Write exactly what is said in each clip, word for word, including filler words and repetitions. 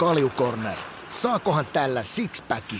Kalju Corner. Saakohan tällä sixpackin?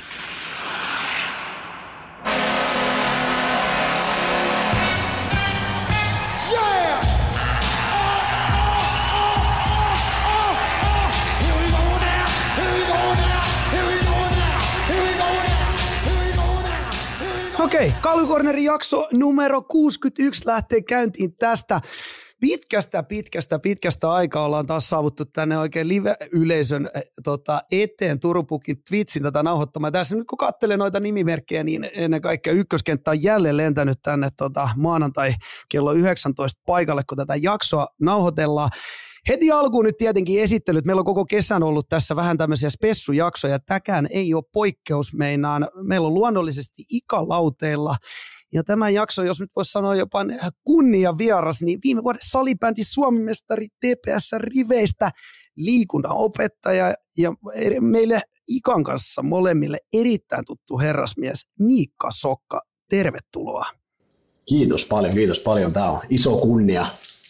Okei, Kalju Cornerin jakso numero kuusikymmentäyksi lähtee käyntiin tästä. Pitkästä, pitkästä, pitkästä aikaa ollaan taas saavuttu tänne oikein live-yleisön tota, eteen Turun Pukin Twitchin tätä nauhoittamaan. Tässä nyt kun katselee noita nimimerkkejä, niin ennen kaikkea ykköskenttä on jälleen lentänyt tänne tota, maanantai kello yhdeksäntoista paikalle, kun tätä jaksoa nauhoitellaan. Heti alkuun nyt tietenkin esittelyt. Meillä on koko kesän ollut tässä vähän tämmöisiä spessujaksoja. Tämäkään ei ole poikkeus meinaan. Meillä on luonnollisesti ikalauteilla. Ja tämä jakso, jos nyt voisi sanoa jopa kunnia vieras, niin viime vuoden salibändi Suomi-mestari T P S-riveistä liikunnan opettaja ja meille Ikan kanssa molemmille erittäin tuttu herrasmies Miikka Sokka. Tervetuloa. Kiitos paljon, kiitos paljon. Tämä on iso kunnia.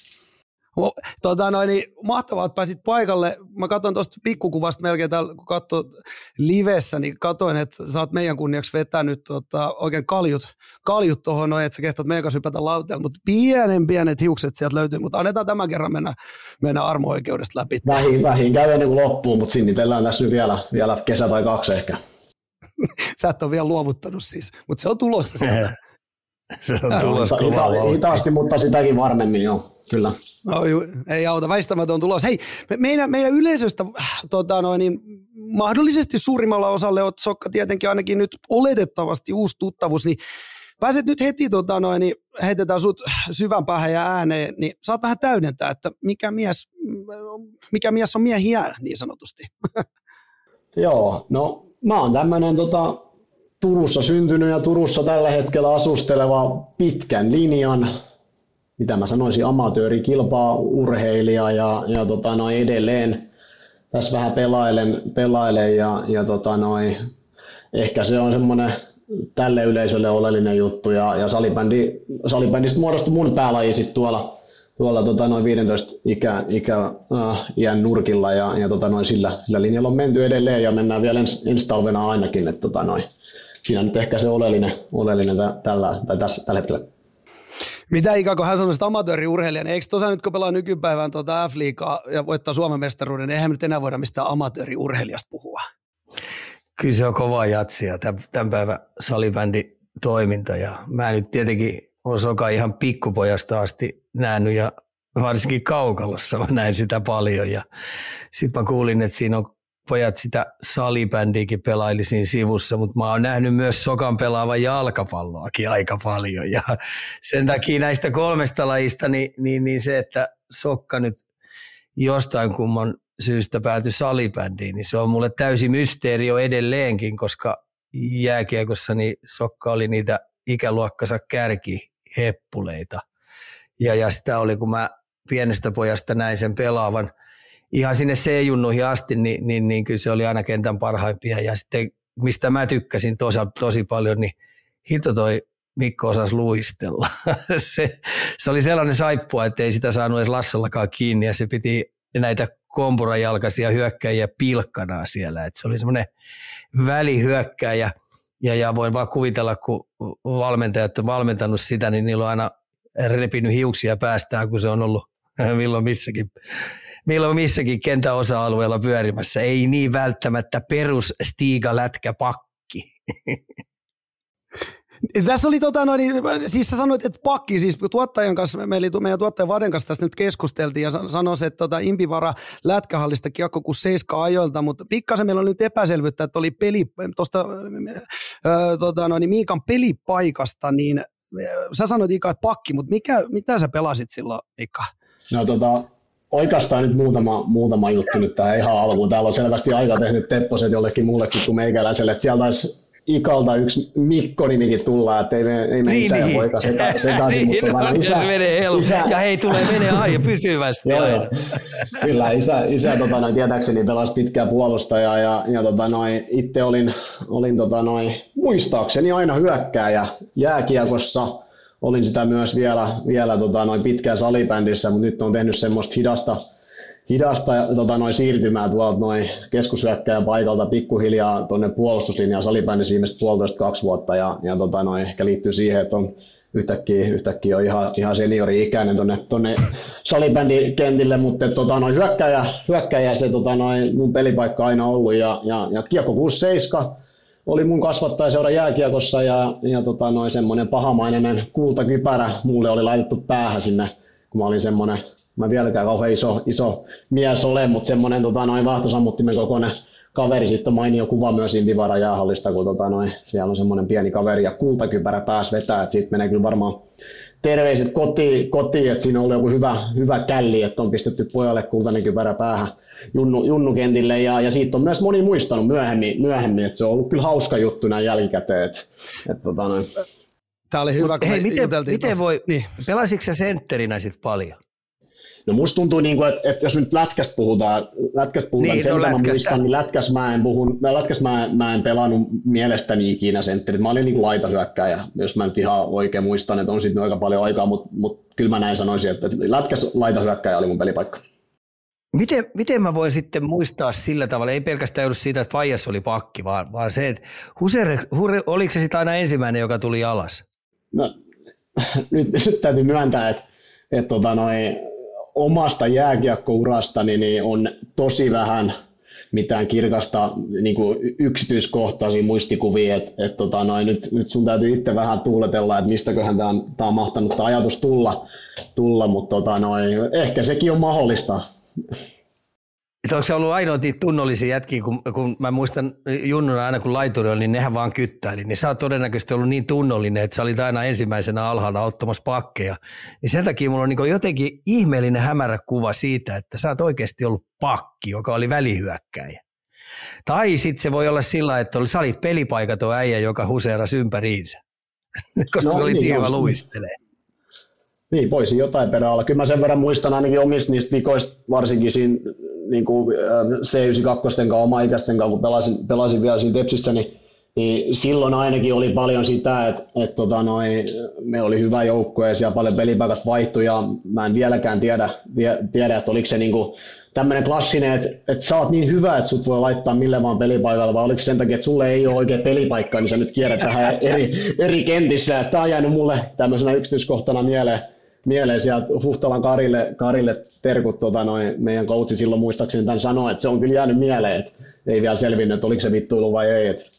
Tota noin, niin mahtavaa, että pääsit paikalle. Mä katsoin tuosta pikkukuvasta melkein täällä, kun katsoin livessä, niin katsoin, että sä oot meidän kunniaksi vetänyt tota, oikein kaljut, kaljut tuohon noin, että sä kehtaat meikas hypätä lauteella, mutta pienen pienet hiukset sieltä löytyy, mutta annetaan tämän kerran mennä, mennä armo-oikeudesta läpi. Vähin, vähin käy ennen kuin loppuu, mutta sinnitellään tässä nyt vielä, vielä kesä tai kaksi ehkä. Sä et ole vielä luovuttanut siis, mutta se on tulossa sieltä. Se on tulossa kovaa vauhtia. Hitaasti, mutta sitäkin varmemmin, joo, kyllä. No, ei auta, väistämätön tulos. Hei, meidän, meidän yleisöstä tota noin, niin mahdollisesti suurimmalla osalle olet Sokka tietenkin ainakin nyt oletettavasti uusi tuttavuus, niin pääset nyt heti, tota noin, niin heitetään sut syvän päähän ja ääneen, niin saat vähän täydentää, että mikä mies, mikä mies on miehiä niin sanotusti. Joo, no mä oon tämmönen tota, Turussa syntynyt ja Turussa tällä hetkellä asusteleva pitkän linjan, mitä mä sanoisin, amatöörikilpaa urheilija ja, ja tota noin edelleen tässä vähän pelailen, pelailen ja, ja tota noin, ehkä se on semmoinen tälle yleisölle oleellinen juttu ja, ja salibändi, salibändistä muodostui mun päälaji sit tuolla, tuolla tota noin viisitoista ikä, ikä, äh, iän nurkilla ja, ja tota noin sillä, sillä linjalla on menty edelleen ja mennään vielä ens, ensi talvena ainakin, että tota noin, siinä nyt ehkä se oleellinen, oleellinen tä, tällä, tai tässä, tällä hetkellä. Mitä ikään kuin hän sanoi sitä amatööriurheilijan, eikö tosiaan nyt kun pelaa nykypäivän tuota F-liigaa ja voittaa Suomen mestaruuden, niin eihän nyt enää voida mistään amatööriurheilijasta puhua. Kyllä se on kova jatsia, tämän päivän salibänditoiminta ja mä nyt tietenkin olen Soka ihan pikkupojasta asti nähnyt ja varsinkin kaukalossa mä näin sitä paljon ja sitten mä kuulin, että siinä on pojat sitä salibändiäkin pelaili siinä sivussa, mutta mä oon nähnyt myös Sokan pelaavan jalkapalloakin aika paljon. Ja sen takia näistä kolmesta lajista, niin, niin, niin se, että Sokka nyt jostain kumman syystä päätyi salibändiin, niin se on mulle täysi mysteeri jo edelleenkin, koska jääkiekossa niin Sokka oli niitä ikäluokkansa kärkiheppuleita. Ja, ja sitä oli, kun mä pienestä pojasta näin sen pelaavan, ihan sinne C-junnuihin asti, niin, niin, niin kyllä se oli aina kentän parhaimpia. Ja sitten mistä mä tykkäsin tosi, tosi paljon, niin hito toi Mikko osasi luistella. se, se oli sellainen saippua, että ei sitä saanut edes Lassollakaan kiinni ja se piti näitä kompurajalkaisia hyökkäjiä pilkkanaa siellä. Et se oli semmoinen välihyökkäjä ja, ja voin vaan kuvitella, kun valmentajat on valmentanut sitä, niin niillä on aina repinyt hiuksia päästään, kun se on ollut milloin missäkin. Milloin missäkin kentän osa-alueella pyörimässä. Ei niin välttämättä perus Stiga lätkä pakki. Tässä oli tota noin, siis sä sanoit, että pakki, siis tuottajan kanssa, meidän tuottajan Vaden kanssa tästä nyt keskusteltiin ja sanoi, että tota Impivara lätkähallista kiekko kuin seiska ajoilta, mutta pikkasen meillä on nyt epäselvyyttä, että oli peli, tuosta tota noin, Miikan pelipaikasta, niin sä sanoit Ika, että pakki, mutta mikä, mitä sä pelasit silloin, Ika? No tota... Oikeastaan nyt muutama, muutama juttu nyt tähän ihan alkuun. Täällä on selvästi aika tehnyt tepposet jollekin muullekin kuin meikäläiselle. Että sieltä taisi Ikalta yksi Mikko-nimikin tulla, että ei me, ei me niin, isä ja niin. poika seka, sekaisin. Niin, mutta no, isä, se menee isä, ja hei, tulee menee aina pysyvästi aina. Kyllä, isä, isä tota, noin, tietääkseni pelasi pitkää puolustajaa ja, ja tota, noin, itse olin, olin tota, noin, muistaakseni aina hyökkääjä jääkiekossa. Olin sitä myös vielä, vielä tota, noin pitkään salibändissä, mutta nyt on tehnyt semmoista hidasta, hidasta tota, noin siirtymää tuolta noin keskushyökkäjän paikalta pikkuhiljaa tuonne puolustuslinjaan salibändissä viimeiset puolitoista kaksi vuotta ja, ja tota, noin, ehkä liittyy siihen, että on yhtäkkiä, yhtäkkiä on ihan, ihan seniori-ikäinen tuonne, tuonne salibändikentille, mutta tota, noin, hyökkäjä, hyökkäjä se tota, noin, mun pelipaikka aina ollut ja, ja, ja kiekko kuusi seitsemän oli mun kasvattajaseura jääkiekossa ja, ja tota, noin, semmoinen pahamainen kultakypärä mulle oli laitettu päähän sinne, kun mä olin semmoinen, mä vieläkään kauhean iso, iso mies olen, mutta semmoinen tota, noin vaahtosammuttimen kokoinen kaveri, sitten on mainio kuva myös Intivaara jäähallista, kun tota, noin, siellä on semmoinen pieni kaveri ja kultakypärä pääsi vetää, että siitä menee kyllä varmaan terveiset kotiin, kotiin että siinä on ollut joku hyvä, hyvä källi, että on pistetty pojalle kultainen kypärä päähän junnu, junnukentille ja, ja siitä on myös moni muistanut myöhemmin, myöhemmin, että se on ollut kyllä hauska juttu näin jälkikäteen. Että, että, tota, noin. Tämä oli hyvä, kun hei, miten, miten voi, niin. Pelasitko sä sentterinä sit paljon? No musta tuntuu, että, että jos nyt lätkästä puhutaan, lätkästä puhutaan niin, niin sen no, mä muistan, niin lätkäs mä en, puhun, lätkäs mä, mä en pelannut mielestäni ikinä sentterit. Mä olin niin laitahyökkääjä, jos mä nyt ihan oikein muistan, että on sitten aika paljon aikaa, mutta, mutta kyllä mä näin sanoisin, että lätkäs laitahyökkääjä oli mun pelipaikka. Miten, miten mä voin sitten muistaa sillä tavalla, ei pelkästään ollut siitä, että Faijas oli pakki, vaan, vaan se, että Husere, Hure, oliko se sitten aina ensimmäinen, joka tuli alas? No nyt, nyt täytyy myöntää, että, että tota noin, omasta jääkiekkourastani niin on tosi vähän mitään kirkasta niin kuin yksityiskohtaisia muistikuvia, että et, tota, noin, nyt, nyt sun täytyy itse vähän tuuletella, että mistäköhän tämä on, on mahtanut tämä ajatus tulla, tulla mutta tota, noin, ehkä sekin on mahdollista. Että onko se ollut ainoa niitä tunnollisia jätkiä, kun, kun mä muistan junnuna aina kun laituri oli, niin nehän vaan kyttäili. Niin sä oot todennäköisesti ollut niin tunnollinen, että sä olit aina ensimmäisenä alhaalla ottamassa pakkeja. Niin sen takia mulla on niin jotenkin ihmeellinen hämärä kuva siitä, että sä oot oikeasti ollut pakki, joka oli välihyökkäjä. Tai sitten se voi olla sillä, että sä olit pelipaikaton äijä, joka huseerasi ympäriinsä, koska no, se oli niin hyvä luistelee. Niin, voisi jotain perää olla. Kyllä mä sen verran muistan ainakin omista niistä vikoista, varsinkin siinä niin kuin C yhdeksänkymmentäkaksi kanssa, oma-ikäisten kanssa, kun pelasin, pelasin vielä siinä Tepsissä, niin, niin silloin ainakin oli paljon sitä, että, että tota noi, me oli hyvä joukkue ja siellä paljon pelipaikat vaihtui ja mä en vieläkään tiedä, tiedä että oliko se niin kuin tämmöinen klassinen, että, että sä oot niin hyvä, että sut voi laittaa mille vaan pelipaikalle, vai oliko sen takia, että sulle ei ole oikein pelipaikkaa, niin sä nyt kierrät tähän eri, eri kentissä. Tämä on jäänyt mulle tämmöisenä yksityiskohtana mieleen, mieleen sieltä Huhtalan Karille, Karille terkut, tota, noin, meidän coachi silloin muistaakseni tämän sanoi, että se on kyllä jäänyt mieleen, että ei vielä selvinnyt, että oliko se vittuilu vai ei. Että.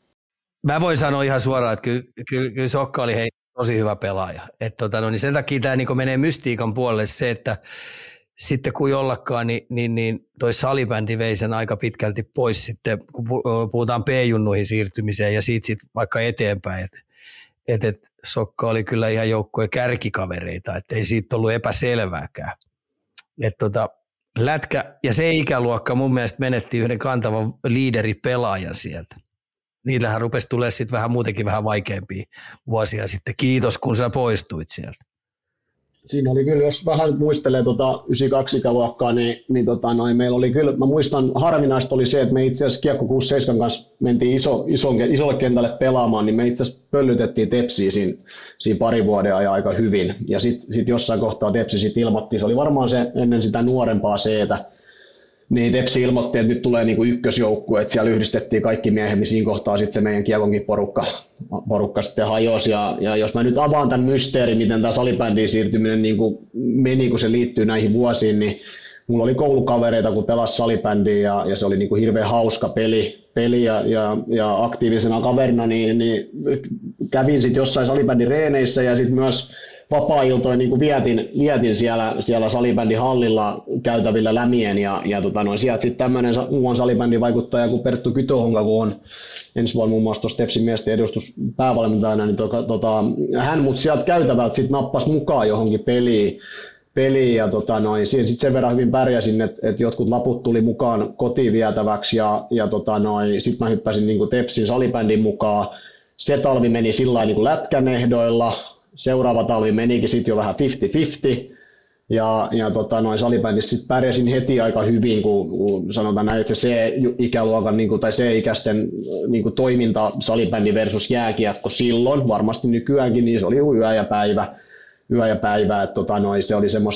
Mä voin sanoa ihan suoraan, että kyllä, kyllä, kyllä Sokka oli hei, tosi hyvä pelaaja. Et, tota, no, niin sen takia tämä niin menee mystiikan puolelle se, että sitten kun jollakaan, niin, niin, niin toi salibändi vei sen aika pitkälti pois sitten, kun puhutaan P-junnuihin siirtymiseen ja siitä sit vaikka eteenpäin. Et, et, et Sokka oli kyllä ihan joukkojen kärkikavereita, että ei siitä ollut epäselvääkään. Et tota, lätkä ja se ikäluokka mun mielestä menetti yhden kantavan liideripelaajan sieltä. Niillähän rupesi tulemaan sitten vähän muutenkin vähän vaikeampia vuosia sitten. Kiitos, kun sä poistuit sieltä. Siinä oli kyllä, jos vähän muistelee tuota yhdeksänkymmentäkaksi ikäluokkaa, niin, niin tota, noin, meillä oli kyllä, mä muistan, harvinaista oli se, että me itse asiassa Kiekko kuusi seitsemän kanssa mentiin iso, iso, isolle kentälle pelaamaan, niin me itse asiassa pöllytettiin Tepsiä siinä, siinä pari vuoden ajan aika hyvin. Ja sitten sit jossain kohtaa Tepsi sitten ilmoitti, se oli varmaan se ennen sitä nuorempaa C:tä, niin Tepsi ilmoitti, että nyt tulee niinku ykkösjoukkue, että siellä yhdistettiin kaikki miehet, niin siinä kohtaa sitten se meidän Kiekonkin porukka, porukka sitten hajosi. Ja, ja jos mä nyt avaan tämän mysteerin, miten tämä salibändiin siirtyminen niinku meni, kun se liittyy näihin vuosiin, niin mulla oli koulukavereita, kun pelasi salibändiä ja, ja se oli niinku hirveän hauska peli, peli ja, ja, ja aktiivisena kaverina, niin, niin kävin sitten jossain salibändin reeneissä ja sitten myös vapaa-iltoja niin vietin, vietin siellä, siellä salibändin hallilla käytävillä lämien ja, ja tota noin, sieltä sitten tämmöinen muuan salibändin vaikuttaja kuin Perttu Kytöhonka, kun on ensi vuonna muun muassa tuossa Tepsin miesten edustus päävalmentajana, niin tota, tota, hän mut sieltä käytävältä sitten nappasi mukaan johonkin peliin, peliin ja tota noin, siinä sitten sen verran hyvin pärjäsin, että et jotkut laput tuli mukaan kotiin vietäväksi ja, ja tota noin, sitten mä hyppäsin niin Tepsin salibändin mukaan. Se talvi meni sillä lailla niin lätkän ehdoilla. Seuraava talvi menikin sitten jo vähän viisikymmentä viisikymmentä ja, ja tota, noin salibändissä sitten pärjäsin heti aika hyvin, kun, kun sanotaan näin, että se C-ikäluokan niin kuin, tai C-ikäisten niin kuin toiminta salibändi versus jääkiekko silloin, varmasti nykyäänkin, niin se oli yö ja päivä, yö ja päivä että tota, noin, se oli semmoista,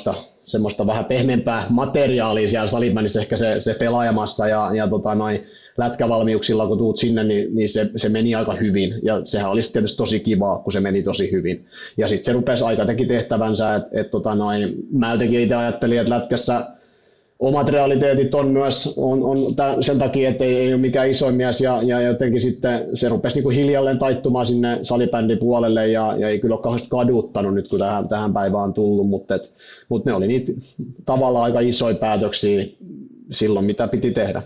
semmoista vähän pehmeämpää materiaalia siellä salibändissä, ehkä se, se pelaajamassa ja, ja tota noin, lätkävalmiuksilla, kun tuut sinne, niin, niin se, se meni aika hyvin. Ja sehän olisi tietysti tosi kivaa, kun se meni tosi hyvin. Ja sitten se rupesi aika teki tehtävänsä, että et, tota mä jotenkin itse ajattelin, että lätkässä omat realiteetit on myös on, on tämän, sen takia, että ei, ei ole mikään isoin mies, ja, ja jotenkin sitten se rupesi niin kuin hiljalleen taittumaan sinne salibändin puolelle, ja, ja ei kyllä ole kauheasti kaduttanut nyt, kun tähän, tähän päivään on tullut, mutta, et, mutta ne oli niitä tavallaan aika isoja päätöksiä silloin, mitä piti tehdä.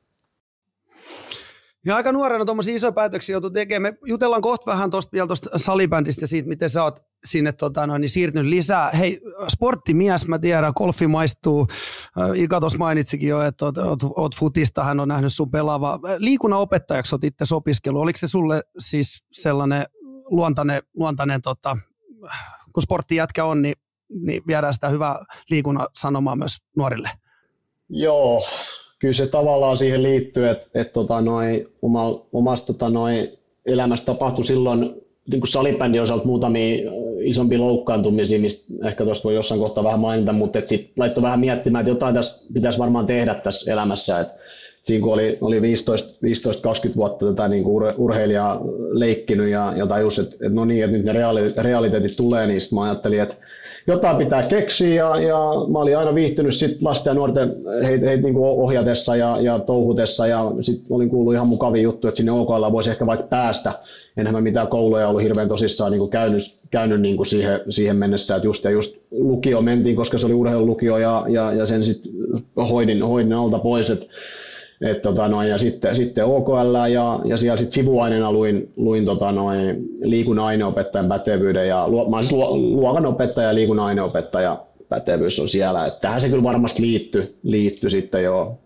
Ja aika nuorena tuommoisia isoja päätöksiä joutuu tekemään. Me jutellaan kohta vähän tuosta vielä tuosta salibändistä ja siitä, miten sä oot sinne tota, noin, niin siirtynyt lisää. Hei, sporttimies, mä tiedän, golfi maistuu. Ika tuossa mainitsikin jo, että oot, oot, oot futista, hän on nähnyt sun pelaava. Liikunnan opettajaksi oot itse opiskellut. Oliko se sulle siis sellainen luontainen, luontainen tota, kun sporttijätkä on, niin, niin viedään sitä hyvää liikunnan sanomaa myös nuorille? Joo. Kyllä se tavallaan siihen liittyy, että et, tota, omasta tota, elämästä tapahtui silloin niin kuin salibändin osalta muutamia isompia loukkaantumisia, mistä ehkä tuosta voi jossain kohtaa vähän mainita, mutta sitten laittoi vähän miettimään, että jotain tässä pitäisi varmaan tehdä tässä elämässä. Et, siinä kun oli, oli viisitoista kaksikymmentä vuotta tätä niin kuin ur, urheilijaa leikkinyt ja, ja tajus, että, että no niin, että nyt ne reaali, realiteetit tulee, niin sitten mä ajattelin, että jotain pitää keksiä, ja, ja mä olin aina viihtynyt sit lasten ja nuorten heitä heit niinku ohjatessa ja, ja touhutessa, ja sitten olin kuullut ihan mukavia juttuja, että sinne O K L voisi ehkä vaikka päästä. Enhän mä mitään kouluja ollut hirveän tosissaan niinku käynyt, käynyt niinku siihen, siihen mennessä, että just ja just lukio mentiin, koska se oli urheilulukio, ja, ja, ja sen sitten hoidin, hoidin alta pois, että Et, tota, noin, ja sitten, sitten O K L ja, ja siellä sitten sivuaineena luin, luin tota, noin, liikunnan aineopettajan pätevyyden, ja lu, mä siis luokanopettaja ja liikunnan aineopettaja pätevyys on siellä, että tähän se kyllä varmasti liittyy, liittyy sitten joo.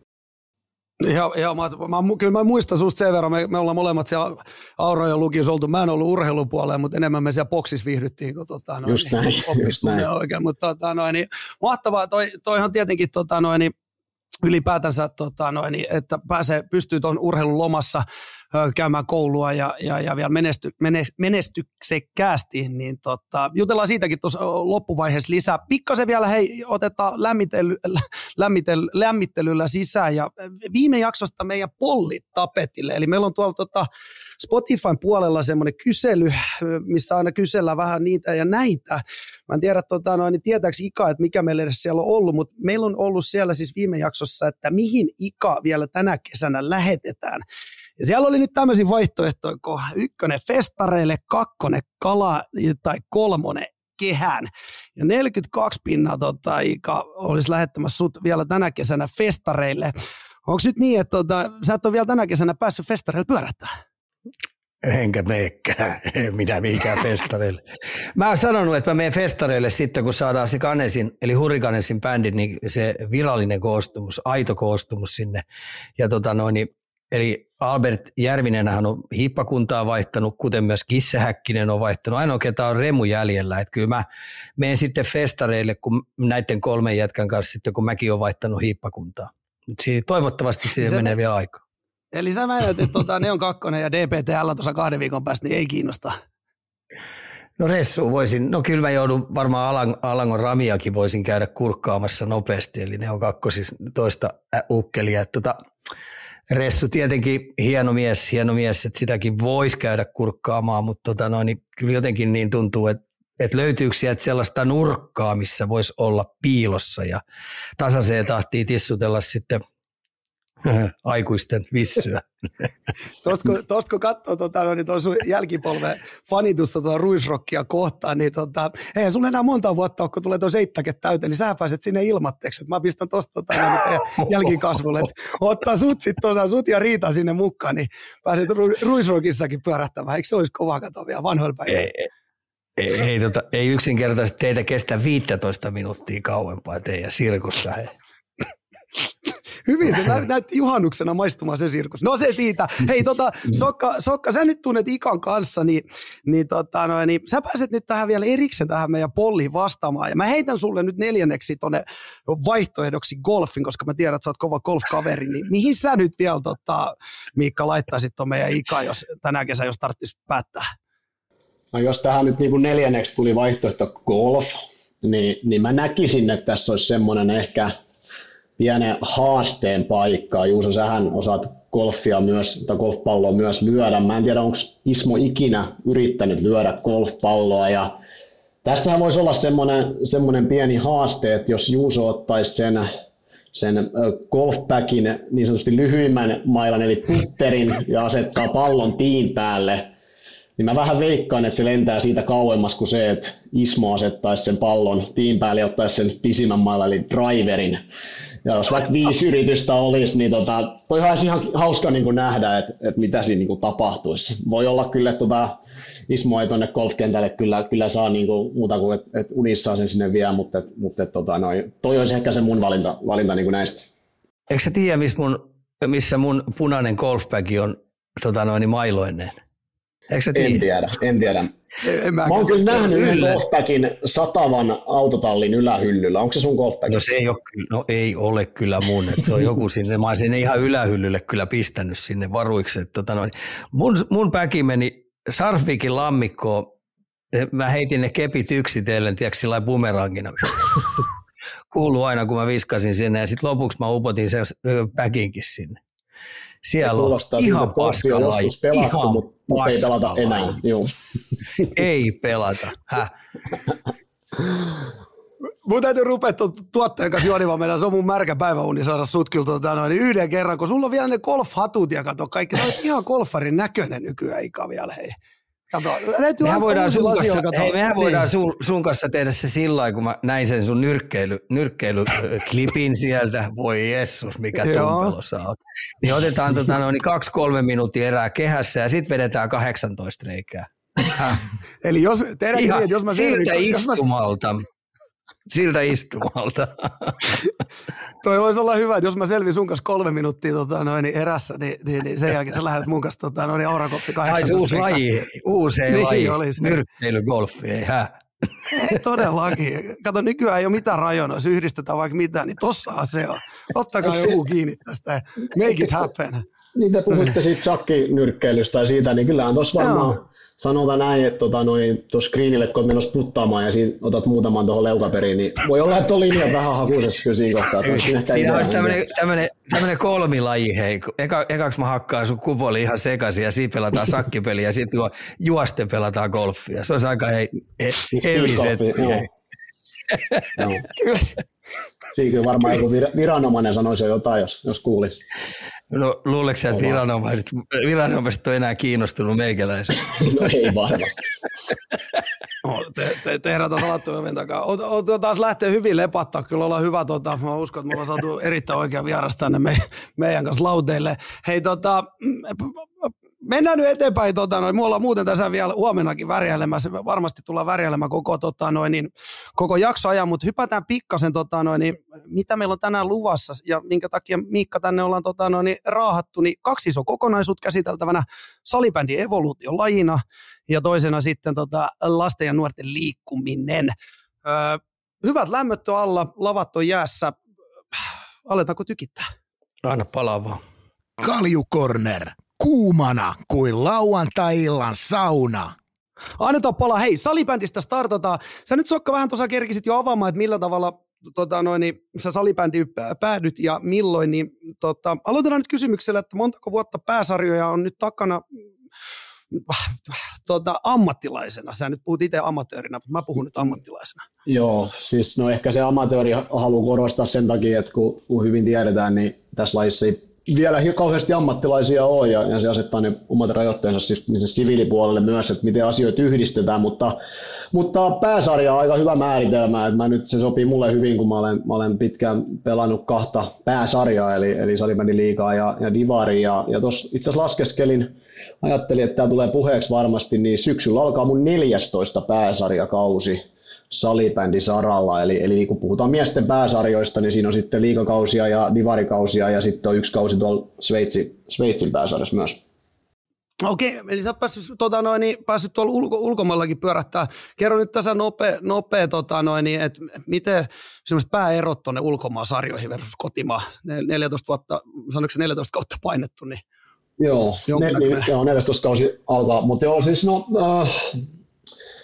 Ja, ja mä, mä, kyllä mä muistan susta sen verran, me, me ollaan molemmat siellä Aurajoen lukiossa oltu, mä en ollut urheilupuolella, mutta enemmän me siellä boksissa viihdyttiin, kun tota, noin, just näin, just näin. Oikein, mutta tota, noin, niin, mahtavaa, toi, toihan tietenkin tota, noin, niin, ylipäätänsä, tota, noin, että pääsee, pystyy tuon urheilun lomassa ö, käymään koulua ja, ja, ja vielä menesty, menestyksekkäästi, niin tota, jutellaan siitäkin tuossa loppuvaiheessa lisää. Pikkasen vielä hei, otetaan lämmittely, lämmittely, lämmittelyllä sisään, ja viime jaksosta meidän pollit tapetille, eli meillä on tuolla tota, Spotifyn puolella semmoinen kysely, missä aina kysellään vähän niitä ja näitä. Mä en tiedä, tota, no, niin tietääkö Ika, että mikä meillä edes siellä on ollut, mutta meillä on ollut siellä siis viime jaksossa, että mihin Ika vielä tänä kesänä lähetetään. Ja siellä oli nyt tämmöisiä vaihtoehtoja, kun ykkönen festareille, kakkonen kala tai kolmonen kehään. Ja neljäkymmentäkaksi pinnaa tota, Ika olisi lähettämässä sut vielä tänä kesänä festareille. Onko nyt niin, että tota, sä et ole vielä tänä kesänä päässyt festareille pyörättämään? Enkä meekään, minä mihinkään festareille. Mä oon sanonut, että mä menen festareille sitten, kun saadaan se Kanesin, eli Hurrikanesin bändi, niin se virallinen koostumus, aito koostumus sinne. Ja tota noin, eli Albert Järvinenhän on hiippakuntaa vaihtanut, kuten myös Kisse Häkkinen on vaihtanut. Ainoa, ketä on Remu jäljellä. Että kyllä mä menen sitten festareille kun näiden kolmen jätkän kanssa sitten, kun mäkin olen vaihtanut hiippakuntaa. Mutta toivottavasti siihen se menee me... vielä aikaa. Eli sä väität, että tota, ne on kakkonen ja D P T L tuossa kahden viikon päästä, niin ei kiinnosta. No Ressu voisin, no kyllä mä joudun varmaan Alang, Alangon Ramiakin voisin käydä kurkkaamassa nopeasti, eli ne on kakkosis toista ukkelia. Tota, Ressu tietenkin hieno mies, hieno mies, että sitäkin voisi käydä kurkkaamaan, mutta tota, no, niin kyllä jotenkin niin tuntuu, että että löytyykö sieltä sellaista nurkkaa, missä voisi olla piilossa ja tasaiseen tahtiin tissutella sitten aikuisten vissyä. Tuosta kun katsoo tuota, niin tuon sun jälkipolven fanitusta tuota Ruisrockia kohtaan, niin tota, eihän sulla enää monta vuotta ole, kun tulee tuo seittäke täyteen, niin sä pääset sinne ilmatteeksi. Mä pistän tuosta tota, jälkikasvulle, että ottaa sut sitten tuossa, sut ja Riita sinne mukaan, niin pääset Ruisrockissakin pyörähtämään. Eikö se olisi kova kato vielä vanhoilla päivillä? Ei, ei, ei, tota, ei yksinkertaisesti teitä kestä viisitoista minuuttia kauempaa teidän sirkusta. Hei. Hyvin, se nä- näytti juhannuksena maistumaan se sirkus. No se siitä. Hei tota, Sokka, Sokka sä nyt tunnet Ikan kanssa, niin, niin, tota, no, niin sä pääset nyt tähän vielä erikseen tähän meidän polliin vastaamaan. Ja mä heitän sulle nyt neljänneksi tonne vaihtoehdoksi golfin, koska mä tiedän, että sä oot kova golfkaveri. Niin mihin sä nyt vielä, tota, Miikka, laittaisit ton meidän Ikan, jos tänä kesä, jos tarvitsisi päättää? No jos tähän nyt niin kuin neljänneksi tuli vaihtoehto golf, niin, niin mä näkisin, että tässä olisi semmoinen ehkä pienen haasteen paikkaa. Juuso, sähän osaat golfia myös, tai golfpalloa myös lyödä. Mä en tiedä, onko Ismo ikinä yrittänyt lyödä golfpalloa. Ja tässähän voisi olla semmoinen, semmoinen pieni haaste, että jos Juuso ottaisi sen, sen golfbagin niin sanotusti lyhyimmän mailan, eli putterin, ja asettaa pallon tiin päälle, niin mä vähän veikkaan, että se lentää siitä kauemmas kuin se, että Ismo asettaisi sen pallon tiin päälle ja ottaisi sen pisimmän mailan, eli driverin. Ja jos vaikka viisi yritystä olisi, niin tota, toihan olisi ihan hauska niin kuin nähdä, että, että mitä siinä niin kuin tapahtuisi. Voi olla kyllä, että tota, Ismo ei tuonne golfkentälle kyllä, kyllä saa niin kuin muuta kuin, että, että unissaan sen sinne vie, mutta, että, mutta että, tota, noi, toi olisi ehkä se mun valinta, valinta niin kuin näistä. Eikö sä tiedä, missä mun, missä mun punainen golfbagi on tota noin, mailoineen? En tiedä, en tiedä. En mä oon kyllä nähnyt yhden golfbagin satavan autotallin ylähyllyllä. Onko se sun golfbag? No se ei ole, no ei ole kyllä mun. Että se on joku sinne. Mä oon sinne ihan ylähyllylle kyllä pistänyt sinne varuiksi. Että tota noin. Mun, mun bagi meni Sarfikin lammikkoon. Mä heitin ne kepit yksitellen, tiedätkö, sillä bumerangina. Kuuluu aina, kun mä viskasin sinne. Ja sitten lopuksi mä upotin sen baginkin sinne. Siellä on ihan paska laji. Ihan mutta ei pelata enää. Joo. Ei pelata. Häh? Mun täytyy rupea tuottajan kanssa juonimaan meidän, se on mun märkä päiväuni saada sut kyllä tuota, noin, yhden kerran, kun sulla on vielä ne golfhatut ja kato kaikki, sä olet ihan golfarin näköinen nykyään Ika vielä, hei. Kato, mehän voidaan, sun kanssa, hei, mehän niin. voidaan sun, sun kanssa tehdä se sillä lailla, kun mä näin sen sun nyrkkeily, nyrkkeilyklipin sieltä, voi jessus, mikä tumpelo sä oot. Niin otetaan tota, no, niin kaksi kolme minuuttia erää kehässä ja sitten vedetään kahdeksantoista reikää. Eli jos, tehdäänkin niin, jos mä selvin, siltä istumalta. Mä... Siltä istumalta. Toi voisi olla hyvä, että jos mä selvin sun kanssa kolme minuuttia tota, noin, niin erässä, niin, niin, niin sen jälkeen sä lähdet mun kanssa tota, noin, aurakoppi kahdeksantoista. Ai se uusi laji, uusi ei niin, laji, olisi. Nyrkkeilygolfi, ei hä? Ei todellakin. Kato, nykyään ei ole mitään rajoja, jos yhdistetään vaikka mitään, niin tossahan se on. Ottakaa joku kiinni tästä, make it happen. Niin te puhuitte siitä shakkinyrkkeilystä ja siitä, niin kyllähän tuossa varmaan... Joo. Sanotaan näin, että tuossa tota, screenille, kun olet menossa puttaamaan ja siinä otat muutaman tuohon leukaperiin, niin voi olla, että on linja vähän hakuisessa kyllä siinä kohtaa. Siinä, siinä olisi tämmöinen kolmilaji, hei. Eka, ekaksi mä hakkaan sun kupoli ihan sekaisin ja siitä pelataan sakkipeliä ja sitten juosten pelataan golfia. Se olisi aika hei, he, hevisetti. Siinä kyllä varmaan joku viranomainen sanoisi jotain, jos, jos kuulisi. No luuleeko sä, että viranomaiset, viranomaiset on enää kiinnostunut meikäläistä? No ei varmaan. Te, te, tehdään tuossa lattujen oven takaa. Otetaan taas lähtee hyvin lepattaa. Kyllä ollaan hyvä. Tota, mä uskon, että me ollaan saatu erittäin oikea vieras tänne me, meidän kanssa lauteille. Hei, tota, mennään nyt eteenpäin. Tota, noin, me ollaan muuten tässä vielä huomennakin värjäilemässä. Varmasti tullaan värjäilemään koko, tota, noin, niin, koko jaksoajan, mutta hypätään pikkasen, tota, noin, niin, mitä meillä on tänään luvassa ja minkä takia Miikka tänne ollaan tota, noin, niin, raahattu. Niin kaksi iso kokonaisuutta käsiteltävänä, salibändin evoluutio lajina ja toisena sitten tota, lasten ja nuorten liikkuminen. Öö, hyvät lämmöt on alla, lavat on jäässä. Aletaanko tykittää? Anna palaa vaan. Kaljukorner. Kuumana kuin lauantai-illan sauna. Annetaan palaa. Hei, salibändistä startataan. Sä nyt Sokka vähän tuossa kerkisit jo avaamaan, että millä tavalla tota, noin, niin, sä salibändiin päädyt ja milloin. Niin, tota, aloitetaan nyt kysymyksellä, että montako vuotta pääsarjoja on nyt takana tota, ammattilaisena. Sä nyt puhut itse amatöörinä, mutta mä puhun nyt ammattilaisena. Joo, siis no ehkä se amatööri haluaa korostaa sen takia, että kun, kun hyvin tiedetään, niin tässä lajissa ei vielä kauheasti ammattilaisia ole ja, ja se asettaa ne omat rajoitteensa siis niin siviilipuolelle myös, että miten asioita yhdistetään, mutta, mutta pääsarja on aika hyvä määritelmä, että mä nyt, se sopii mulle hyvin, kun mä olen, mä olen pitkään pelannut kahta pääsarjaa, eli, eli salibändin liigaa ja, ja divari, ja, ja tuossa itse asiassa laskeskelin, ajattelin, että tämä tulee puheeksi varmasti, niin syksyllä alkaa mun neljästoista pääsarjakausi salibändin saralla, eli, eli kun puhutaan miesten pääsarjoista, niin siinä on sitten liigakausia ja divarikausia ja sitten on yksi kausi tuolla Sveitsi, Sveitsin pääsarjassa myös. Okei, eli sä oot päässyt, tota noin, päässyt tuolla ulko, ulkomaillakin pyörähtää. Kerro nyt tässä nopea, nopea tota noin, että miten sellaiset pääerot tuonne ulkomaan sarjoihin versus kotimaan. neljätoista vuotta, sanoiko se neljätoista kautta painettu? Niin joo, ne, niin, joo, neljätoista kausi alkaa, mutta joo siis no... Äh,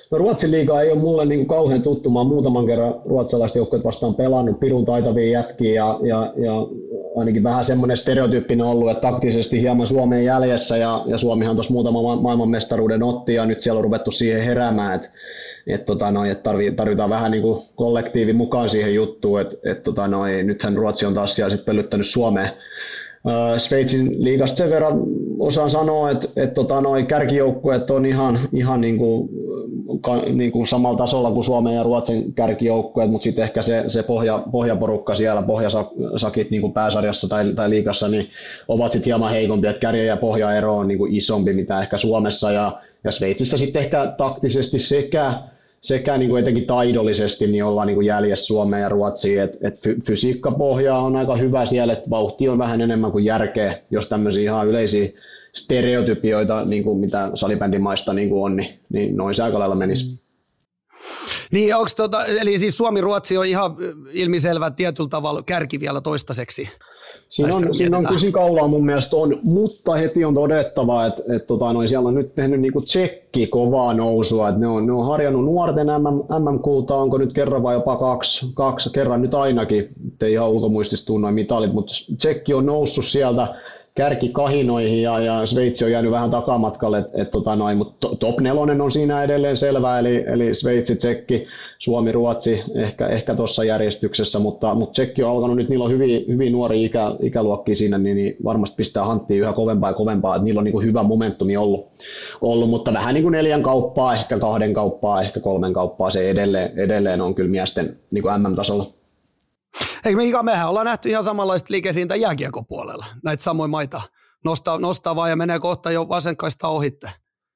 No Ruotsin liiga ei ole mulle niin kuin kauhean tuttu. Mä oon muutaman kerran ruotsalaista joukkueet vastaan pelannut, pirun taitavia jätkiä ja, ja, ja ainakin vähän semmoinen stereotyyppinen ollut, että taktisesti hieman Suomeen jäljessä ja, ja Suomihan tuossa muutama ma- maailmanmestaruuden otti ja nyt siellä on ruvettu siihen heräämään, että et, tota, no, et tarvitaan vähän niin kuin kollektiivi mukaan siihen juttuun, että et, tota, no, nythän Ruotsi on taas siellä sit pöllyttänyt Suomeen. Sveitsin liigasta sen verran osaan sanoa, että, että tota, noi kärkijoukkueet on ihan, ihan niin kuin, ka, niin kuin samalla tasolla kuin Suomen ja Ruotsin kärkijoukkueet, mutta sitten ehkä se, se pohja, pohjaporukka siellä, pohjasakit niin kuin pääsarjassa tai, tai liigassa, niin ovat sitten hieman heikompi, että kärjen ja pohjaero on niin kuin isompi mitä ehkä Suomessa ja, ja Sveitsissä sitten ehkä taktisesti sekä sekä niin kuin etenkin taidollisesti niin ollaan niin kuin jäljessä Suomeen ja Ruotsiin, että et fysiikkapohja on aika hyvä siellä, että vauhti on vähän enemmän kuin järkeä, jos tämmöisiä ihan yleisiä stereotypioita, niin kuin mitä salibändimaista niin kuin on, niin, niin noin se aika lailla menisi. Niin, onko tota, eli siis Suomi-Ruotsi on ihan ilmiselvä tietyllä tavalla kärki vielä toistaiseksi? Siinä on, siinä on kysin kaulaa mun mielestä on, mutta heti on todettava, että, että tota, noin siellä on nyt tehnyt niinku tsekki kovaa nousua, että ne on, ne on harjannut nuorten M M-kultaa, onko nyt kerran vai jopa kaksi, kaksi kerran nyt ainakin, ettei ihan ulkomuistista tuu noin mitalit, mutta tsekki on noussut sieltä kärkikahinoihin ja, ja Sveitsi on jäänyt vähän takamatkalle, et, et, tota noin, mutta top nelonen on siinä edelleen selvä, eli, eli Sveitsi, Tsekki, Suomi, Ruotsi ehkä, ehkä tuossa järjestyksessä, mutta, mutta Tsekki on alkanut nyt, niillä on hyvin, hyvin nuori ikä, ikäluokkia siinä, niin, niin varmasti pistää hanttiin yhä kovempaa ja kovempaa, että niillä on niin kuin hyvä momentumi ollut, ollut, mutta vähän niin kuin neljän kauppaa, ehkä kahden kauppaa, ehkä kolmen kauppaa se edelleen, edelleen on kyllä miesten niin kuin M M-tasolla. Eikö me Ika, mehän ollaan nähty ihan samanlaista liikehdintä jääkiekopuolella, näitä samoja maita. Nostaa, nostaa vaan ja menee kohta jo vasenkaista ohitte.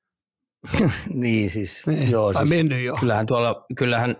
Niin siis, niin, joo, tai siis mennyt jo. Kyllähän, tuolla, kyllähän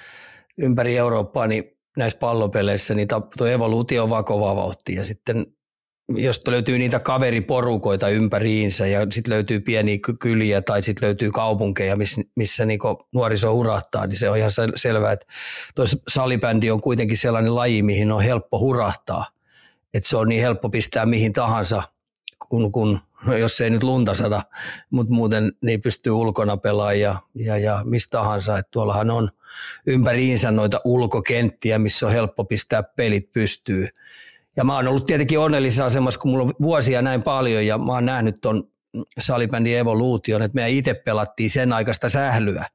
ympäri Eurooppaa niin näissä pallopeleissä niin tuo evoluutio on vaan kovaa vauhtia ja sitten jos löytyy niitä kaveriporukoita ympäriinsä ja sitten löytyy pieniä kyliä tai sitten löytyy kaupunkeja, missä, missä niinku nuoriso hurahtaa, niin se on ihan selvää, että tuo salibändi on kuitenkin sellainen laji, mihin on helppo hurahtaa. Että se on niin helppo pistää mihin tahansa, kun, kun jos ei nyt lunta sada, mutta muuten niin pystyy ulkona pelaamaan ja, ja, ja mistä tahansa. Että tuollahan on ympäriinsä noita ulkokenttiä, missä on helppo pistää pelit pystyyn. Ja mä oon ollut tietenkin onnellisessa asemassa, kun mulla on vuosia näin paljon ja mä oon nähnyt ton salibändin evoluution, että me itse pelattiin sen aikaista sählyä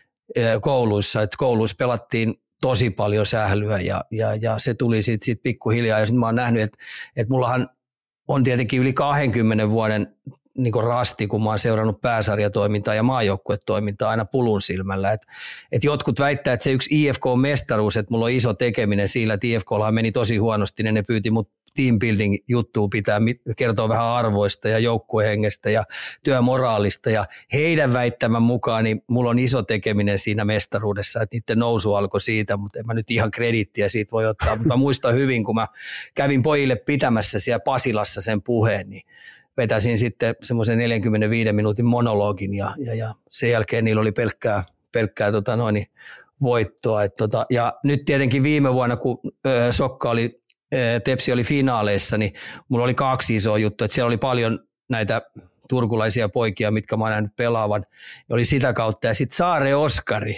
kouluissa, että kouluissa pelattiin tosi paljon sählyä ja, ja, ja se tuli siitä, siitä pikkuhiljaa ja sitten mä oon nähnyt, että, että mullahan on tietenkin yli kahdenkymmenen vuoden niin kuin rasti, kun mä oon seurannut pääsarjatoimintaa ja maajoukkuetoimintaa aina pulun silmällä. Et, et jotkut väittää, että se yksi I F K-mestaruus, että mulla on iso tekeminen sillä, että I F K:llahan meni tosi huonosti, niin ne pyyti mut team building juttua pitää, kertoo vähän arvoista ja joukkuehengestä ja työmoraalista ja heidän väittämän mukaan niin mulla on iso tekeminen siinä mestaruudessa, että niiden nousu alkoi siitä, mutta en mä nyt ihan krediittiä siitä voi ottaa, mutta mä muistan hyvin, kun mä kävin pojille pitämässä siellä Pasilassa sen puheen, niin vetäsin sitten semmoisen neljänkymmenenviiden minuutin monologin ja, ja, ja sen jälkeen niillä oli pelkkää, pelkkää tota noin, voittoa. Et tota, ja nyt tietenkin viime vuonna, kun ö, Sokka oli, ö, Tepsi oli finaaleissa, niin mulla oli kaksi isoa juttua. Et siellä oli paljon näitä turkulaisia poikia, mitkä mä oon nähnyt pelaavan. Ja oli sitä kautta. Ja sitten Saare Oskari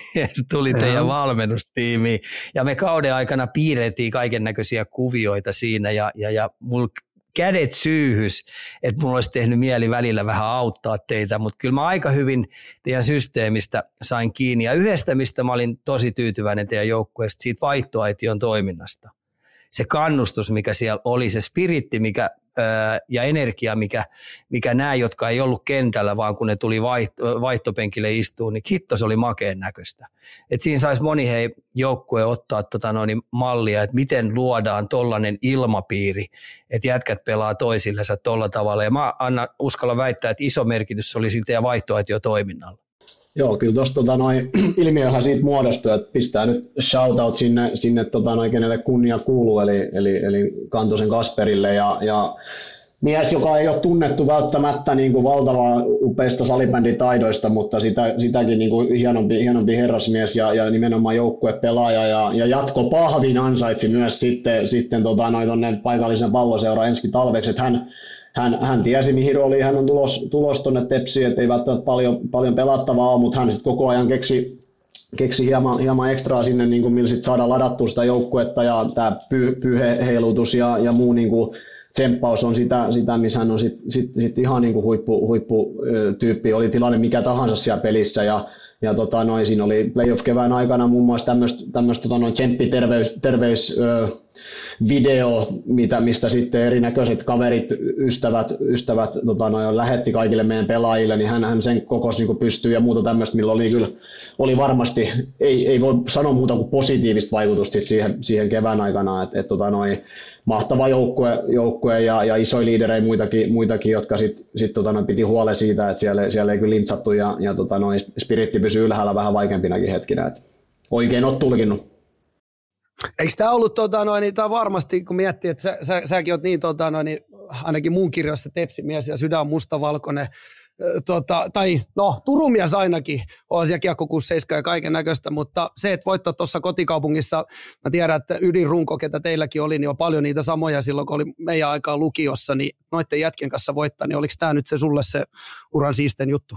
tuli teidän valmennustiimiin. Ja me kauden aikana piirrettiin kaiken näköisiä kuvioita siinä ja, ja, ja mulla kädet syyhys, että mulla olisi tehnyt mieli välillä vähän auttaa teitä, mutta kyllä mä aika hyvin teidän systeemistä sain kiinni. Ja yhdestä, mistä mä olin tosi tyytyväinen teidän joukkueesta, siitä vaihtoaition toiminnasta. Se kannustus, mikä siellä oli, se spiritti mikä, ää, ja energia, mikä, mikä nämä, jotka ei ollut kentällä, vaan kun ne tuli vaihto, vaihtopenkille istuun, niin hittos oli makeen näköistä. Et siinä saisi moni hei joukkue ottaa tota noin, mallia, että miten luodaan tollainen ilmapiiri, että jätkät pelaa toisillensa tolla tavalla. Ja mä annan uskalla väittää, että iso merkitys oli siltä ja vaihtoaitio toiminnalla. Joo, kyllä tuossa tota, ilmiöhän siitä muodostuu, että pistää nyt shoutout sinne, sinne tota, noi, kenelle kunnia kuuluu, eli, eli, eli Kantosen Kasperille ja, ja mies, joka ei ole tunnettu välttämättä niin kuin valtavan upeista salibänditaidoista, mutta sitä, sitäkin niin kuin hienompi, hienompi herrasmies ja, ja nimenomaan joukkuepelaaja ja, ja jatkopahvin ansaitsi myös sitten, sitten tota, noin tonne paikallisen palloseuran ensi talveksi, että hän hän, hän tiesi mihin rooliin hän on tulos, tulos tuonne Tepsiin, että ei välttämättä paljon, paljon pelattavaa ole, mutta hän sitten koko ajan keksi, keksi hieman, hieman ekstraa sinne, niin kuin millä sit saadaan ladattua sitä joukkuetta ja tämä py, pyyheheilutus ja, ja muu niin kuin tsemppaus on sitä, sitä missä hän on sitten sit, sit ihan niin kuin huippu, huipputyyppi, oli tilanne mikä tahansa siellä pelissä ja Ja tota, noin, siinä oli playoff-kevään aikana muun muassa tämmöistä tota, tsemppiterveys terveys, ö, video, mitä, mistä sitten erinäköiset kaverit, ystävät, ystävät tota, noin, lähetti kaikille meidän pelaajille, niin hän, hän sen kokosi niin pystyy ja muuta tämmöistä, millä oli kyllä oli varmasti, ei, ei voi sanoa muuta kuin positiivista vaikutusta siihen, siihen kevään aikana, että et, tota, mahtava joukkue, joukkue ja, ja isoja liiderejä muitakin, muitakin jotka sitten sit, tota, piti huolen siitä, että siellä, siellä ei kyllä lintsattu ja, ja tota, spiritti pysyi ylhäällä vähän vaikeampinakin hetkinä, että oikein olet tulkinnut. Eikö tämä ollut, tota, noin, niin tämä varmasti, kun miettii, että sä, sä, säkin olet niin, tota, noin, niin ainakin muun kirjoissa Tepsimies ja sydän mustavalkoinen, tota, tai no Turumies ainakin, on siellä kiekko kuusi seitsemän ja kaiken näköistä, mutta se, että voittaa tuossa kotikaupungissa, mä tiedän, että ydinrunko, ketä teilläkin oli, niin on paljon niitä samoja silloin, kun oli meidän aikaa lukiossa, niin noitten jätkien kanssa voittaa, niin oliko tämä nyt se sulle se uran siisten juttu?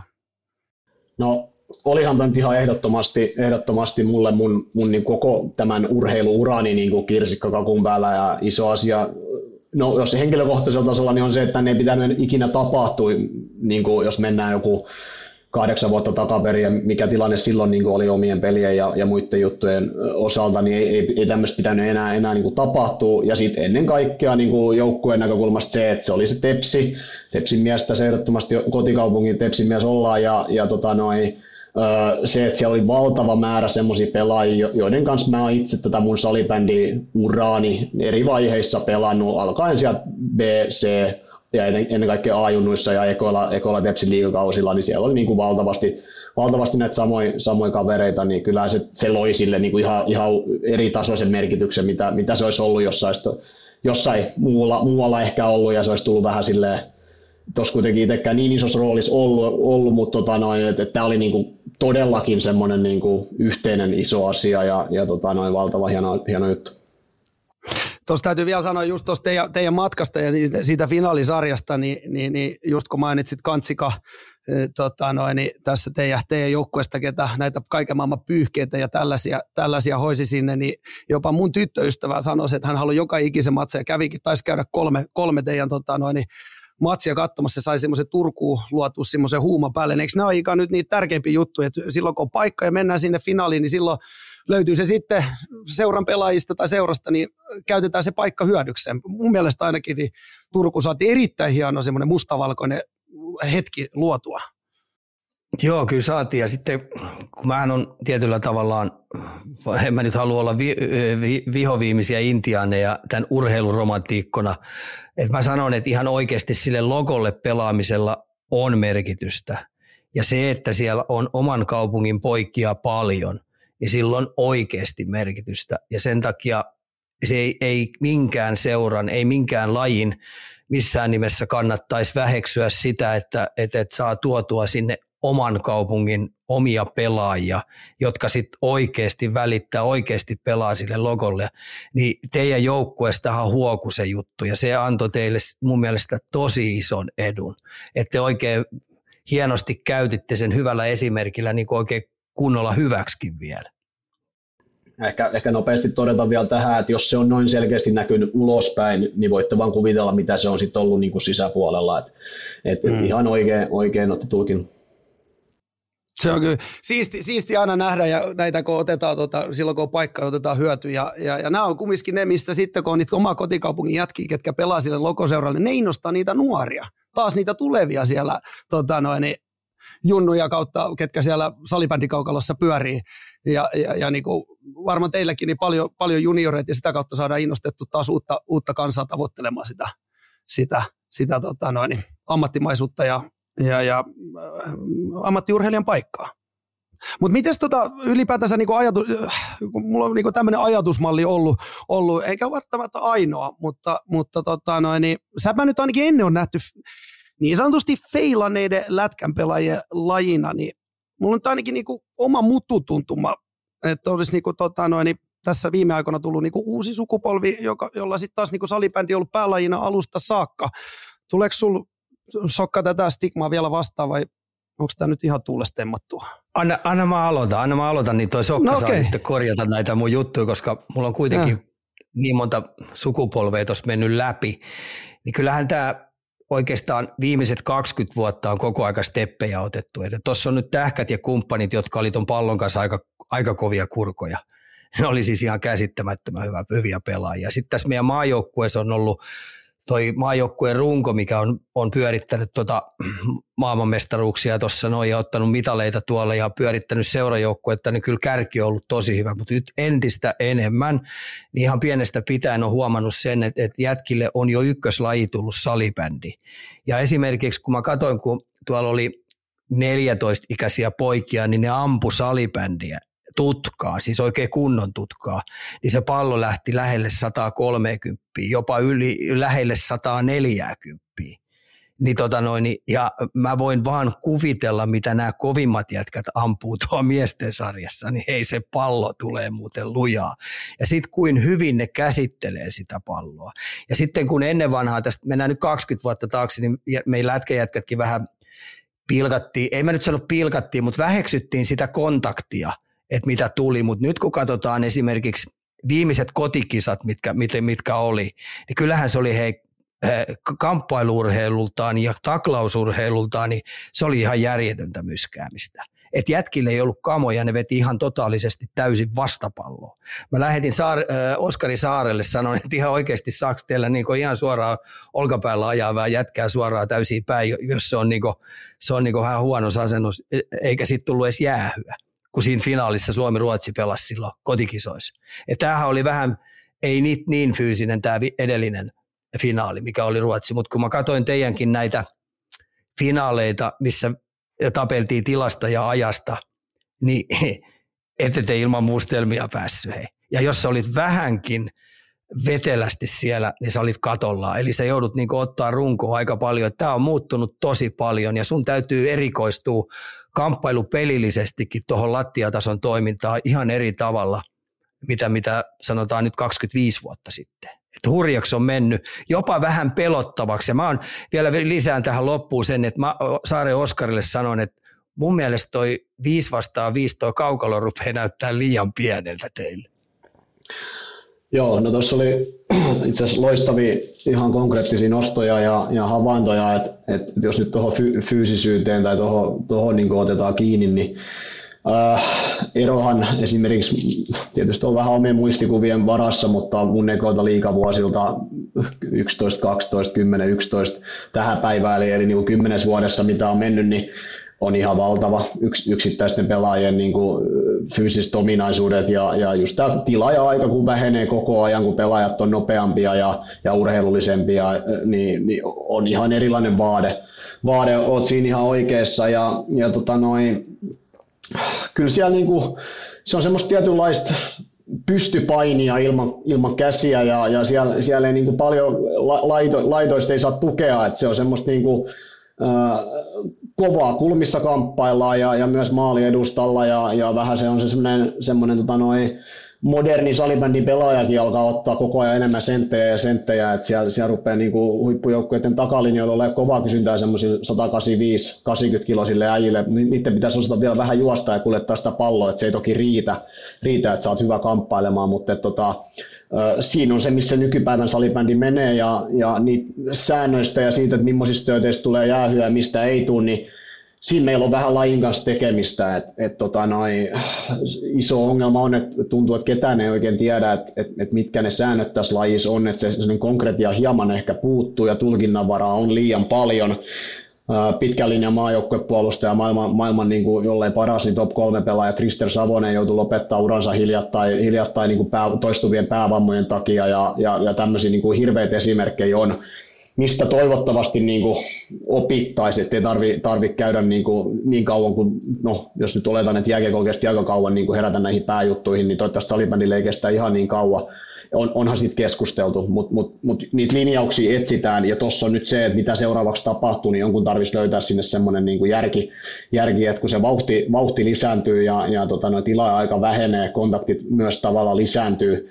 No olihan tämä ihan ehdottomasti, ehdottomasti mulle mun, mun niin koko tämän urheiluurani niin kirsikkakakun päällä ja iso asia. No jos henkilökohtaisella tasolla niin on se, että tänne ei pitänyt ikinä tapahtua, niin kuin jos mennään joku kahdeksan vuotta takaperin ja mikä tilanne silloin niin kuin oli omien pelien ja, ja muiden juttujen osalta, niin ei, ei, ei tämmöistä pitänyt enää, enää niin kuin tapahtua. Ja sitten ennen kaikkea niin kuin joukkueen näkökulmasta se, että se oli se Tepsi, Tepsin miestä se ehdottomasti kotikaupungin Tepsin mies ollaan ja, ja tota noin, se, että siellä oli valtava määrä semmoisia pelaajia, joiden kanssa mä oon itse tätä mun salibändin uraani eri vaiheissa pelannut, alkaen sieltä B, C ja ennen kaikkea A-junnuissa ja ekoilla, ekoilla Tepsin liigakausilla, niin siellä oli niin kuin valtavasti, valtavasti näitä samoja, samoja kavereita, niin kyllä se, se loi sille niin kuin ihan, ihan eri tasoisen merkityksen, mitä, mitä se olisi ollut jossain, jossain muualla, muualla ehkä ollut, ja se olisi tullut vähän silleen, tuossa kuitenkin itsekään niin isossa roolissa ollut, ollut mutta tota noin, että, että tämä oli niinku todellakin semmoinen niinku yhteinen iso asia ja, ja tota noin, valtava hieno, hieno juttu. Tuossa täytyy vielä sanoa just tuosta teidän, teidän matkasta ja siitä finaalisarjasta, niin, niin, niin just kun mainitsit Kantsika tota noin, niin tässä teidän, teidän joukkueesta, ketä näitä kaiken maailman pyyhkeitä ja tällaisia, tällaisia hoisi sinne, niin jopa mun tyttöystävä sanoi, että hän haluaa joka ikisen matse ja kävikin, taisi käydä kolme, kolme teidän tota noin, niin matsia katsomassa, se sai semmoisen Turkuun luotua semmoisen huuma päälle. Eikö nämä ole nyt niitä tärkeimpiä juttuja, että silloin kun on paikka ja mennään sinne finaaliin, niin silloin löytyy se sitten seuran pelaajista tai seurasta, niin käytetään se paikka hyödykseen. Mun mielestä ainakin niin Turku saatiin erittäin hieno semmoinen mustavalkoinen hetki luotua. Joo, kyllä saatiin. Ja sitten kun mähän on tietyllä tavallaan, en mä nyt halua olla vi, vi, vihoviimisiä intiaaneja tämän urheiluromantiikkona, että mä sanon, että ihan oikeasti sille logolle pelaamisella on merkitystä. Ja se, että siellä on oman kaupungin poikia paljon, niin sillä on oikeasti merkitystä. Ja sen takia se ei, ei minkään seuran, ei minkään lajin missään nimessä kannattaisi väheksyä sitä, että, että, että saa tuotua sinne oman kaupungin omia pelaajia, jotka sitten oikeasti välittää, oikeasti pelaa sille logolle, niin teidän joukkueestahan huoku se juttu, ja se antoi teille mun mielestä tosi ison edun, että te oikein hienosti käytitte sen hyvällä esimerkillä niin kuin oikein kunnolla hyväksikin vielä. Ehkä, ehkä nopeasti todeta vielä tähän, että jos se on noin selkeästi näkynyt ulospäin, niin voitte vaan kuvitella, mitä se on sitten ollut niin kuin sisäpuolella, että et mm. ihan oikein, oikein olette tulkinut. Se on kyllä siisti, siisti aina nähdä ja näitä kun otetaan, tota, silloin kun on paikka, otetaan hyöty ja, ja, ja nämä on kumminkin ne, missä sitten kun on niitä oma kotikaupungin jätkiä, ketkä pelaa sille logoseuralle, ne innostaa niitä nuoria, taas niitä tulevia siellä tota noin, junnuja kautta, ketkä siellä salibändikaukalossa pyörii ja, ja, ja niin kuin varmaan teilläkin niin paljon, paljon junioreita ja sitä kautta saadaan innostettu taas uutta, uutta kansaa tavoittelemaan sitä, sitä, sitä tota noin, ammattimaisuutta ja ja, ja äh, ammattiurheilijan paikkaa. Mutta miten tota, ylipäätänsä niinku ajatu, mulla on niinku tämmöinen ajatusmalli ollut, ollut, eikä välttämättä ainoa, mutta, mutta tota noin, niin, säpä nyt ainakin ennen on nähty niin sanotusti feilanneiden lätkänpelaajien lajina, niin mulla on nyt ainakin niinku oma mututuntuma, että olisi niinku, tota noin, niin, tässä viime aikoina tullut niinku uusi sukupolvi, joka, jolla sitten taas niinku salibändi on ollut päälajina alusta saakka. tuleeko sul Sokka tätä stigmaa vielä vastaan vai onko tämä nyt ihan tuulesta temmattua? Anna, anna mä aloitan, anna mä aloitan, niin toi Sokka no, saa okay. sitten korjata näitä mun juttuja, koska mulla on kuitenkin ja. niin monta sukupolvea tuossa mennyt läpi. Niin kyllähän tämä oikeastaan viimeiset kaksikymmentä vuotta on koko aika steppejä otettu. Tuossa on nyt Tähkät ja kumppanit, jotka oli ton pallon kanssa aika, aika kovia kurkoja. Ne oli siis ihan käsittämättömän hyvä, hyviä pelaajia. Sitten tässä meidän maajoukkueessa on ollut toi maajoukkueen runko, mikä on, on pyörittänyt tota maailmanmestaruuksia tuossa noin ja ottanut mitaleita tuolla ja pyörittänyt seurajoukkuetta, niin kyllä kärki on ollut tosi hyvä, mutta nyt entistä enemmän, niin ihan pienestä pitäen on huomannut sen, että, että jätkille on jo ykköslaji tullut salibändi. Ja esimerkiksi kun mä katsoin, kun tuolla oli neljätoista-ikäisiä poikia, niin ne ampu salibändiä. Tutkaa, siis oikein kunnon tutkaa, niin se pallo lähti lähelle sata kolmekymmentä, jopa yli, lähelle sata neljäkymmentä. Niin tota noin, ja mä voin vaan kuvitella, mitä nämä kovimmat jätkät ampuu tuo miesten sarjassa, niin hei se pallo tulee muuten lujaa. Ja sitten kuin hyvin ne käsittelee sitä palloa. Ja sitten kun ennen vanhaa, tästä mennään nyt kaksikymmentä vuotta taakse, niin meidän lätkäjätkätkin vähän pilkattiin, ei mä nyt sano pilkattiin, mutta väheksyttiin sitä kontaktia, että mitä tuli, mutta nyt kun katsotaan esimerkiksi viimeiset kotikisat, mitkä, mitkä oli, niin kyllähän se oli hei, kamppailuurheilultaan ja taklausurheilultaan, niin se oli ihan järjetöntä myskäämistä. Että jätkille ei ollut kamoja, ne veti ihan totaalisesti täysin vastapalloa. Mä lähetin Saar, äh, Oskari Saarelle, sanoin, että ihan oikeasti saako teillä niin ihan suoraan olkapäällä ajavaa jätkää suoraan täysiin päin, jos se on, niin kuin, se on niin vähän huono asennus, eikä siitä tullut edes jäähyä, kun siinä finaalissa Suomi-Ruotsi pelasi silloin kotikisoissa. Ja tämähän oli vähän, ei niin, niin fyysinen tämä edellinen finaali, mikä oli Ruotsi, mutta kun mä katsoin teidänkin näitä finaaleita, missä tapeltiin tilasta ja ajasta, niin ette te ilman mustelmia päässyt. Hei. Ja jos sä olit vähänkin vetelästi siellä, niin sä olit katolla. Eli sä joudut niin kuin ottaa runkoa aika paljon. Tämä on muuttunut tosi paljon ja sun täytyy erikoistua kamppailupelillisestikin tuohon lattiatason toimintaan ihan eri tavalla, mitä, mitä sanotaan nyt kaksikymmentäviisi vuotta sitten. Että hurjaksi on mennyt, jopa vähän pelottavaksi. Ja mä oon vielä lisään tähän loppuun sen, että mä Saaren Oskarille sanon, että mun mielestä toi viisi vastaan viisi toi kaukalo rupeaa näyttää liian pieneltä teille. Joo, no tuossa oli itse asiassa loistavia ihan konkreettisia nostoja ja, ja havaintoja, että, että jos nyt tuohon fy, fyysisyyteen tai tuohon, tuohon niin otetaan kiinni, niin Äh, erohan esimerkiksi tietysti on vähän omien muistikuvien varassa, mutta mun ekoilta liigavuosilta yksitoista, kaksitoista, kymmenen, yksitoista tähän päivään, eli, eli niin kuin kymmenes vuodessa mitä on mennyt, niin on ihan valtava yks, yksittäisten pelaajien niin kuin fyysiset ominaisuudet ja, ja just tämä tila ja aika kun vähenee koko ajan, kun pelaajat on nopeampia ja, ja urheilullisempia, niin, niin on ihan erilainen vaade. Vaade, oot siinä ihan oikeassa ja, ja tota noin, kyllä siellä niinku, se on semmoista tietynlaista pystypainia ilman, ilman käsiä ja, ja siellä, siellä ei niinku paljon laito, laitoista ei saa tukea, että se on semmoista niinku, ää, kovaa kulmissa kamppaillaan ja, ja myös maali edustalla ja, ja vähän se on se semmoinen, semmoinen tota noin, moderni salibändin pelaajakin alkaa ottaa koko ajan enemmän senttejä ja senttejä, että siellä, siellä rupeaa niinku huippujoukkueiden takalinjoilla olemaan kovaa kysyntää semmoisille sata kahdeksankymmentäviisi kahdeksankymmentä kilosille äijille. Niiden pitäisi osata vielä vähän juosta ja kuljettaa sitä palloa, että se ei toki riitä, riitä että sä oot hyvä kamppailemaan, mutta että, tota, siinä on se, missä nykypäivän salibändi menee ja, ja niitä säännöistä ja siitä, että millaisista töiteistä tulee jäähyä ja mistä ei tule, niin siinä meillä on vähän lajin kanssa tekemistä, että et, tota, iso ongelma on, että tuntuu, että ketään ei oikein tiedä, että et, et mitkä ne säännöt tässä lajissa on, että se konkretia hieman ehkä puuttuu ja tulkinnanvaraa on liian paljon. Pitkän linjan maajoukkuepuolustaja, maailman, maailman niin kuin, jollei paras, niin top kolme pelaaja Krister Savonen joutui lopettaa uransa hiljattain, hiljattain niin kuin pää, toistuvien päävammojen takia ja, ja, ja tämmöisiä niin kuin hirveitä esimerkkejä on, mistä toivottavasti niin kuin opittaisiin, ettei tarvitse tarvi käydä niin, kuin, niin kauan kuin, no jos nyt oletan, että jääkiekko kesti aika kauan niin kuin herätä näihin pääjuttuihin, niin toivottavasti salibändille ei kestä ihan niin kauan. On, onhan siitä keskusteltu, mutta mut, mut niitä linjauksia etsitään, ja tuossa on nyt se, että mitä seuraavaksi tapahtuu, niin jonkun tarvitsisi löytää sinne semmoinen niin kuin järki, järki, että kun se vauhti, vauhti lisääntyy ja, ja tota, no, tila-aika vähenee, kontaktit myös tavallaan lisääntyy,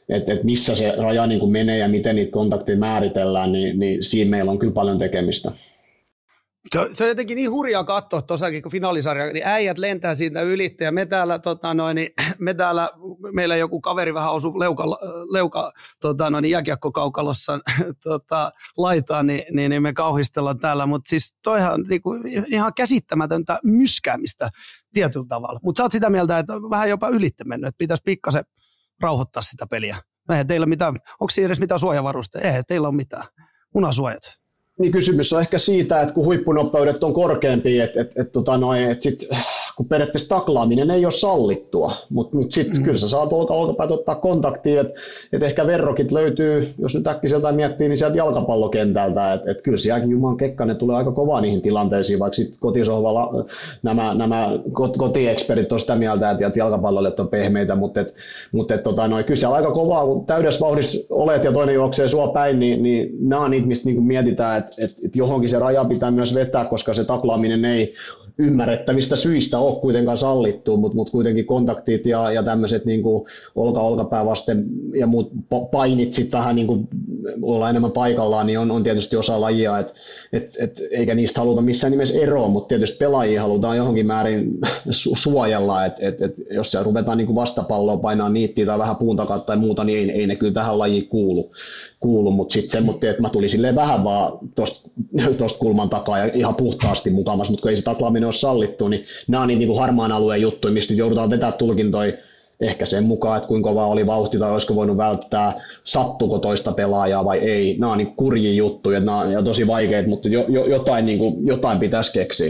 että et missä se raja niin kuin menee ja miten niitä kontakteja määritellään, niin, niin siinä meillä on kyllä paljon tekemistä. Se on, se on jotenkin niin hurjaa katsoa tuossakin, kun finaalisarja, niin äijät lentää siitä ylittä ja me täällä, tota noin, me täällä, meillä joku kaveri vähän osui leuka, leuka tota noin, jääkiekkokaukalossa tota, laitaan, niin, niin, niin me kauhistellaan täällä, mutta siis toihan niinku, ihan käsittämätöntä myskäämistä tietyllä tavalla, mutta sä oot sitä mieltä, että vähän jopa ylitte mennyt, että pitäisi pikkasen rauhoittaa sitä peliä. Eihän teillä mitään, onko siinä edes mitään suojavarusteja? Eihän teillä ole mitään. Munasuojat. Niin kysymys on ehkä siitä, että kun huippunopeudet on korkeampia, että et, et, tota et sit, kun periaatteessa taklaaminen ei ole sallittua, mutta mut sitten mm. kyllä sä saat olka, olkapäät ottaa kontaktia, että et ehkä verrokit löytyy, jos nyt äkkiseltä miettii, niin sieltä jalkapallokentältä, että et kyllä sielläkin Juman Kekkanen tulee aika kovaa niihin tilanteisiin, vaikka sitten kotisohvalla nämä, nämä kotieksperit on sitä mieltä, että jalkapallolle on pehmeitä, mutta et, mut et, tota kyllä siellä aika kovaa, kun täydessä vauhdissa olet ja toinen juoksee sua päin, niin, niin nämä on niitä, mistä niinku mietitään, että et, et johonkin se raja pitää myös vetää, koska se taklaaminen ei ymmärrettävistä syistä ole kuitenkaan sallittu, mutta mut kuitenkin kontaktit ja, ja tämmöiset niin olka-olkapää vasten ja muut painit sitten vähän niin kuin olla enemmän paikallaan, niin on, on tietysti osa lajia, et, et, et, eikä niistä haluta missään nimessä eroa, mutta tietysti pelaajia halutaan johonkin määrin su- suojella, että et, et, jos siellä ruvetaan niin kuin vastapalloa painaa niittiä tai vähän puun takaa tai muuta, niin ei, ei ne kyllä tähän lajiin kuulu. kuulu. Mutta sitten semmoinen, että mä tulin silleen vähän vaan tuosta kulman takaa ja ihan puhtaasti mukamassa, mutta kun ei se taklaaminen ole sallittu, niin nämä on niin, niin kuin harmaan alueen juttuja, mistä joudutaan vetää tulkintoja ehkä sen mukaan, että kuinka kova oli vauhti tai olisiko voinut välttää, sattuko toista pelaajaa vai ei. Nämä on niin kurjia juttuja, nämä on tosi vaikeita, mutta jo, jo, jotain, niin kuin, jotain pitäisi keksiä.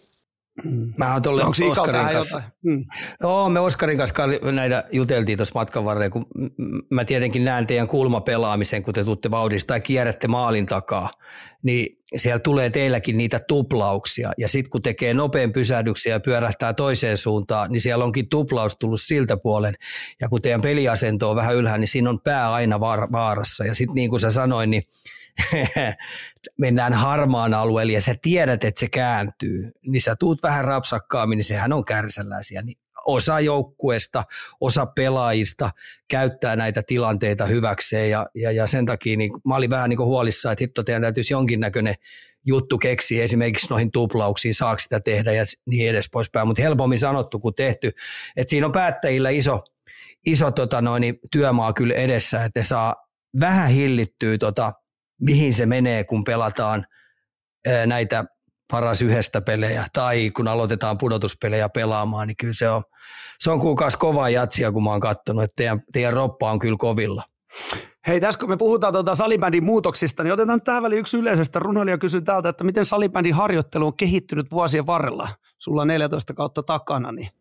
Mä oon tuolle Oskarin kanssa. Mm. Joo, me Oskarin kanssa näitä juteltiin tuossa matkan varrella, kun mä tietenkin näen teidän kulmapelaamisen, kun te tuutte vauhdista tai kierrätte maalin takaa, niin siellä tulee teilläkin niitä tuplauksia, ja sitten kun tekee nopean pysähdyksiä ja pyörähtää toiseen suuntaan, niin siellä onkin tuplaus tullut siltä puolen, ja kun teidän peliasento on vähän ylhäällä, niin siinä on pää aina vaarassa, ja sitten niin kuin sä sanoin, niin mennään harmaan alueelle ja sä tiedät, että se kääntyy, niin sä tuut vähän rapsakkaammin, niin sehän on kärsäläisiä. Niin osa joukkueesta, osa pelaajista käyttää näitä tilanteita hyväkseen ja, ja, ja sen takia niin, mä olin vähän niin kuin huolissaan, että hitto teidän täytyisi jonkinnäköinen juttu keksiä esimerkiksi noihin tuplauksiin, saako sitä tehdä ja niin edes poispäin, mutta helpommin sanottu kuin tehty. Että siinä on päättäjillä iso, iso tota noin, työmaa kyllä edessä, että ne saa vähän hillittyä tota, mihin se menee, kun pelataan näitä paras yhdestä pelejä tai kun aloitetaan pudotuspelejä pelaamaan, niin kyllä se on, se on kuulkaas kovaa jatsia, kun mä oon katsonut, että teidän, teidän roppa on kyllä kovilla. Hei, tässä kun me puhutaan tuota salibändin muutoksista, niin otetaan tähän väliin yksi yleisestä. Runoilija kysyy täältä, että miten salibändin harjoittelu on kehittynyt vuosien varrella? Sulla on neljätoista kautta takana, niin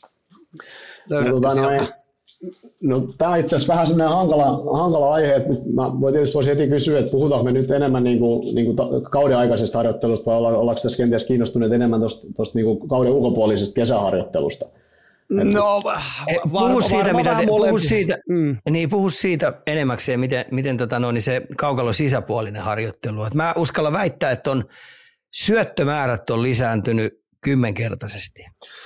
löydätkö no, sieltä? No, tämä on itse asiassa vähän sellainen hankala, hankala aihe, että mä voin tietysti voisi heti kysyä, että puhutaanko me nyt enemmän niin kuin, niin kuin kauden aikaisesta harjoittelusta vai olla, ollaanko tässä kenties kiinnostuneet enemmän tuosta niin kuin kauden ulkopuolisesta kesäharjoittelusta? No, puhu siitä, mitä te, puhu siitä, mm. niin, puhu siitä enemmäkseen, miten, miten tota, no, niin se kaukalon sisäpuolinen harjoittelu. Et mä uskallan väittää, että on syöttömäärät on lisääntynyt kymmenkertaisesti.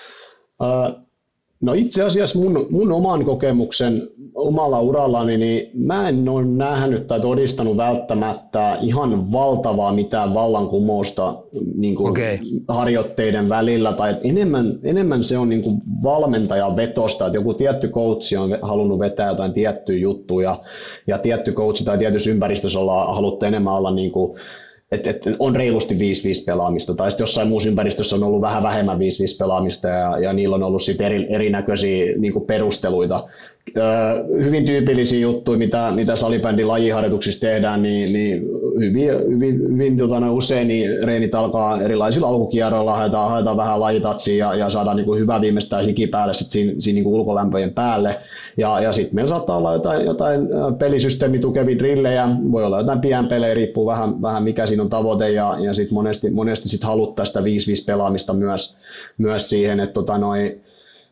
Uh, No itse asiassa mun, mun oman kokemuksen omalla urallani, niin mä en ole nähnyt tai todistanut välttämättä ihan valtavaa mitään vallankumousta niin kuin okay. harjoitteiden välillä. Tai enemmän, enemmän se on niin kuin valmentajan vetosta, että joku tietty coachi on halunnut vetää jotain tiettyä juttua ja, ja tietty coachi tai tietyssä ympäristössä ollaan haluttu enemmän olla niin kuin että et on reilusti viisi viisi pelaamista, tai sitten jossain muussa ympäristössä on ollut vähän vähemmän viisi viisi pelaamista, ja, ja niillä on ollut sitten eri, erinäköisiä niin kuin perusteluita. Öö, hyvin tyypillisiä juttuja, mitä, mitä salibändin lajiharjoituksissa tehdään, niin, niin hyvin, hyvin, hyvin tota, no, usein niin reenit alkaa erilaisilla alkukierroilla, haetaan, haetaan vähän lajitatsia ja, ja saadaan niin kuin hyvä viimeistään hiki päälle sit siinä, siinä niin kuin ulkolämpöjen päälle. Ja, ja sitten meillä saattaa olla jotain, jotain pelisysteemitukevia drillejä, voi olla jotain pienpelejä, riippuu vähän, vähän mikä siinä on tavoite, ja, ja sitten monesti, monesti sit haluttaa sitä viisi viisi pelaamista myös, myös siihen, että tota, noi,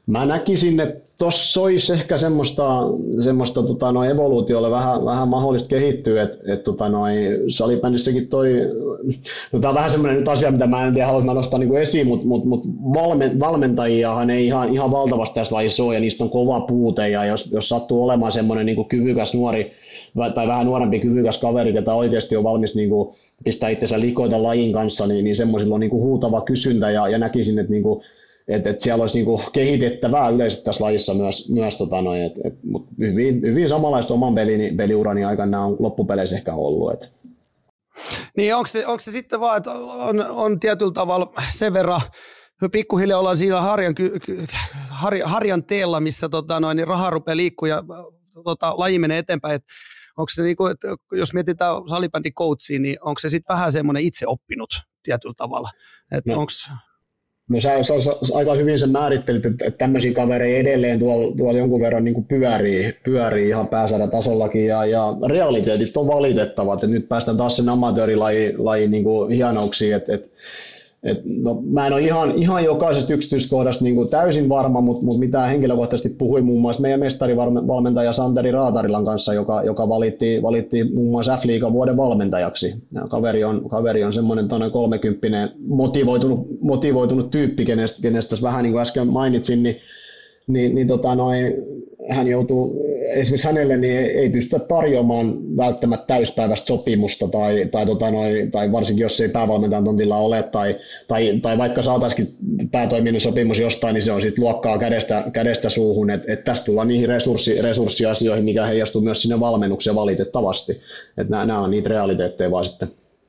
Mä näkisin, että tuossa olisi ehkä semmoista, semmoista tota, no, evoluutiolle vähän, vähän mahdollista kehittyä, että et, tota, no, salibändissäkin toi, no, tämä on vähän semmoinen nyt asia, mitä mä en tiedä, haluaisin nostaa niin kuin esiin, mutta mut, mut valme, valmentajiahan ei ihan, ihan valtavasti tässä lajissa ole, ja niistä on kova puute, ja jos, jos sattuu olemaan semmoinen niin kuin kyvykäs nuori, tai vähän nuorempi kyvykäs kaveri, jota oikeasti on valmis niin kuin pistää itsensä likoita lajin kanssa, niin, niin semmoisilla on niin kuin huutava kysyntä, ja, ja näkisin, että niin kuin Että et siellä olisi niinku kehitettävää yleisesti tässä lajissa myös, myös tota noin, et, et, mut hyvin, hyvin samanlaista oman pelini, peliurani aikana on loppupeleissä ehkä ollut. Et. Niin onko se, onko se sitten vaan, että on, on tietyllä tavalla sen verran, pikkuhiljaa ollaan siinä harjan, har, harjan teellä, missä tota noin, niin raha rupeaa liikkua ja tota, laji menee eteenpäin, että onko se niinku, että jos mietitään salibändin coachia, niin onko se sitten vähän semmoinen itse oppinut tietyllä tavalla, että no. onko No sä, sä, sä aika hyvin sen määrittelit, että, että tämmöisiä kavereita edelleen tuolla, tuolla jonkun verran niin kuin pyörii, pyörii ihan pääsarjatasollakin ja, ja realiteetit on valitettavat, että nyt päästään taas sen amatöörilajin niin kuin hienouksiin, että, että Et, no, mä en ole ihan, ihan jokaisesta yksityiskohdasta niin kuin täysin varma, mutta mut mitä henkilökohtaisesti puhuin muun muassa meidän mestarivalmentaja Santeri Raatarilan kanssa, joka, joka valittiin, valittiin muun muassa F-liigan vuoden valmentajaksi. Ja kaveri on, kaveri on semmoinen kolmekymppinen motivoitunut, motivoitunut tyyppi, kenestä, kenestä vähän niin kuin äsken mainitsin, niin niin, niin tota noin, hän joutuu, esimerkiksi hänelle niin ei, ei pystytä tarjoamaan välttämättä täyspäiväistä sopimusta tai, tai, tota noin, tai varsinkin jos ei päävalmentajan tontilla ole tai, tai, tai vaikka saataisiin päätoiminen sopimus jostain, niin se on sitten luokkaa kädestä, kädestä suuhun, että et tästä tullaan niihin resurssi, resurssiasioihin, mikä heijastuu myös sinne valmennukseen valitettavasti, että nämä, nämä on niitä realiteetteja vaan sitten.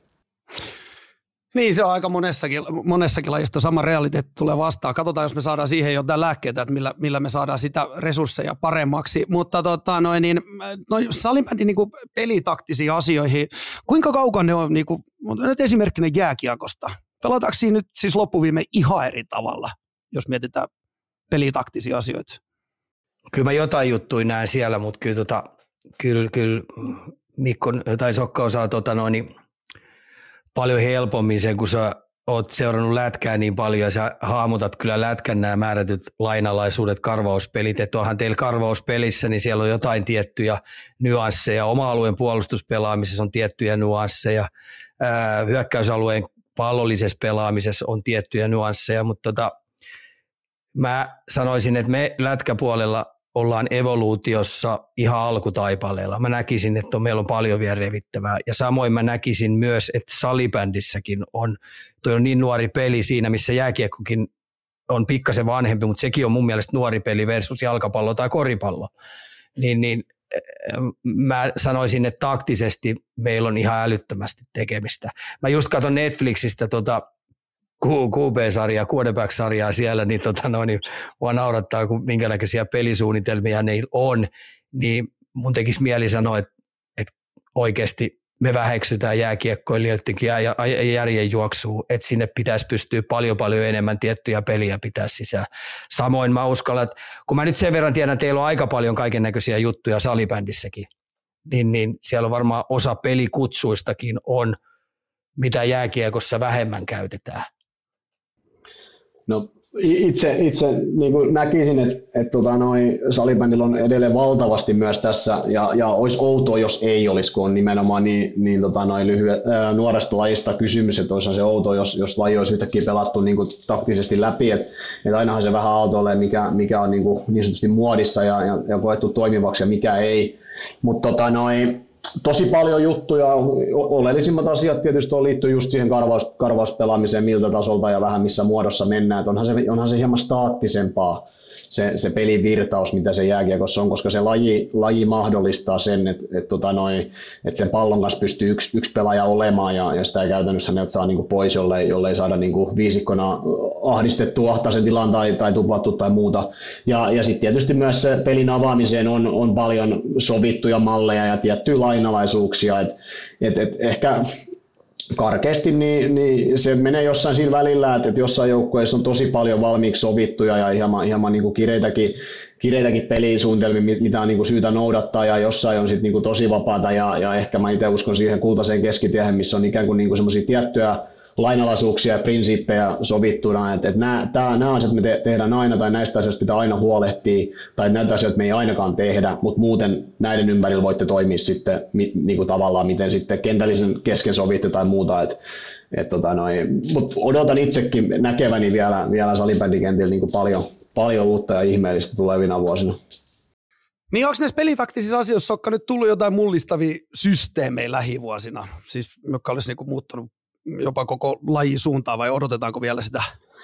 Niin, se on aika monessakin, monessakin lajista sama realiteetti tulee vastaan. Katsotaan, jos me saadaan siihen jotain lääkkeitä, että millä, millä me saadaan sitä resursseja paremmaksi. Mutta tota, noin, niin, noin salibändin niin pelitaktisiin asioihin, kuinka kauan ne on, niin kuin, nyt esimerkkinä jääkiekosta. Pelataanko siinä nyt siis loppuviimein ihan eri tavalla, jos mietitään pelitaktisia asioita? Kyllä mä jotain juttuja näen siellä, mutta kyllä, tota, kyllä, kyllä Mikko tai Sokka osaa tota noin, niin paljon helpommin sen, kun sä oot seurannut lätkää niin paljon ja sä haamutat kyllä lätkän nämä määrätyt lainalaisuudet, karvauspelit, että onhan teillä karvauspelissä, niin siellä on jotain tiettyjä nyansseja, oma-alueen puolustuspelaamisessa on tiettyjä nyansseja, ää, hyökkäysalueen pallollisessa pelaamisessa on tiettyjä nyansseja, mutta tota, mä sanoisin, että me lätkäpuolella ollaan evoluutiossa ihan alkutaipaleella. Mä näkisin, että meillä on paljon vielä revittävää. Ja samoin mä näkisin myös, että salibändissäkin on, toi on niin nuori peli siinä, missä jääkiekkokin on pikkasen vanhempi, mutta sekin on mun mielestä nuori peli versus jalkapallo tai koripallo. Niin, niin mä sanoisin, että taktisesti meillä on ihan älyttömästi tekemistä. Mä just katson Netflixistä tota Q B-sarjaa, quarterback-sarjaa siellä, niin, tota noin, niin mua naurattaa, kun minkä näköisiä pelisuunnitelmia neillä on, niin mun tekisi mieli sanoa, että, että oikeasti me väheksytään jääkiekkoilijoidenkin ja järjen juoksua, että sinne pitäisi pystyä paljon paljon enemmän tiettyjä peliä pitää sisään. Samoin mä uskallan, että kun mä nyt sen verran tiedän, että teillä on aika paljon kaiken näköisiä juttuja salibändissäkin, niin, niin siellä on varmaan osa pelikutsuistakin on, mitä jääkiekossa vähemmän käytetään. No itse, itse niin kuin näkisin, että, että tota, noi salibändillä on edelleen valtavasti myös tässä, ja, ja olisi outoa, jos ei olisi, kun on nimenomaan niin, niin tota, noi lyhyet, ää, nuoresta lajista kysymys, että olisi se outoa, jos, jos laji olisi yhtäkkiä pelattu niin kuin taktisesti läpi, että, että ainahan se vähän aaltoilee, mikä, mikä on niin, kuin niin sanotusti muodissa ja, ja, ja koettu toimivaksi ja mikä ei, mutta tota, tosi paljon juttuja, oleellisimmat asiat tietysti on liittyy just siihen karvaus, karvauspelaamiseen, miltä tasolta ja vähän missä muodossa mennään. Et onhan, se, onhan se hieman staattisempaa se, se pelin virtaus, mitä se jääkiekossa on, koska se laji, laji mahdollistaa sen, että et, tota et sen pallon kanssa pystyy yksi, yksi pelaaja olemaan ja, ja sitä ei käytännössä häneltä saa niinku pois, jollei, jollei saada niinku viisikkona ahdistettua tasen tilan tai, tai tuplattu tai muuta. Ja, ja sitten tietysti myös se pelin avaamiseen on, on paljon sovittuja malleja ja tiettyjä lainalaisuuksia, että et, et ehkä karkeasti niin, niin se menee jossain siinä välillä, että, että jossain joukkueissa on tosi paljon valmiiksi sovittuja ja hieman, hieman niin kuin kireitäkin, kireitäkin pelisuunnitelmia, mitä on niin kuin syytä noudattaa, ja jossain on sit niin kuin tosi vapaata, ja, ja ehkä mä itse uskon siihen kultaiseen keskitiehen, missä on ikään kuin, niin kuin semmoisia tiettyjä lainalaisuuksia ja prinsiippejä sovittuna, että, että nämä, nämä asiat me te, tehdään aina tai näistä asioista pitää aina huolehtia tai näitä asioita me ei ainakaan tehdä, mutta muuten näiden ympärillä voitte toimia sitten niin kuin tavallaan miten sitten kentällisen kesken sovitte tai muuta, että et, tota mutta odotan itsekin näkeväni vielä, vielä salibändikentillä niin kuin paljon, paljon uutta ja ihmeellistä tulevina vuosina. Niin onko näissä pelitaktisissa asioissa Sokka nyt tullut jotain mullistavia systeemejä lähivuosina, siis jotka olisi niinku muuttanut jopa koko lajin suuntaan vai odotetaanko vielä sitä?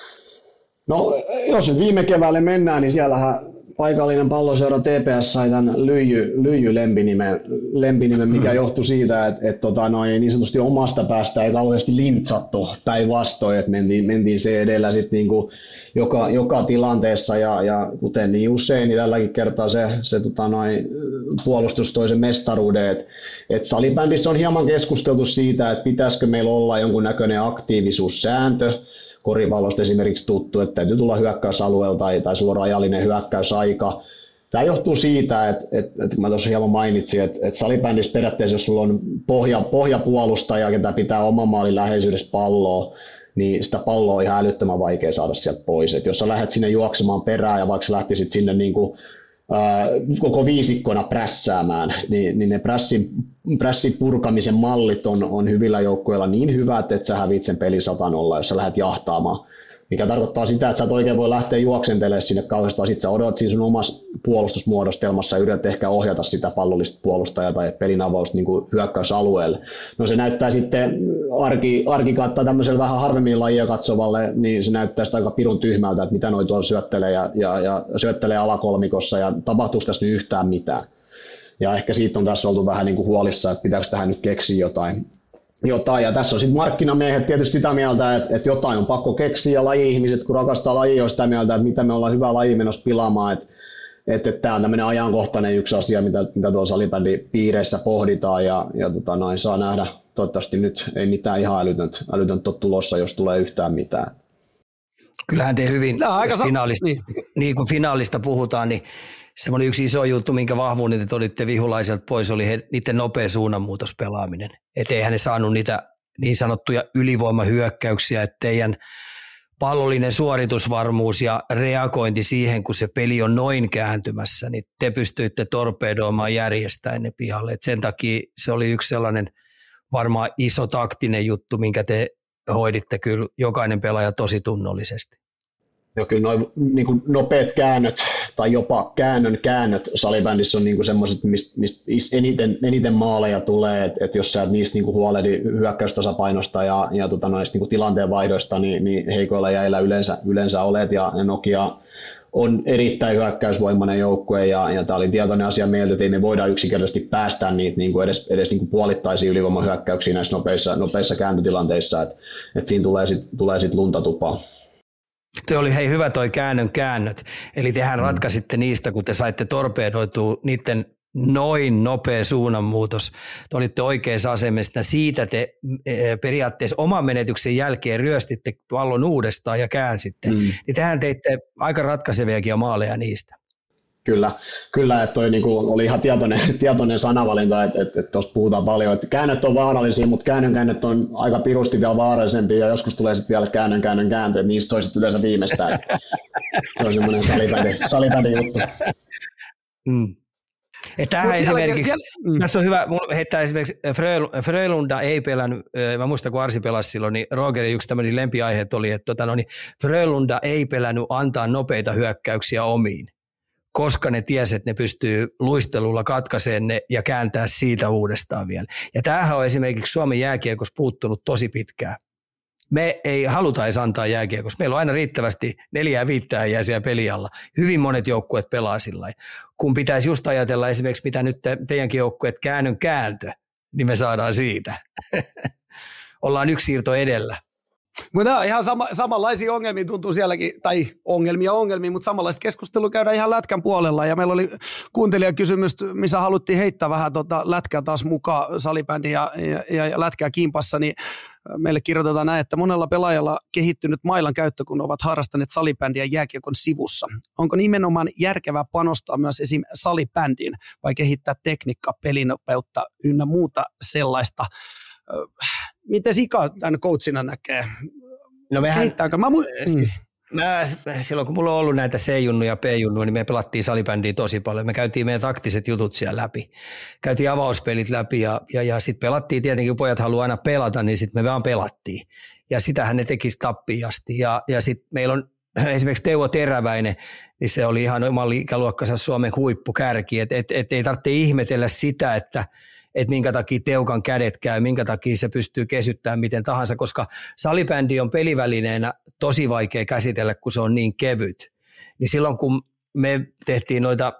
No jos nyt viime keväälle mennään, niin siellähän paikallinen palloseura T P S sai tämän lyijy, lyijy lempinimen, lempinimen, mikä johtui siitä, että, että tota, noin, niin sanotusti omasta päästä ei kauheasti lintsattu päinvastoin, että mentiin, mentiin se edellä sitten niinku joka, joka tilanteessa ja, ja kuten niin usein, niin tälläkin kertaa se, se tota, noin, puolustus toi sen mestaruuden, että, että salibändissä on hieman keskusteltu siitä, että pitäisikö meillä olla jonkunnäköinen aktiivisuussääntö, koripallosta esimerkiksi tuttu, että täytyy tulla hyökkäysalueella tai, tai suora ajallinen hyökkäysaika. Tämä johtuu siitä, että, että, että mä tuossa hieman mainitsin, että, että salibändissä periaatteessa, jos sulla on pohja, pohjapuolustaja, ketä pitää oman maalin läheisyydessä palloa, niin sitä palloa on ihan älyttömän vaikea saada sieltä pois. Et jos sä lähdet sinne juoksemaan perään ja vaikka sä lähtisit sinne niin kuin, ää, koko viisikkona prässäämään, niin, niin ne prässin, prässin purkamisen mallit on, on hyvillä joukkueilla niin hyvät, että sä hävit sen pelin satanolla, jos sä lähdet jahtaamaan. Mikä tarkoittaa sitä, että sä et oikein voi lähteä juoksentelemaan sinne kauheasti, vaan sit sä odotat siinä sun omassa puolustusmuodostelmassa ja yrität ehkä ohjata sitä pallollista puolustajaa tai pelin avausta niin kuin hyökkäysalueelle. No se näyttää sitten arki, arkikattaa tämmöiselle vähän harvemmin lajia katsovalle, niin se näyttää sitä aika pirun tyhmältä, että mitä noi tuolla syöttelee ja, ja, ja syöttelee alakolmikossa ja tapahtuuko tässä nyt yhtään mitään. Ja ehkä siitä on tässä oltu vähän niin kuin huolissa, että pitääkö tähän nyt keksiä jotain. Jotain. Ja tässä on sitten markkinamiehet tietysti sitä mieltä, että, että jotain on pakko keksiä, ja laji-ihmiset, kun rakastaa lajia, on sitä mieltä, että mitä me ollaan hyvä laji menossa pilaamaan, että, että, että tämä on tämmöinen ajankohtainen yksi asia, mitä, mitä tuolla salibändin piireissä pohditaan, ja, ja tota, noin, saa nähdä, toivottavasti nyt ei mitään ihan älytöntä, älytöntä ole tulossa, jos tulee yhtään mitään. Kyllähän te hyvin, no, jos finaalista, niin. niin kun finaalista puhutaan, niin semmoinen yksi iso juttu, minkä vahvuuden te olitte vihulaiselta pois, oli he, niiden nopea suunnanmuutospelaaminen. Että eihän ne saanut niitä niin sanottuja ylivoimahyökkäyksiä, että teidän pallollinen suoritusvarmuus ja reagointi siihen, kun se peli on noin kääntymässä, niin te pystyitte torpedoimaan järjestäen ne pihalle. Et sen takia se oli yksi sellainen varmaan iso taktinen juttu, minkä te hoiditte kyllä jokainen pelaaja tosi tunnollisesti. Joo, kyllä noin niin kuin nopeat käännöt tai jopa käännön käännöt salibändissä on niin semmoiset, mistä mist eniten, eniten maaleja tulee, että et jos sä et niistä niin huolehdi hyökkäystasapainosta ja, ja tota, noista niin tilanteen vaihdoista, niin, niin heikoilla jäillä yleensä, yleensä olet, ja, ja Nokia on erittäin hyökkäysvoimainen joukkue, ja, ja tämä oli tietoinen asia meiltä, että ei me voida yksinkertaisesti päästää niitä niin kuin edes, edes niin kuin puolittaisia ylivoimahyökkäyksiä näissä nopeissa, nopeissa kääntötilanteissa, että et siinä tulee sitten tulee sit luntatupaa. Tuo oli hei hyvä toi käännön käännöt, eli tehän mm. ratkaisitte niistä, kun te saitte torpedoitua niiden noin nopea suunnanmuutos. Te olitte oikeassa asemassa, siitä te e, periaatteessa oman menetyksen jälkeen ryöstitte pallon uudestaan ja käänsitte. Mm. Niin tehän teitte aika ratkaiseviakin maaleja niistä. Kyllä, kyllä, että toi niinku oli ihan tietoinen, tietoinen sanavalinta, että että, että tuosta puhutaan paljon, että käännöt on vaarallisia, mutta käännön käännöt on aika pirusti vielä vaarallisempia, ja joskus tulee sitten vielä käännön käännön kääntöjä, niistä se olisi yleensä viimeistään. Se on semmoinen salibändin juttu. Mm. Tähän esimerkiksi, siellä, mm. tässä on hyvä heittää esimerkiksi Frölunda ei pelännyt, mä muistan kun Arsi pelasi silloin, niin Rogerin yksi tämmöinen lempiaiheet oli, että tota, no, niin Frölunda ei pelännyt antaa nopeita hyökkäyksiä omiin, koska ne tiesi, että ne pystyy luistelulla katkaiseen ne ja kääntää siitä uudestaan vielä. Ja tämähän on esimerkiksi Suomen jääkiekossa puuttunut tosi pitkään. Me ei haluta edes antaa jääkiekossa. Meillä on aina riittävästi neljää viittää jää siellä pelialla. Hyvin monet joukkueet pelaa sillä lailla. Kun pitäisi just ajatella esimerkiksi, mitä nyt te, teidänkin joukkueet käännön kääntö, niin me saadaan siitä. Ollaan yksi siirto edellä. Mutta on ihan sama, samanlaisia ongelmia tuntuu sielläkin, tai ongelmia ongelmia, mutta samanlaista keskustelua käydään ihan lätkän puolella. Ja meillä oli kuuntelijakysymys, missä haluttiin heittää vähän tota lätkää taas mukaan salibändin ja, ja, ja lätkää kimpassa, niin meille kirjoitetaan näin, että monella pelaajalla kehittynyt mailan käyttö, kun ovat harrastaneet salibändiä jääkiekon sivussa. Onko nimenomaan järkevää panostaa myös esim. Salibändiin vai kehittää tekniikkaa, pelinopeutta ynnä muuta sellaista? miten Ika tämän coachina näkee? No mehän, Mä mu- siis, mä, silloin kun mulla on ollut näitä C-junnuja ja P-junnuja, niin me pelattiin salibändiä tosi paljon. Me käytiin meidän taktiset jutut siellä läpi. Käytiin avauspelit läpi ja, ja, ja sitten pelattiin tietenkin, kun pojat haluaa aina pelata, niin sitten me vaan pelattiin. Ja sitähän ne tekisi tappiasti. Ja, ja sitten meillä on esimerkiksi Teuvo Teräväinen, niin se oli ihan oman ikäluokkansa Suomen huippukärki. Että et, et ei tarvitse ihmetellä sitä, että että minkä takia Teukan kädet käy, minkä takia se pystyy kesyttämään miten tahansa, koska salibändi on pelivälineenä tosi vaikea käsitellä, kun se on niin kevyt. Niin silloin kun me tehtiin noita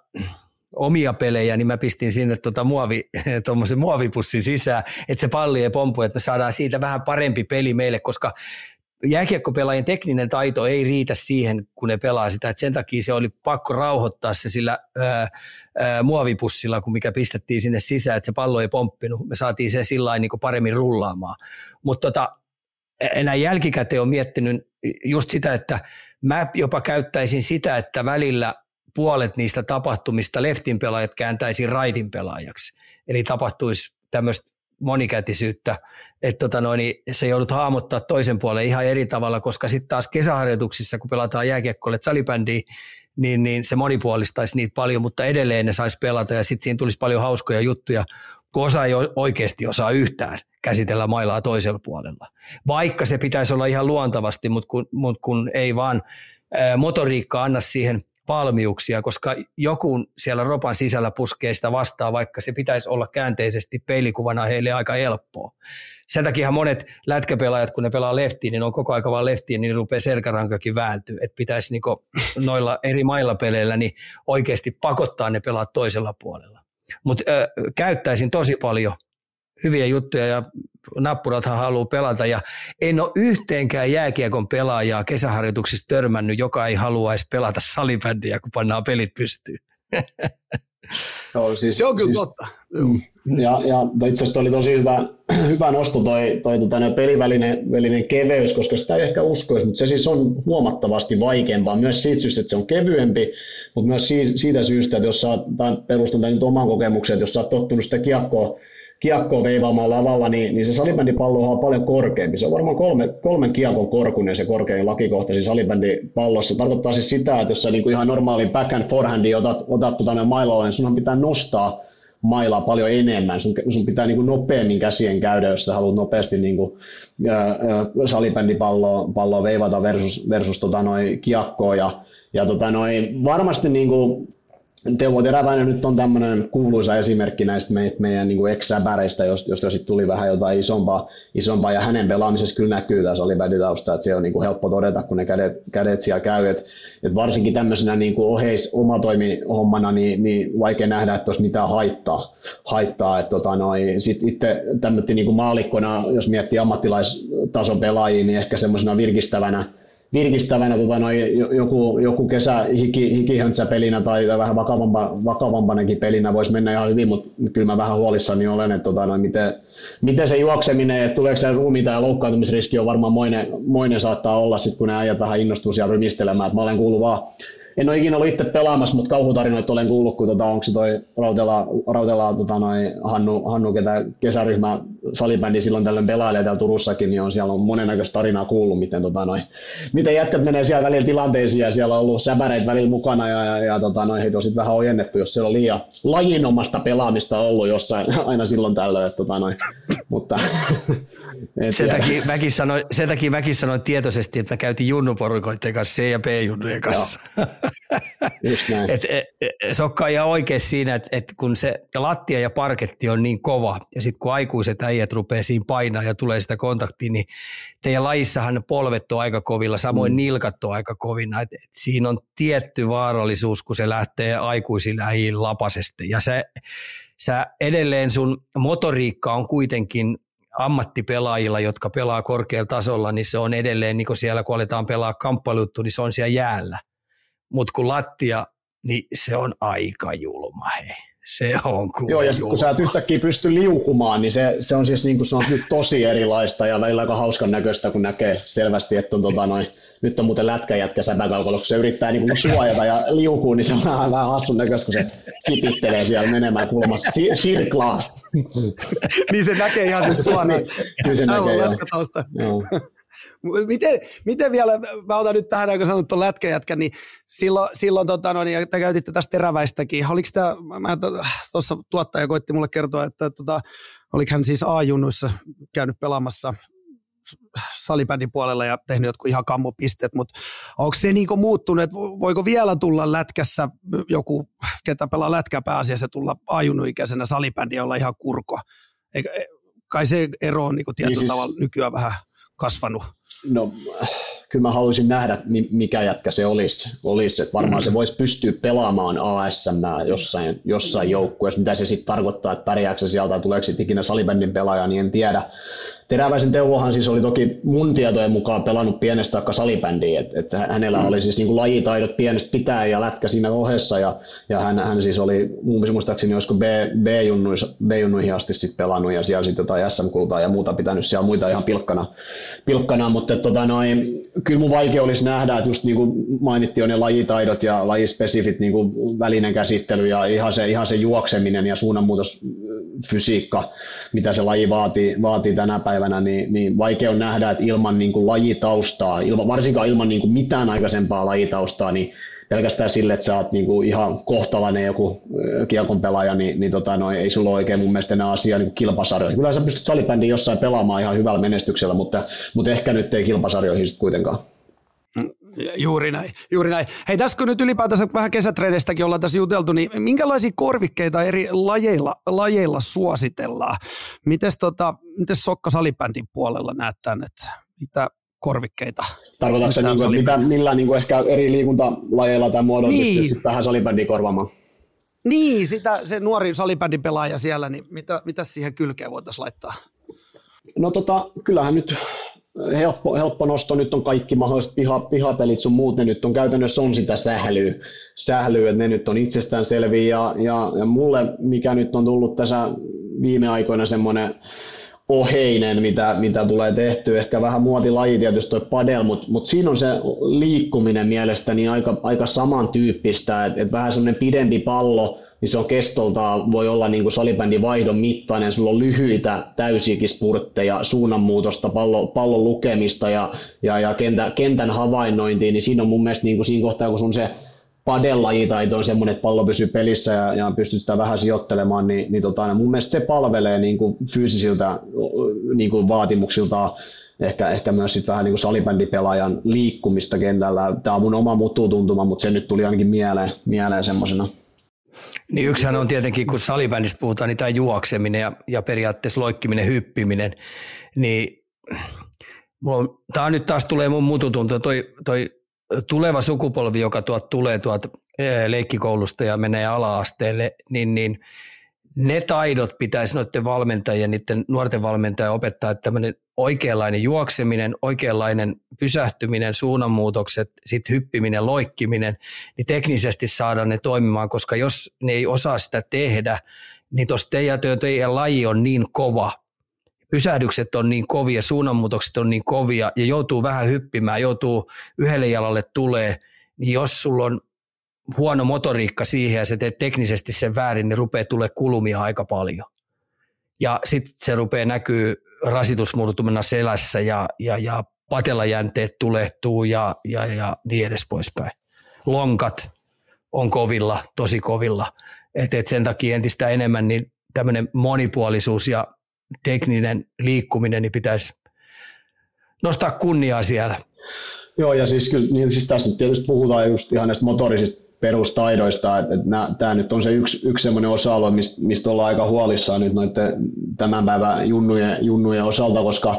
omia pelejä, niin mä pistin sinne tuota muovi, tuommoisen muovipussin sisään, että se palli ei pompu, että me saadaan siitä vähän parempi peli meille, koska jääkiekkopelaajien tekninen taito ei riitä siihen, kun ne pelaa sitä, että sen takia se oli pakko rauhoittaa se sillä ää, ää, muovipussilla, kun mikä pistettiin sinne sisään, että se pallo ei pomppinut. Me saatiin se sillä niin kuin paremmin rullaamaan. Mutta tota, enää jälkikäteen on miettinyt just sitä, että mä jopa käyttäisin sitä, että välillä puolet niistä tapahtumista leftin pelaajat kääntäisi raitin pelaajaksi. Eli tapahtuisi tämmöistä monikätisyyttä, että tota noin, se joudut hahmottaa toisen puolen ihan eri tavalla, koska sitten taas kesäharjoituksissa, kun pelataan jääkiekkoille salibändiä, niin, niin se monipuolistaisi niitä paljon, mutta edelleen ne saisi pelata ja sitten siinä tulisi paljon hauskoja juttuja, kun osa ei oikeasti osaa yhtään käsitellä mailaa toisella puolella. Vaikka se pitäisi olla ihan luontavasti, mutta kun, mut kun ei vaan ää, motoriikka anna siihen valmiuksia, koska joku siellä ropan sisällä puskee sitä vastaan, vaikka se pitäisi olla käänteisesti peilikuvana heille aika helppoa. Sen takia monet lätkäpelaajat, kun ne pelaa leftiin, niin ne on koko aika vaan leftiin, niin ne rupeaa selkärankakin vääntyä, että pitäisi niinku noilla eri mailla peleillä niin oikeasti pakottaa ne pelaa toisella puolella. Mutta käyttäisin tosi paljon hyviä juttuja ja nappurathan haluaa pelata ja en ole yhteenkään jääkiekon pelaajaa kesäharjoituksissa törmännyt, joka ei haluaisi pelata salibändiä, kun pannaan pelit pystyyn. Joo, siis, se on kyllä siis, totta. Ja, ja itse asiassa oli tosi hyvä, hyvä nosto toi, toi tota, pelivälinen välinen keveys, koska sitä ei ehkä uskoisi, mutta se siis on huomattavasti vaikeampaa. Myös siitä syystä, että se on kevyempi, mutta myös siitä syystä, että jos sä oot, perustan tämän nyt oman kokemuksen, että jos sä oot tottunut sitä kiekkoa, kiekkoa veivaamaan lavalla, niin, niin se salibändipallo on paljon korkeampi. Se on varmaan kolme, kolmen kiekon korkunen se korkein lakikohtaisi salibändipallossa. Se tarkoittaa siis sitä, että jos sä niin kuin ihan normaalin backhand forehandin otat, otat tuota mailalla, niin sunhan pitää nostaa mailaa paljon enemmän. Sun, sun pitää niin kuin nopeammin käsien käydä, jos sä haluat nopeasti niin kuin, ää, salibändipalloa palloa veivata versus, versus tota noi kiekkoa. Ja, ja tota noi, varmasti niin kuin Teuvo Teräväinen nyt on tämmöinen kuuluisa esimerkki näistä meidän, meidän niin kuin ex-säpäreistä, josta, josta sitten tuli vähän jotain isompaa, isompaa ja hänen pelaamisessa kyllä näkyy tässä salibänditausta, että se on niin kuin helppo todeta, kun ne kädet, kädet siellä käy, että et varsinkin tämmöisenä niin kuin oheis omatoimihommana, niin, niin vaikea nähdä, että olisi mitään haittaa, haittaa että tota sitten itse tämmöinen niin kuin maalikkona, jos miettii ammattilaistason pelaajia, niin ehkä semmoisena virkistävänä, virkistävänä tota, noi, joku, joku kesä hiki, hikihöntsäpelinä tai vähän vakavampa, vakavampanakin pelinä voisi mennä ihan hyvin, mutta kyllä mä vähän huolissani olen, että tota, noi, miten, miten se juokseminen, että tuleeko se ruumiita ja loukkaantumisriski on varmaan moinen, moinen saattaa olla, sit, kun ne äijät vähän innostuu siellä rymistelemään. Et mä olen kuullut vaan, en ole ikinä ollut itse pelaamassa, mutta kauhutarinoita olen kuullut, kun tota, onko se toi Rautela, Rautela tota, noi, Hannu, Hannu, ketä kesäryhmä salibändi silloin tällöin pelailee täällä Turussakin, niin on siellä on monennäköistä tarinaa kuullut, miten, tota, noi, miten jätkät menee siellä välillä tilanteisiin ja siellä on ollut säpäreitä välillä mukana ja, ja, ja tota, noi, heitä on sitten vähän ojennettu, jos siellä on liian lajinomasta pelaamista ollut jossain aina silloin tällöin. Että, tota, noi, mutta, sen, takia väki sanoi, sen takia väki sanoi tietoisesti, että käytiin junnuporukoiden kanssa, C- ja B-junnujen kanssa. Et, et, et, Sokka on ihan oikein siinä, että et kun se lattia ja parketti on niin kova, ja sitten kun aikuiset äijät rupeaa siinä painaa ja tulee sitä kontaktia, niin teidän lajissahan polvet on aika kovilla, samoin mm. nilkat on aika kovina. Et, et siinä on tietty vaarallisuus, kun se lähtee aikuisille äijille lapasesti. Ja se, sä edelleen sun motoriikka on kuitenkin ammattipelaajilla, jotka pelaa korkealla tasolla, niin se on edelleen, niin kuin siellä kun aletaan pelaa kamppailuttu, niin se on siellä jäällä. Mutta kun lattia, niin se on aika julma, hei. Se on kuule. Joo, ja sit, kun sä et yhtäkkiä pysty liukumaan, niin se, se on siis niin kuin sanot, nyt tosi erilaista ja välillä aika hauskan näköistä, kun näkee selvästi, että on, tota, noin, nyt on muuten lätkäjätkä säpäkaukalla, kun se yrittää niin kuin suojata ja liukuu, niin se on vähän, vähän hassun näköistä, kun se kipittelee siellä menemään kulmassa si- sirklaa. Niin se näkee ihan se suoraan. Kyllä se Täällä näkee, on lätkätausta. joo. Miten, miten vielä, mä otan nyt tähän, kun sanot tuon lätkäjätkän, niin silloin, silloin tota, no, niin te käytitte tästä teräväistäkin. Oliko tämä, mä tuossa tuottaja koitti mulle kertoa, että tota, oliko hän siis A-junnuissa käynyt pelaamassa salibändin puolella ja tehnyt jotkut ihan kammopisteet, mutta onko se niinku muuttunut, että voiko vielä tulla lätkässä joku, ketä pelaa lätkää pääasiassa, tulla A-junnu-ikäisenä salibändiä ja olla ihan kurko? Eikä, kai se ero on niinku tietyllä siis tavalla nykyään vähän kasvanut. No, kyllä mä haluaisin nähdä, mikä jätkä se olisi. olisi. Että varmaan se voisi pystyä pelaamaan A S M jossain, jossain joukkueessa. Mitä se sitten tarkoittaa, että pärjääkö se sieltä, tuleeko sitten ikinä salibändin pelaaja, niin en tiedä. Teräväisen Teuvohan siis oli toki mun tietojen mukaan pelannut pienestä saakka salibändiä, että et hänellä oli siis niinku lajitaidot pienestä pitää ja lätkä siinä ohessa, ja, ja hän, hän siis oli muistaakseni olisiko B, B-junnuihin asti sit pelannut ja siellä sitten jotain S M-kultaa ja muuta pitänyt siellä muita ihan pilkkana, pilkkana mutta tota noin, kyllä mun vaikea olisi nähdä, että just niin kuin mainittiin on ne lajitaidot ja lajispesifit niin kuin välinen käsittely ja ihan se, ihan se juokseminen ja suunnanmuutosfysiikka, mitä se laji vaatii, vaatii tänä päivänä, niin, niin vaikea on nähdä, että ilman niin kuin lajitaustaa, ilman, varsinkaan ilman niin kuin mitään aikaisempaa lajitaustaa, niin pelkästään sille, että sä oot niin kuin ihan kohtalainen joku kiekon pelaaja, niin, niin tota, no, ei sulla ole oikein mun mielestä enää asiaa niin kilpasarjoihin. Kyllä sä pystyt salibändiin jossain pelaamaan ihan hyvällä menestyksellä, mutta, mutta ehkä nyt ei kilpasarjoihin sitten kuitenkaan. Juuri näin, juuri näin. Hei, tässä kun nyt ylipäätänsä vähän kesätreeneistäkin ollaan tässä juteltu, niin minkälaisia korvikkeita eri lajeilla, lajeilla suositellaan? Mites, tota, mites Sokka salibändin puolella näet tämän, että mitä korvikkeita? Tarkoitatko se, niin mitä, millä niin ehkä eri liikuntalajeilla tai muodolla niin pystyy vähän salibändiä korvaamaan? Niin, sitä, se nuori salibändin pelaaja siellä, niin mitä, mitä siihen kylkeen voitaisiin laittaa? No tota, kyllähän nyt helppo, helppo nosto, nyt on kaikki mahdolliset piha, pihapelit sun muut, ne nyt on käytännössä on sitä sählyä, sählyä että ne nyt on itsestäänselviä ja, ja, ja mulle, mikä nyt on tullut tässä viime aikoina semmoinen oheinen, mitä, mitä tulee tehtyä, ehkä vähän muotilaji tietysti toi padel, mutta mut siinä on se liikkuminen mielestäni aika, aika samantyyppistä, että et vähän semmoinen pidempi pallo, niin se on kestoltaan, voi olla niin kuin salibändin vaihdon mittainen, sulla on lyhyitä täysiäkin spurtteja, suunnanmuutosta, pallo, pallon lukemista ja, ja, ja kentän, kentän havainnointia, niin siinä on mun mielestä niin kuin siinä kohtaa, kun sun se padel-lajitaito on semmoinen, että pallo pysyy pelissä ja, ja pystyt sitä vähän sijoittelemaan, niin, niin tota, mun mielestä se palvelee niin kuin fyysisiltä niin kuin vaatimuksiltaan ehkä, ehkä myös sit vähän niin kuin salibändipelaajan liikkumista kentällä. Tämä on mun oma mututuntuma, mutta se nyt tuli ainakin mieleen, mieleen semmoisena. Niin yksihän on tietenkin, kun salibändistä puhutaan, niin tämä juokseminen ja, ja periaatteessa loikkiminen, hyppiminen, niin tämä nyt taas tulee mun mututunto, toi, toi tuleva sukupolvi, joka tuot tulee tuolta leikkikoulusta ja menee ala-asteelle, niin, niin ne taidot pitäisi noiden valmentajien, niiden nuorten valmentajien opettaa, että tämmöinen oikeanlainen juokseminen, oikeanlainen pysähtyminen, suunnanmuutokset, sitten hyppiminen, loikkiminen, niin teknisesti saadaan ne toimimaan, koska jos ne ei osaa sitä tehdä, niin tuossa teidän, teidän laji on niin kova, pysähdykset on niin kovia, suunnanmuutokset on niin kovia ja joutuu vähän hyppimään, joutuu yhdelle jalalle tulee, niin jos sulla on huono motoriikka siihen ja sä teet teknisesti sen väärin, niin rupeaa tulee kulumia aika paljon. Ja sitten se rupeaa näkyy rasitusmurtumena selässä ja, ja, ja patelajänteet tulehtuu ja, ja, ja niin edes poispäin. Lonkat on kovilla, tosi kovilla. Et, et sen takia entistä enemmän niin tämmöinen monipuolisuus ja tekninen liikkuminen niin pitäisi nostaa kunniaa siellä. Joo, ja siis, kyllä, niin siis tässä nyt tietysti puhutaan just ihan näistä motorisista perustaidoista, että, että tämä nyt on se yksi, yksi semmoinen osa-alue, mistä, mistä ollaan aika huolissaan nyt noiden tämän päivän junnujen, junnujen osalta, koska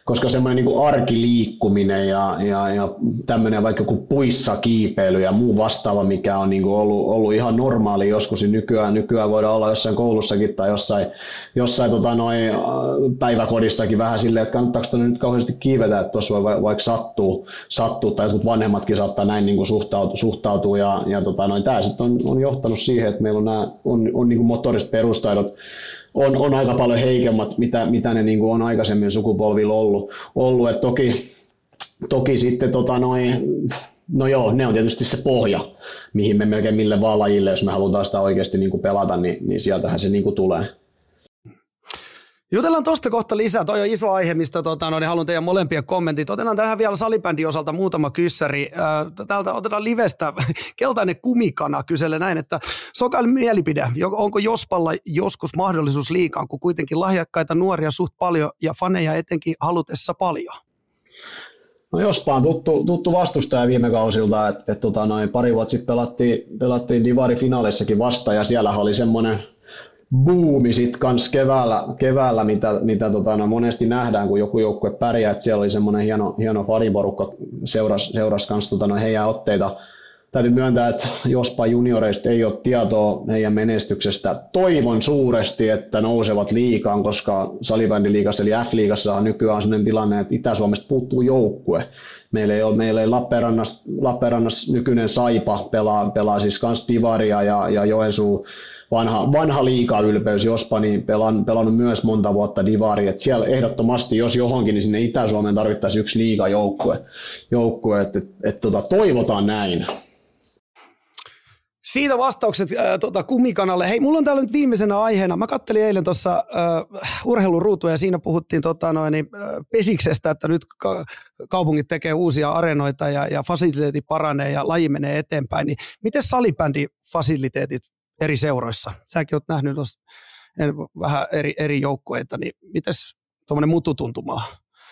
koska semmoinen niin kuin arkiliikkuminen ja, ja, ja tämmöinen vaikka joku puissa kiipeily ja muu vastaava, mikä on niin kuin ollut, ollut ihan normaali joskus, niin nykyään, nykyään voidaan olla jossain koulussakin tai jossain, jossain tota noin päiväkodissakin vähän silleen, että kannattaako tuonne nyt kauheasti kiivetä, että tuossa voi vaikka sattuu, sattuu tai jotkut vanhemmatkin saattaa näin niin kuin suhtautua, suhtautua ja, ja tota noin, tämä sitten on, on johtanut siihen, että meillä on, nämä, on, on niin kuin motoriset perustaidot on, on aika paljon heikemmat, mitä, mitä ne niin kuin on aikaisemmin sukupolvilla ollut. ollut. Et toki, toki sitten, tota noin, no joo, ne on tietysti se pohja, mihin me melkein mille vaan lajille, jos me halutaan sitä oikeasti niin kuin pelata, niin, niin sieltähän se niin kuin tulee. Jutellaan tuosta kohta lisää. Toi on iso aihe, mistä tota, no, niin haluan teidän molempia kommentit. Otetaan tähän vielä salibändin osalta muutama kyssäri. Täältä otetaan livestä keltainen kumikana kyselle näin, että Sokan mielipide, onko Jospalla joskus mahdollisuus liigaan, kun kuitenkin lahjakkaita nuoria suht paljon ja faneja etenkin halutessa paljon? No Jospa on tuttu, tuttu vastustaja viime kausilta, että et, tota, noin pari vuotta sitten pelattiin, pelattiin Divari-finaalissakin vastaan ja siellä oli semmoinen buumi sitten kans keväällä, keväällä mitä, mitä tota, no monesti nähdään, kun joku joukkue pärjää, että siellä oli semmoinen hieno, hieno faniporukka, seurasi seuras kans tota, no heidän otteita. Täytyy myöntää, että Jospa junioreista ei ole tietoa heidän menestyksestä. Toivon suuresti, että nousevat liigaan, koska salibändiliigassa eli F-liigassa on nykyään sellainen tilanne, että Itä-Suomesta puuttuu joukkue. Meillä ei ole, meillä ei Lappeenrannassa, Lappeenrannassa nykyinen Saipa pelaa, pelaa siis kans Divaria ja, ja Joensuu. Vanha, vanha liigaylpeys, Jospa, niin pelan, pelannut myös monta vuotta Divari, että siellä ehdottomasti, jos johonkin, niin sinne Itä-Suomeen tarvittaisiin yksi liigajoukkue, joukkue, että et, et, tota, toivotaan näin. Siitä vastaukset äh, tota, kumikanalle. Hei, mulla on täällä nyt viimeisenä aiheena. Mä kattelin eilen tuossa äh, urheiluruutua ja siinä puhuttiin tota, noin, äh, Pesiksestä, että nyt ka- kaupungit tekee uusia areenoita ja, ja fasiliteetit paranee ja laji menee eteenpäin. Niin miten salibändifasiliteetit eri seuroissa? Säkin oot nähnyt tos, vähän eri, eri joukkueita, niin mites tuommoinen mututuntuma?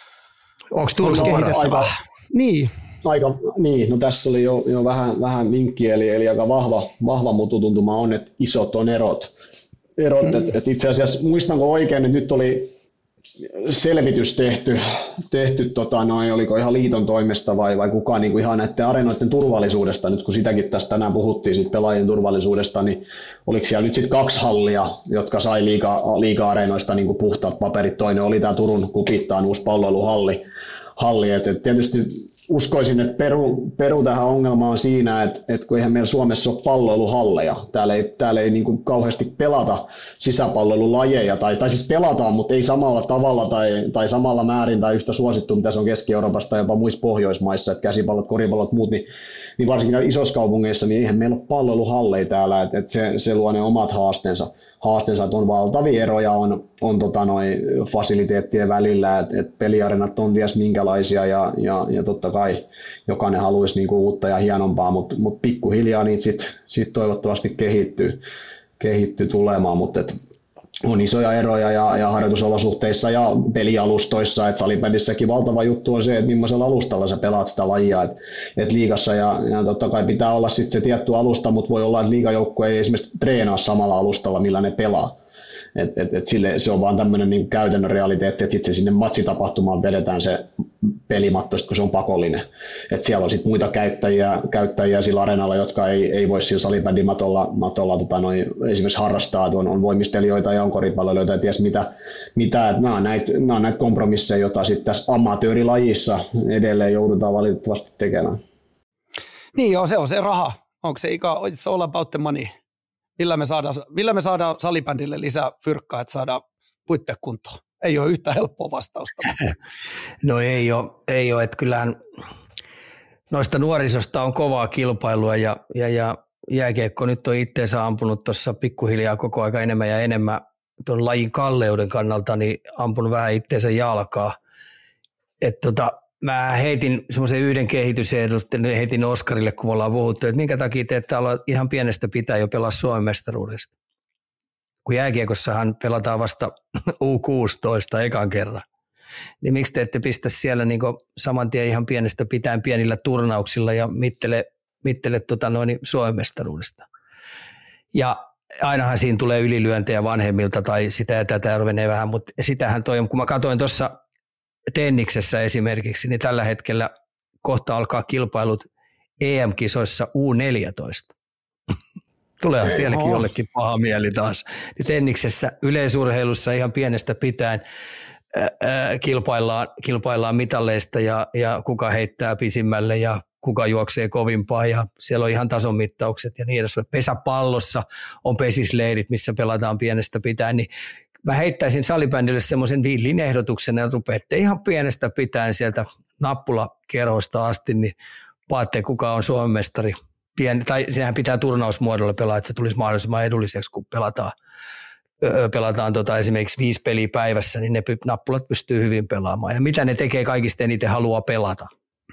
Onko Turussa kehitettävää? Niin. Aika, niin, no tässä oli jo, jo vähän, vähän vinkkiä, eli, eli aika vahva, vahva mututuntuma on, että isot on erot. erot mm. et, et itse asiassa muistanko oikein, että nyt oli selvitys tehty, tehty tota, noin, oliko ihan liiton toimesta vai, vai kukaan niin kuin ihan näiden areenoiden turvallisuudesta, nyt kun sitäkin tästä tänään puhuttiin sit pelaajien turvallisuudesta, niin oliko siellä nyt sitten kaksi hallia, jotka sai liiga, liiga-areenoista niin kuin puhtaat paperit, toinen oli tämä Turun Kupittaan uusi palloiluhalli, halli, et, et tietysti uskoisin, että peru, peru tähän ongelmaan on siinä, että, että kun eihän meillä Suomessa ole palloiluhalleja, täällä ei, täällä ei niin kuin kauheasti pelata sisäpalloilulajeja, tai, tai siis pelataan, mutta ei samalla tavalla tai, tai samalla määrin tai yhtä suosittu, mitä se on Keski-Euroopassa tai jopa muissa Pohjoismaissa, että käsipallot, koripallot, muut, niin, niin varsinkin isoissa kaupungeissa, niin eihän meillä ole palloiluhalleja täällä, että, että se, se luo ne omat haasteensa. haasteensa, että on valtavia eroja on, on tota noi fasiliteettien välillä, että et peliarenat on ties minkälaisia ja, ja, ja totta kai jokainen haluaisi niinku uutta ja hienompaa, mutta mut pikkuhiljaa niitä sitten sit toivottavasti kehittyy, kehittyy tulemaan, mutta on isoja eroja ja, ja harjoitusolosuhteissa ja pelialustoissa, että salibändissäkin valtava juttu on se, että millaisella alustalla sä pelaat sitä lajia, että et liigassa ja, ja totta kai pitää olla sitten se tietty alusta, mutta voi olla, että liigajoukkue ei esimerkiksi treenaa samalla alustalla, millä ne pelaa. Et, et, et sille, se on vaan tämmöinen niin käytännön realiteetti, että sitten se sinne matsitapahtumaan vedetään se pelimatto, kun se on pakollinen. Et siellä on sitten muita käyttäjiä, käyttäjiä sillä areenalla, jotka ei, ei voi sillä salibändimatolla matolla, tota, noin, esimerkiksi harrastaa, että on, on voimistelijoita ja on koripalloilijoita ja ties mitä. mitä. Nämä on näitä näit kompromisseja, joita sitten tässä amatöörilajissa edelleen joudutaan valitettavasti tekemään. Niin joo, se on se raha. Onko se ikä, it's all about the money? Millä me saadaan, millä me saadaan salibändille lisää fyrkkaa, että saadaan puitteet kuntoon? Ei ole yhtä helppoa vastausta. No ei ole, ei ole, että kyllähän noista nuorisosta on kovaa kilpailua ja, ja, ja jääkiekko nyt on itseensä ampunut tuossa pikkuhiljaa koko aika enemmän ja enemmän tuon lajin kalleuden kannalta, niin ampunut vähän itseensä jalkaa. Että tota, mä heitin semmoisen yhden kehitysehdustin, heitin Oskarille, kun me ollaan puhuttu, että minkä takia te ette olla ihan pienestä pitää jo pelaa Suomen mestaruudesta. Kun jääkiekossahan pelataan vasta U kuusitoista ekan kerran. Niin miksi te ette pistä siellä niin saman tien ihan pienestä pitäen pienillä turnauksilla ja mittele, mittele tota noin Suomen mestaruudesta. Ja ainahan siinä tulee ylilyöntejä vanhemmilta tai sitä ja tätä menee vähän, mutta sitähän toi, kun mä katsoin tuossa tenniksessä esimerkiksi, niin tällä hetkellä kohta alkaa kilpailut E M-kisoissa U neljätoista. Tulee sielläkin Oho. jollekin paha mieli taas. Niin tenniksessä yleisurheilussa ihan pienestä pitäen ää, ää, kilpaillaan, kilpaillaan mitalleista ja, ja kuka heittää pisimmälle ja kuka juoksee kovimpaa ja siellä on ihan tason mittaukset ja niin edes. Pesäpallossa on pesisleirit, missä pelataan pienestä pitäen, niin mä heittäisin salibändille semmoisen viillin ehdotuksen, että rupeatte ihan pienestä pitäen sieltä nappulakerhosta asti, niin paatte kuka on Suomen mestari. Pien, tai sehän pitää turnausmuodolla pelaa, että se tulisi mahdollisimman edulliseksi, kun pelataan, öö, pelataan tota esimerkiksi viisi peliä päivässä, niin ne nappulat pystyy hyvin pelaamaan. Ja mitä ne tekee kaikista eniten haluaa pelata?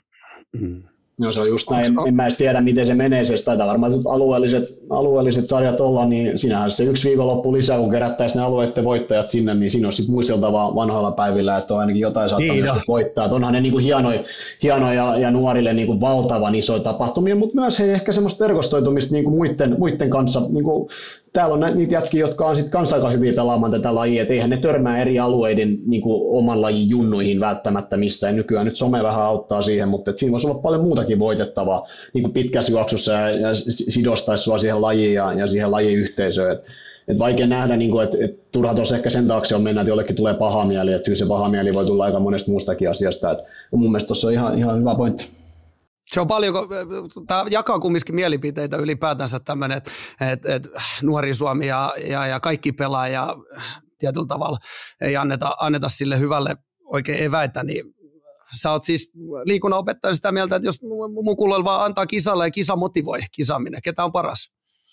Mm. No se on just näin, en, en mä edes tiedä miten se menee, se taitaa varmaan alueelliset, alueelliset sarjat olla, niin sinähän se yksi viikonloppu lisää, kun kerättäisiin ne alueiden voittajat sinne, niin siinä on sitten muisteltavaa vanhoilla päivillä, että on ainakin jotain saattaa niin myös voittaa. Että onhan ne niin kuin hienoja, hienoja ja, ja nuorille niin kuin valtavan isoja tapahtumia, mutta myös he ehkä semmoista verkostoitumista niin kuin muiden, muiden kanssa. Niin kuin, täällä on niitä jätkiä, jotka on sitten kanssa aika hyviä pelaamaan tätä lajia, että eihän ne törmää eri alueiden niin kuin oman lajin junnuihin välttämättä missään. Nykyään nyt some vähän auttaa siihen, mutta siinä voisi olla paljon muutakin voitettavaa niin kuin pitkässä juoksussa ja, ja sidostaisi sua siihen lajiin ja, ja siihen lajiyhteisöön. Et, et vaikea nähdä, niin kuin, että et turha tuossa ehkä sen taakse on mennä, että jollekin tulee paha mieli, että se paha mieli voi tulla aika monesta muustakin asiasta. Et mun mielestä tuossa on ihan, ihan hyvä pointti. Se on paljon, tämä jakaa kumminkin mielipiteitä ylipäätänsä tämmöinen, että et, et, nuori Suomi ja, ja, ja kaikki pelaa ja tietyllä tavalla ei anneta, anneta sille hyvälle oikein eväitä, niin sä oot siis liikunnan opettaja sitä mieltä, että jos mukuloilla vaan antaa kisalle ja kisa motivoi kisaaminen, ketä on paras?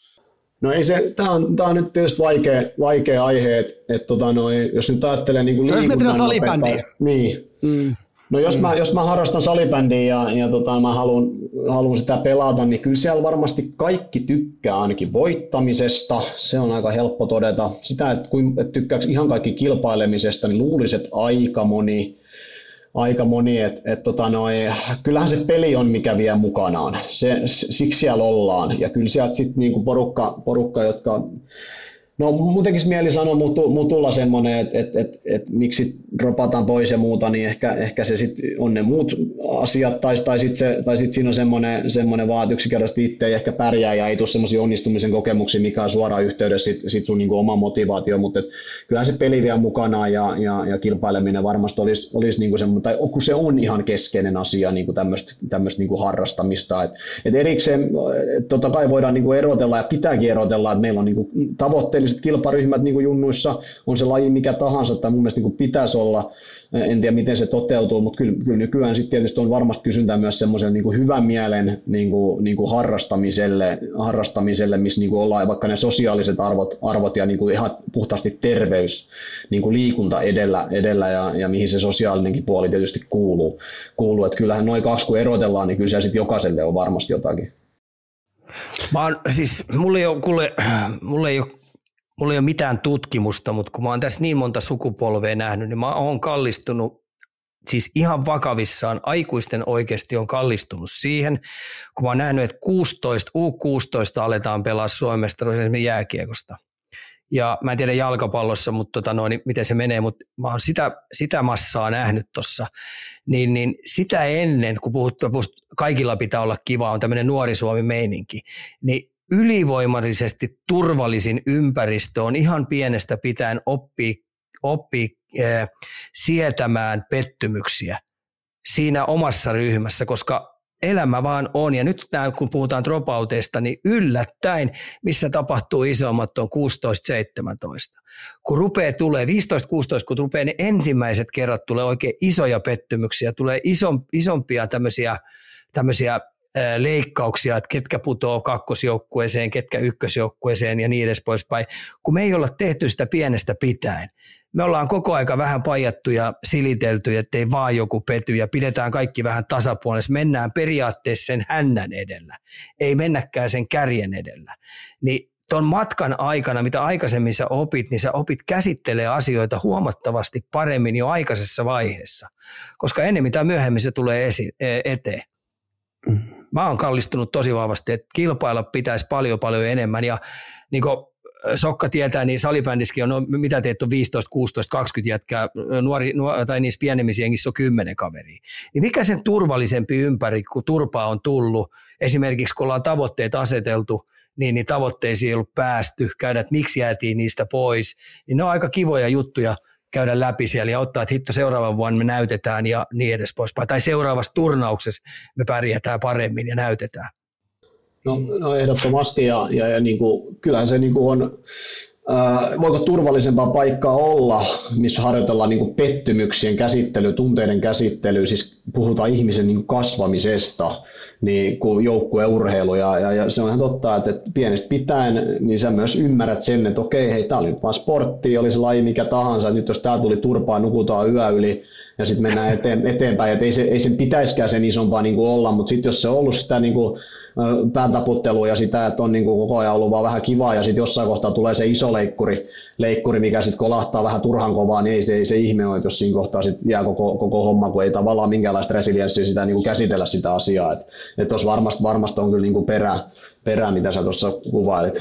No ei se, tämä on, tää on nyt tietysti vaikea, vaikea aihe, että et, tota, jos nyt ajattelee niin kuin liikunnan opettajia. Niin. Mm. No jos, mm. mä, jos mä harrastan salibändiä ja, ja tota, mä haluan, haluan sitä pelata, niin kyllä siellä varmasti kaikki tykkää ainakin voittamisesta. Se on aika helppo todeta. Sitä, että, että tykkääkö ihan kaikki kilpailemisesta, niin luulisin, että aika moni. Aika moni, että et, tota, kyllähän se peli on mikä vie mukanaan. Se, siksi siellä ollaan. Ja kyllä sieltä sitten niinku porukka, porukka, jotka... No mun tekisi mieli sanoa mutulla semmoinen, että et, et, et, miksi dropataan pois ja muuta, niin ehkä, ehkä se sitten on ne muut asiat, tai, tai sitten sit siinä on semmoinen, semmoinen vaan, että yksinkertaisesti itse ei ehkä pärjää ja ei tule semmoisia onnistumisen kokemuksia, mikä on suoraan yhteydessä sit, sit sun niinku oma motivaatio, mutta et, kyllähän se peli vie mukanaan ja, ja, ja kilpaileminen varmasti olisi, olisi niinku semmoinen, tai kun se on ihan keskeinen asia niinku tämmöistä niinku harrastamista, että et erikseen et totta kai voidaan niinku erotella ja pitääkin erotella, että meillä on niinku tavoitteet kilparyhmät niin kuin junnuissa, on se laji mikä tahansa, tai mun mielestä niin kuin pitäisi olla, en tiedä miten se toteutuu, mutta kyllä, kyllä nykyään sitten tietysti on varmasti kysyntää myös semmoisen niin kuin hyvän mielen niin kuin, niin kuin harrastamiselle, harrastamiselle, missä niin kuin ollaan vaikka ne sosiaaliset arvot, arvot ja niin kuin ihan puhtaasti terveys, niin kuin liikunta edellä, edellä ja, ja mihin se sosiaalinenkin puoli tietysti kuuluu. kuuluu. Että kyllähän noin kaksi kun erotellaan, niin kyllä siellä sitten jokaiselle on varmasti jotakin. Mä oon, siis mulla ei ole, kuule, mulla ei ole Mulla ei ole mitään tutkimusta, mutta kun mä oon tässä niin monta sukupolvea nähnyt, niin mä oon kallistunut, siis ihan vakavissaan, aikuisten oikeasti on kallistunut siihen, kun mä oon nähnyt, että kuusitoista, U kuusitoista aletaan pelaa Suomen mestaruus esimerkiksi jääkiekosta. Ja mä en tiedä jalkapallossa, mutta tota noin, miten se menee, mutta mä oon sitä, sitä massaa nähnyt tuossa. Niin, niin sitä ennen, kun puhuttu, kaikilla pitää olla kiva, on tämmöinen nuori Suomi-meininki, niin ylivoimallisesti turvallisin ympäristö on ihan pienestä pitäen oppii, oppii äh, sietämään pettymyksiä siinä omassa ryhmässä, koska elämä vaan on. Ja nyt nämä, kun puhutaan dropouteista, niin yllättäen, missä tapahtuu isommat, on kuusitoista seitsemäntoista. Kun rupeaa tulee viisitoista kuusitoista, kun rupeaa ne ensimmäiset kerrat, tulee oikein isoja pettymyksiä, tulee isompia tämmöisiä, tämmöisiä leikkauksia, että ketkä putoo kakkosjoukkueeseen, ketkä ykkösjoukkueeseen ja niin edes poispäin, kun me ei olla tehty sitä pienestä pitäen. Me ollaan koko aika vähän pajattu ja silitelty, ettei vaan joku pety ja pidetään kaikki vähän tasapuolisesti. Mennään periaatteessa sen hännän edellä, ei mennäkään sen kärjen edellä. Niin ton matkan aikana, mitä aikaisemmin sä opit, niin sä opit käsittelee asioita huomattavasti paremmin jo aikaisessa vaiheessa, koska ennemmin tai myöhemmin se tulee esi- eteen. Mä oon kallistunut tosi vahvasti, että kilpailla pitäisi paljon paljon enemmän ja niin kuin Sokka tietää, niin salibändissäkin on, no, mitä teet on viisitoista, kuusitoista, kaksikymmentä jätkää, nuori, nuori, tai niissä pienemmissä jengissä on kymmenen kaveria. Niin mikä sen turvallisempi ympäri, kun turpaa on tullut, esimerkiksi kun ollaan tavoitteet aseteltu, niin, niin tavoitteisiin ei ollut päästy, käydä, että miksi jäätiin niistä pois, niin ne on aika kivoja juttuja käydä läpi siellä ja ottaa, että hitto seuraavan vuonna me näytetään ja niin edes poispäin. Tai seuraavassa turnauksessa me pärjätään paremmin ja näytetään. No, no ehdottomasti ja, ja, ja niin kuin, kyllähän se niin kuin on, ää, voiko turvallisempaa paikkaa olla, missä harjoitellaan niin kuin pettymyksien käsittely, tunteiden käsittely, siis puhutaan ihmisen niin kuin kasvamisesta, niin kuin joukkueurheilu ja, ja, ja se on ihan totta, että, että pienestä pitäen niin sä myös ymmärrät sen, että okei, hei, tää oli nyt vaan sportti, oli se laji mikä tahansa, nyt jos tää tuli turpaan, nukutaan yö yli, ja sitten mennään eteen, eteenpäin, että ei, se, ei sen pitäisikään sen isompaa niin kuin olla, mutta sitten jos se on ollut sitä niin kuin pääntaputtelua ja sitä, että on niin kuin koko ajan ollut vaan vähän kivaa ja sitten jossain kohtaa tulee se iso leikkuri, leikkuri mikä sitten kolahtaa vähän turhan kovaa, niin ei se, ei se ihme ole, että jos siinä kohtaa sit jää koko, koko homma, kun ei tavallaan minkäänlaista resilienssiä sitä niin kuin käsitellä sitä asiaa. Että et tuossa varmasti, varmasti on kyllä niin kuin perä, perä, mitä sä tuossa kuvailit.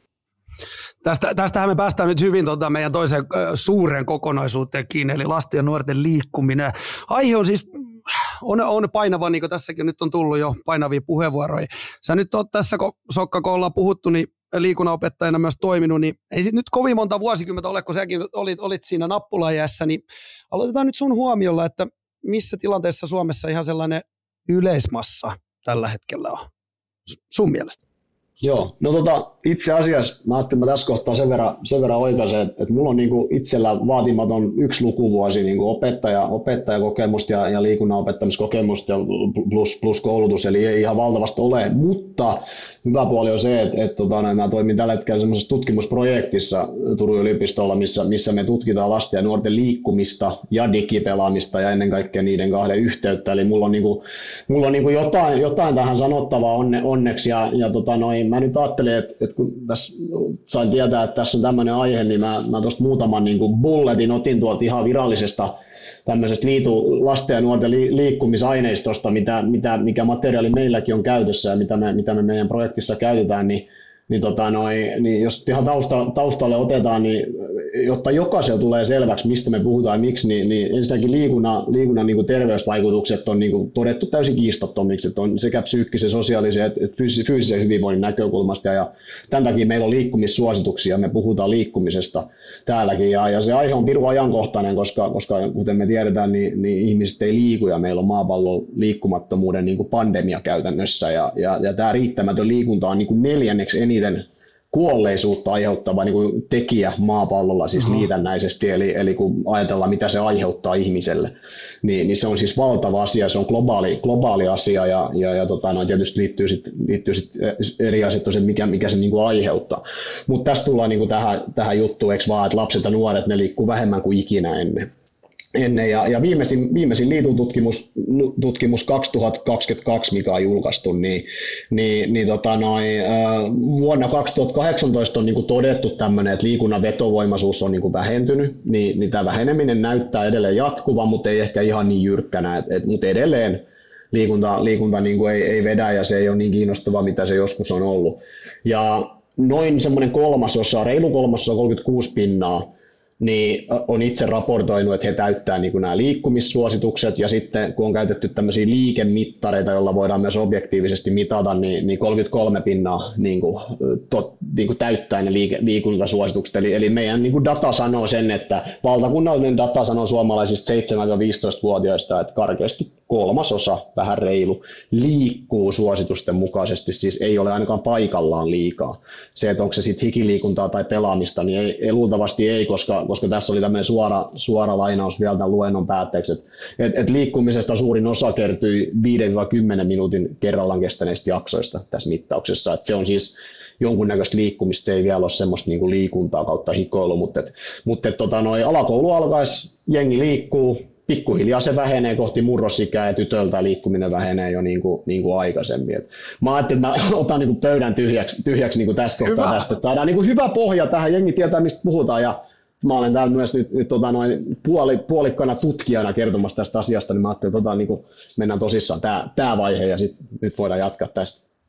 Tästä, tästähän me päästään nyt hyvin tota meidän toiseen suuren kokonaisuuteen kiinni, eli lasten ja nuorten liikkuminen. Aihe on siis on, on painava, niin kuin tässäkin nyt on tullut jo painavia puheenvuoroja. Sä nyt oot tässä, kun Sokka, kun ollaan puhuttu, niin liikunnanopettajana myös toiminut, niin ei sit nyt kovin monta vuosikymmentä ole, kun säkin olit, olit siinä nappulajässä, niin aloitetaan nyt sun huomiolla, että missä tilanteessa Suomessa ihan sellainen yleismassa tällä hetkellä on sun mielestä? Joo, no tota, itse asiassa mä ajattelin, että mä tässä kohtaa sen verran, sen verran oikaisen, että, että mulla on niinku itsellä vaatimaton yksi lukuvuosi niinku opettaja, opettajakokemusta ja, ja liikunnan opettamiskokemusta ja plus, plus koulutus, eli ei ihan valtavasti ole, mutta hyvä puoli on se, että, että tota, mä toimin tällä hetkellä semmoisessa tutkimusprojektissa Turun yliopistolla, missä, missä me tutkitaan lasten ja nuorten liikkumista ja digipelaamista ja ennen kaikkea niiden kahden yhteyttä, eli mulla on, niinku, mulla on niinku jotain, jotain tähän sanottavaa onne, onneksi ja, ja tota, noin, mä nyt ajattelin, että, että kun tässä sain tietää, että tässä on tämmöinen aihe, niin mä, mä tuosta muutaman niin kuin bulletin otin tuolta ihan virallisesta tämmöisestä liitu, lasten ja nuorten li, liikkumisaineistosta, mitä, mitä, mikä materiaali meilläkin on käytössä ja mitä me, mitä me meidän projektissa käytetään, niin, niin, tota noi, niin jos ihan tausta, taustalle otetaan, niin jotta jokaisella tulee selväksi, mistä me puhutaan ja miksi, niin, niin ensinnäkin liikunnan, liikunnan niin kuin terveysvaikutukset on niin kuin todettu täysin kiistattomiksi, että on sekä psyykkisen, sosiaalisen että fyysisen hyvinvoinnin näkökulmasta, ja, ja tämän takia meillä on liikkumissuosituksia, me puhutaan liikkumisesta täälläkin, ja, ja se aihe on pirun ajankohtainen, koska, koska kuten me tiedetään, niin, niin ihmiset ei liiku, ja meillä on maapallon liikkumattomuuden niin kuin pandemia käytännössä, ja, ja, ja tämä riittämätön liikunta on niin kuin neljänneksi eniten kuolleisuutta aiheuttava niin kuin tekijä maapallolla siis uh-huh. liitännäisesti, eli, eli kun ajatellaan, mitä se aiheuttaa ihmiselle, niin, niin se on siis valtava asia, se on globaali, globaali asia, ja, ja, ja tota, no, tietysti liittyy sitten liittyy sit eri asiat, mikä, mikä se niin kuin aiheuttaa. Mutta tässä tullaan niin kuin tähän, tähän juttuun, eikö vaan, että lapset ja nuoret, ne liikkuu vähemmän kuin ikinä ennen. Ennen, ja, ja viimeisin, viimeisin liitun tutkimus, tutkimus kaksituhattakaksikymmentäkaksi, mikä on julkaistu, niin, niin, niin tota noin, äh, vuonna kaksituhattakahdeksantoista on niin kuin todettu tämmöinen, että liikunnan vetovoimaisuus on niin kuin vähentynyt, niin, niin tämä väheneminen näyttää edelleen jatkuvan, mutta ei ehkä ihan niin jyrkkänä, et, et, mutta edelleen liikunta, liikunta niin kuin ei, ei vedä ja se ei ole niin kiinnostava, mitä se joskus on ollut. Ja noin semmoinen kolmasosa, reilu kolmasosa, kolmekymmentäkuusi pinnaa, niin on itse raportoinut, että he täyttää niin kuin nämä liikkumissuositukset, ja sitten kun on käytetty tämmöisiä liikemittareita, joilla voidaan myös objektiivisesti mitata, niin, niin kolmekymmentäkolme pinnaa niin kuin, tot, niin kuin täyttää ne liike, liikuntasuositukset. Eli, eli meidän niin kuin data sanoo sen, että valtakunnallinen data sanoo suomalaisista seitsemän-viisitoista-vuotiaista, että karkeasti kolmasosa, vähän reilu, liikkuu suositusten mukaisesti, siis ei ole ainakaan paikallaan liikaa. Se, että onko se sitten hikiliikuntaa tai pelaamista, niin ei, ei luultavasti ei, koska, koska tässä oli tämmöinen suora, suora lainaus vielä tämän luennon päätteeksi, että et, et liikkumisesta suurin osa kertyi viiden kymmenen minuutin kerrallaan kestäneistä jaksoista tässä mittauksessa, että se on siis jonkunnäköistä liikkumista, se ei vielä ole semmoista niinku liikuntaa kautta hikoilu, mutta, et, mutta et, tota, noi alakoulu alkaisi, jengi liikkuu, pikkuhiljaa se vähenee kohti murrosikää ja tytöltä liikkuminen vähenee jo niin kuin, niin kuin aikaisemmin. Et mä ajattelin, että mä otan niin kuin pöydän tyhjäksi, tyhjäksi niin kuin tässä kohtaa tästä, että saadaan niin kuin hyvä pohja tähän, jengi tietää mistä puhutaan, ja mä olen täällä myös nyt, nyt tota, noin puoli, puolikkana tutkijana kertomassa tästä asiasta, niin mä ajattelin, että tota, niin kuin mennään tosissaan tämä, tämä vaihe ja sit, nyt voidaan jatkaa tästä.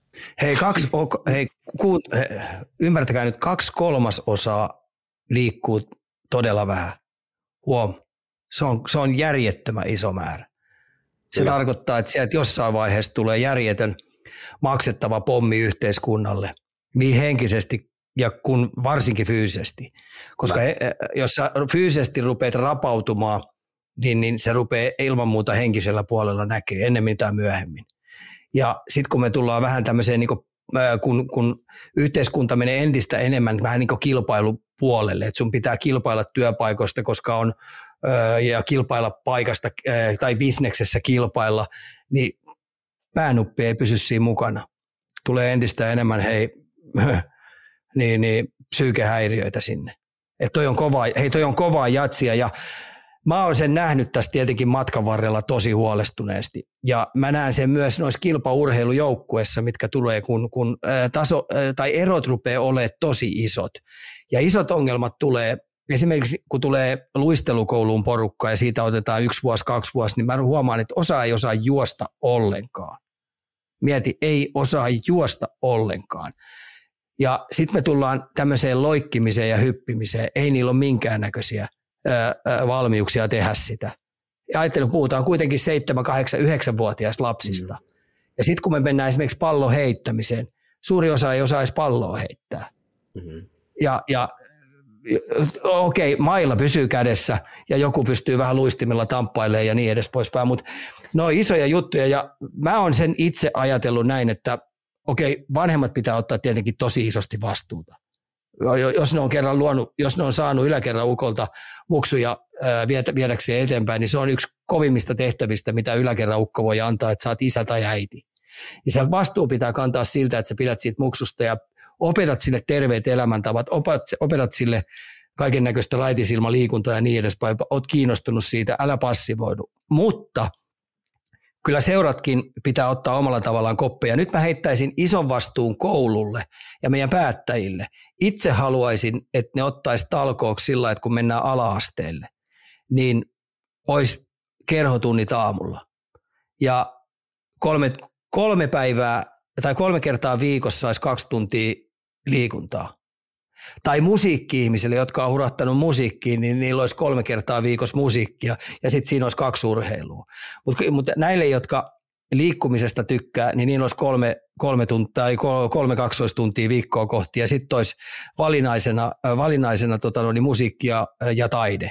Hei, kaksi, hei ku, he, ymmärtäkää nyt, kaksi kolmasosaa liikkuu todella vähän. Huom. Se on, se on järjettömän iso määrä. Se Kyllä. tarkoittaa, että sieltä jossain vaiheessa tulee järjetön maksettava pommi yhteiskunnalle, niin henkisesti ja kun varsinkin fyysisesti. Koska he, jos sä fyysisesti rupeat rapautumaan, niin, niin se rupeaa ilman muuta henkisellä puolella näkee ennemmin tai myöhemmin. Ja sitten kun me tullaan vähän tämmöiseen, niin kun, kun, kun yhteiskunta menee entistä enemmän vähän niin kuin kilpailupuolelle, että sun pitää kilpailla työpaikoista, koska on ja kilpailla paikasta tai bisneksessä kilpailla, niin päänuppi ei pysy siinä mukana. Tulee entistä enemmän hei, niin, niin, psyykehäiriöitä sinne. Et toi on kovaa, hei toi on kovaa jatsia ja mä oon sen nähnyt tässä tietenkin matkan varrella tosi huolestuneesti. Ja mä näen sen myös noissa kilpaurheilujoukkueissa, mitkä tulee, kun, kun taso, tai erot rupeaa olemaan tosi isot. Ja isot ongelmat tulee, esimerkiksi kun tulee luistelukouluun porukka ja siitä otetaan yksi vuosi, kaksi vuosi, niin mä huomaan, että osa ei osaa juosta ollenkaan. Mieti, ei osaa juosta ollenkaan. Ja sitten me tullaan tämmöiseen loikkimiseen ja hyppimiseen. Ei niillä ole minkäännäköisiä valmiuksia tehdä sitä. Ja ajattelin, puhutaan kuitenkin seitsemän, kahdeksan, yhdeksänvuotiaista lapsista. Mm. Ja sitten kun me mennään esimerkiksi pallon heittämiseen, suuri osa ei osaa edes palloa heittää. Mm-hmm. Ja, ja okei, okay, mailla pysyy kädessä ja joku pystyy vähän luistimilla tamppailemaan ja niin edes poispäin, mutta ne on isoja juttuja ja mä oon sen itse ajatellut näin, että okei, okay, vanhemmat pitää ottaa tietenkin tosi isosti vastuuta. Jos ne on kerran luonut, jos ne on saanut yläkerran ukolta muksuja viedäkseen eteenpäin, niin se on yksi kovimmista tehtävistä, mitä yläkerran ukko voi antaa, että sä oot isä tai äiti. Ja se vastuu pitää kantaa siltä, että sä pidät siitä muksusta ja opetat sille terveet elämäntavat, opetat sille kaiken näköistä raitisilmaliikuntaa ja niin edespäin. Oot kiinnostunut siitä, älä passivoidu. Mutta kyllä seuratkin pitää ottaa omalla tavallaan koppeja. Nyt mä heittäisin ison vastuun koululle ja meidän päättäjille. Itse haluaisin, että ne ottaisi talkooksi sillä, että kun mennään ala-asteelle, niin olisi kerhotunnit aamulla. Ja kolme, kolme päivää tai kolme kertaa viikossa olisi kaksi tuntia liikuntaa. Tai musiikki-ihmisille, jotka on hurattanut musiikkiin, niin niillä olisi kolme kertaa viikossa musiikkia ja sitten siinä olisi kaksi urheilua. Mutta mut näille, jotka liikkumisesta tykkää, niin niillä olisi kolme, kolme, tuntia, tai kolme kaksoistuntia viikkoa kohti ja sitten olisi valinnaisena, valinnaisena tota, no, niin musiikkia ja taide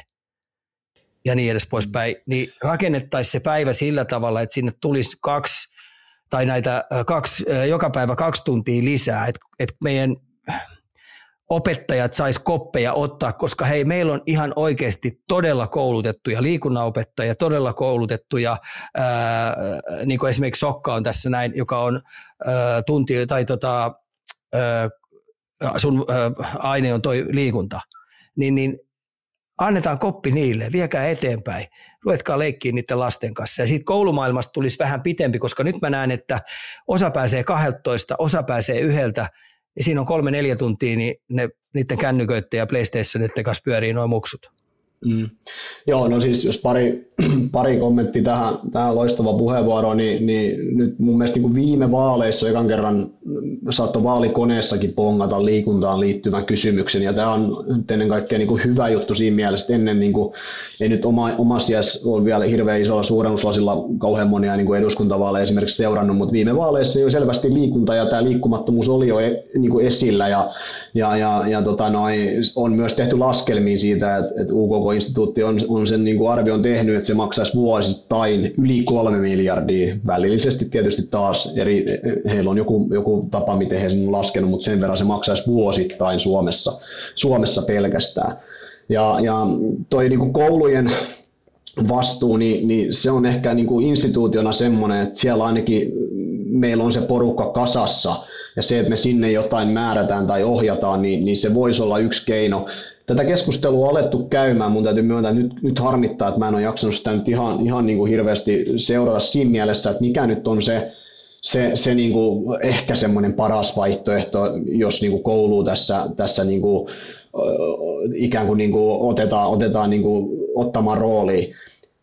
ja niin edes poispäin. Niin rakennettaisiin se päivä sillä tavalla, että sinne tulisi kaksi tai näitä kaksi, joka päivä kaksi tuntia lisää, että et meidän opettajat sais koppeja ottaa, koska hei, meillä on ihan oikeasti todella koulutettuja liikunnanopettajia, todella koulutettuja, ää, niin kuin esimerkiksi Sokka on tässä näin, joka on ää, tunti, tai tota, ää, sun ää, aine on toi liikunta, niin, niin annetaan koppi niille, viekää eteenpäin, ruvetkaa leikkiä niiden lasten kanssa. Ja siitä koulumaailmasta tulisi vähän pitempi, koska nyt mä näen, että osa pääsee kahdellatoista, osa pääsee yhdeltä, ja siinä on kolme neljä tuntia, niin ne, niiden kännyköiden ja PlayStationitten kanssa pyörii nuo muksut. Mm. Joo, no siis jos pari, pari kommenttia tähän, tähän loistavaan puheenvuoroon, niin, niin nyt mun mielestä niin kuin viime vaaleissa ekan kerran saattoi vaalikoneessakin pongata liikuntaan liittyvän kysymyksen, ja tämä on ennen kaikkea niin kuin hyvä juttu siinä mielessä, että ennen niin kuin, ei nyt oma, omassa iässä ole vielä hirveän isolla suurennuslasilla kauhean monia niin kuin eduskuntavaaleja esimerkiksi seurannut, mutta viime vaaleissa jo selvästi liikunta ja tämä liikkumattomuus oli jo e, niin kuin esillä, ja, ja, ja, ja tota noi, on myös tehty laskelmia siitä, että, että U K K-instituutti on, on sen niin kuin arvion tehnyt, että se maksaisi vuosittain yli kolme miljardia, välillisesti tietysti taas eri, heillä on joku, joku tapa, miten he sen on laskenut, mutta sen verran se maksaisi vuosittain Suomessa, Suomessa pelkästään. Ja, ja toi niin kuin koulujen vastuu, niin, niin se on ehkä niin kuin instituutiona semmoinen, että siellä ainakin meillä on se porukka kasassa, ja se, että me sinne jotain määrätään tai ohjataan, niin, niin se voisi olla yksi keino. Tätä keskustelua on alettu käymään, mun täytyy myöntää, että nyt, nyt harmittaa, että mä en ole jaksanut sitä nyt ihan, ihan niin kuin hirveästi seurata siinä mielessä, että mikä nyt on se, se, se niin kuin ehkä semmoinen paras vaihtoehto, jos niin kuin koulu tässä, tässä niin kuin, ikään kuin, niin kuin otetaan, otetaan niin kuin ottamaan roolia.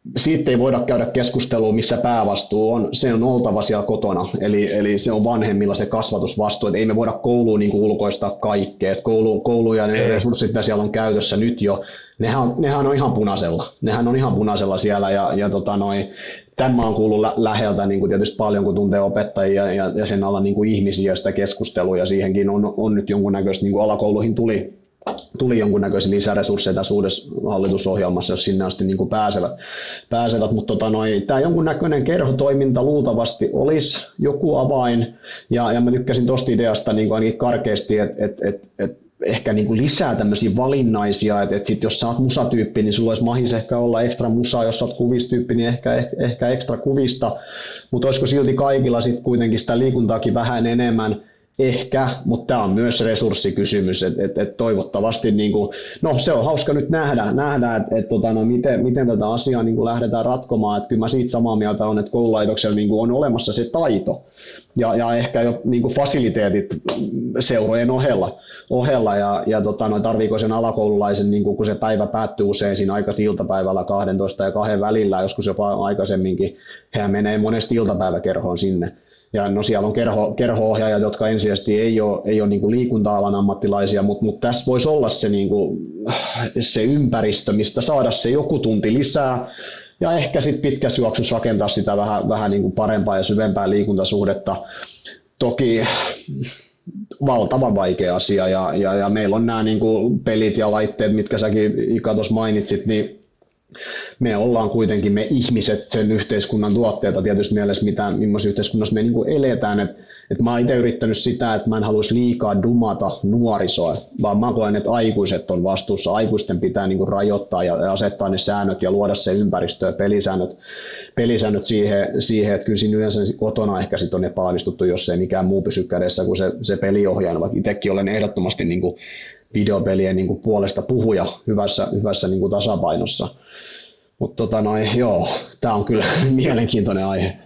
siitä ei voida käydä keskustelua, missä päävastuu on. Se on oltava siellä kotona, eli, eli se on vanhemmilla se kasvatusvastuu, että ei me voida kouluun niin kuin ulkoistaa kaikkea. Et koulu, koulu ja ne resurssit, mitä siellä on käytössä nyt jo, nehän, nehän on ihan punaisella. Nehän on ihan punaisella siellä ja, ja tota noi, tämä on kuullut lä- läheltä niin kuin tietysti paljon, kun tuntee opettajia ja, ja sen alla niin kuin ihmisiä ja sitä keskustelua ja siihenkin on, on nyt jonkunnäköistä, niin kuin alakouluihin tuli tuli jonkunnäköisiä lisäresursseja tässä uudessa hallitusohjelmassa, jos sinne asti niin kuin pääsevät. pääsevät. Mutta tota tämä jonkunnäköinen kerhotoiminta luultavasti olisi joku avain, ja, ja mä tykkäsin tuosta ideasta niin kuin ainakin karkeasti, että et, et, et ehkä niin kuin lisää tämmöisiä valinnaisia, että et sit jos sä oot musatyyppi, niin sulla olisi mahis ehkä olla ekstra musaa, jos sä oot kuvistyyppi, niin ehkä, ehkä, ehkä ekstra kuvista, mutta olisiko silti kaikilla sitten kuitenkin sitä liikuntaakin vähän enemmän. Ehkä, mutta tämä on myös resurssikysymys, että et, et toivottavasti, niin kuin, no se on hauska nyt nähdä, nähdä että et, tota, no, miten, miten tätä asiaa niin kuin lähdetään ratkomaan, että kyllä mä siitä samaa mieltä on, että koululaitoksella niin kuin on olemassa se taito ja, ja ehkä jo niin kuin fasiliteetit seurojen ohella, ohella ja, ja tota, no, tarviiko sen alakoululaisen, niin kuin, kun se päivä päättyy usein siinä aika iltapäivällä kahdentoista ja kahden välillä, joskus jopa aikaisemminkin, hän menee monesti iltapäiväkerhoon sinne. Ja no siellä on kerho, kerho-ohjaajat, jotka ensisijaisesti ei ole, ei ole niin kuin liikunta-alan ammattilaisia, mutta, mutta tässä voisi olla se, niin kuin, se ympäristö, mistä saada se joku tunti lisää ja ehkä sitten pitkässä juoksussa rakentaa sitä vähän, vähän niin kuin parempaa ja syvempää liikuntasuhdetta. Toki valtavan vaikea asia ja, ja, ja meillä on nämä niin kuin pelit ja laitteet, mitkä säkin Ika tuossa mainitsit, niin me ollaan kuitenkin me ihmiset sen yhteiskunnan tuotteita tietysti mielessä, mitä, millaisessa yhteiskunnassa me niin kuin eletään. Et, et mä oon itse yrittänyt sitä, että mä en haluaisi liikaa dumata nuorisoa, vaan mä koen, että aikuiset on vastuussa. Aikuisten pitää niin kuin rajoittaa ja asettaa ne säännöt ja luoda se ympäristö ja pelisäännöt, pelisäännöt siihen, siihen, että kyllä siinä yleensä kotona ehkä sit on epäonnistuttu, jos ei mikään muu pysy kädessä kuin se, se peliohjaaja, vaikka itsekin olen ehdottomasti niin kuin videopelien niin kuin puolesta puhuja hyvässä, hyvässä niin kuin tasapainossa. Mutta tota noin, joo, tämä on kyllä mielenkiintoinen aihe.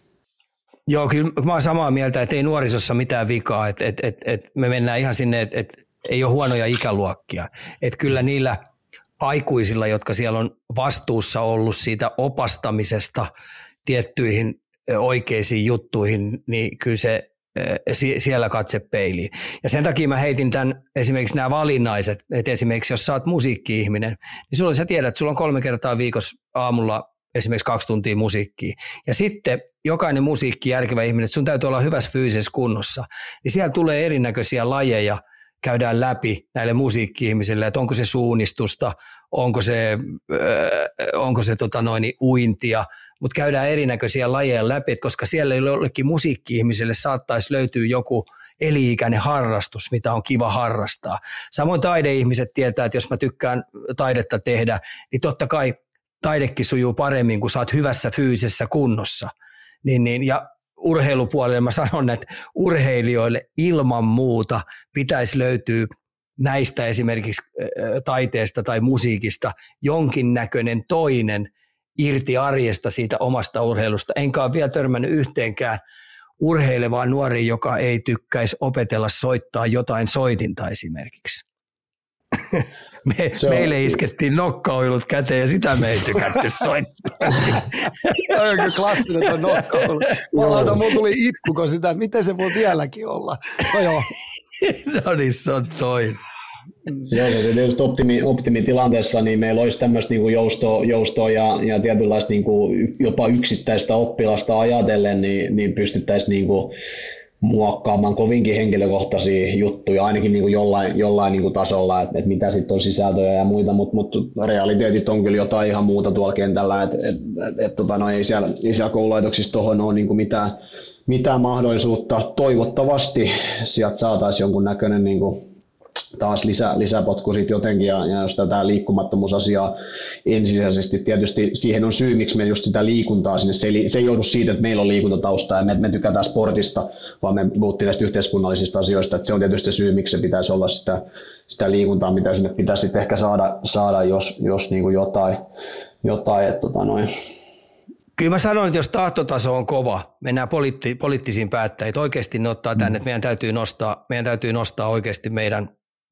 Joo, kyllä mä oon samaa mieltä, että ei nuorisossa mitään vikaa, että et, et, et me mennään ihan sinne, että et ei ole huonoja ikäluokkia. Että kyllä niillä aikuisilla, jotka siellä on vastuussa ollut siitä opastamisesta tiettyihin oikeisiin juttuihin, niin kyllä se siellä katse peiliin. Ja sen takia mä heitin tämän esimerkiksi nämä valinnaiset, että esimerkiksi jos sä oot musiikki-ihminen, niin sulla sä tiedät, että sulla on kolme kertaa viikossa aamulla esimerkiksi kaksi tuntia musiikkia. Ja sitten jokainen musiikki järkevä ihminen, että sun täytyy olla hyvässä fyysisessä kunnossa, niin siellä tulee erinäköisiä lajeja, käydään läpi näille musiikki-ihmisille, että onko se suunnistusta, onko se, äh, onko se tota noin, uintia, mutta käydään erinäköisiä lajeja läpi, koska siellä jollekin musiikki-ihmiselle saattaisi löytyä joku eli-ikäinen harrastus, mitä on kiva harrastaa. Samoin taideihmiset tietää, että jos mä tykkään taidetta tehdä, niin totta kai taidekin sujuu paremmin, kun sä oot hyvässä fyysisessä kunnossa. Niin, niin, ja urheilupuolelle mä sanon, että urheilijoille ilman muuta pitäisi löytyä näistä esimerkiksi taiteesta tai musiikista jonkinnäköinen toinen irti arjesta siitä omasta urheilusta. Enkä ole vielä törmännyt yhteenkään urheilevaan nuoriin, joka ei tykkäisi opetella soittaa jotain soitinta esimerkiksi. Me, meille iskettiin nokkaoilut käteen ja sitä me ei tykätty soittaa. Tämä on kyllä klassinen tuo nokkaoilu. Mä mulla tuli itku, kun sitä, miten se voi vieläkin olla. No joo. No niin, se on toinen. Joo, se tietysti optimi, optimitilanteessa niin meillä olisi tämmöistä niin kuin joustoa, joustoa ja, ja tietynlaista niin kuin jopa yksittäistä oppilasta ajatellen, niin, niin pystyttäisiin niin kuin muokkaamaan kovinkin henkilökohtaisia juttuja, ainakin niin kuin jollain, jollain niin kuin tasolla, että, että mitä sitten on sisältöjä ja muita, mutta, mutta realiteetit on kyllä jotain ihan muuta tuolla kentällä, että, että, että, että tota, no ei, siellä, ei siellä koululaitoksissa tuohon ole niin kuin mitään, mitään mahdollisuutta. Toivottavasti sieltä saataisiin jonkun näköinen niin kuin taas lisä, lisäpotku sitten jotenkin, ja, ja jos tätä liikkumattomuusasiaa ensisijaisesti, tietysti siihen on syy, miksi me just sitä liikuntaa sinne, se ei, se ei joudu siitä, että meillä on liikuntataustaa ja me, me tykätään sportista, vaan me puhuttiin näistä yhteiskunnallisista asioista, että se on tietysti se syy, miksi se pitäisi olla sitä, sitä liikuntaa, mitä sinne pitäisi sitten ehkä saada, saada jos, jos niin kuin jotain, jotain että tota noin. Kyllä mä sanon, että jos tahtotaso on kova, mennään poliitti, poliittisiin päättäjiin, oikeasti ne ottaa tänne, että meidän täytyy nostaa, meidän täytyy nostaa oikeasti meidän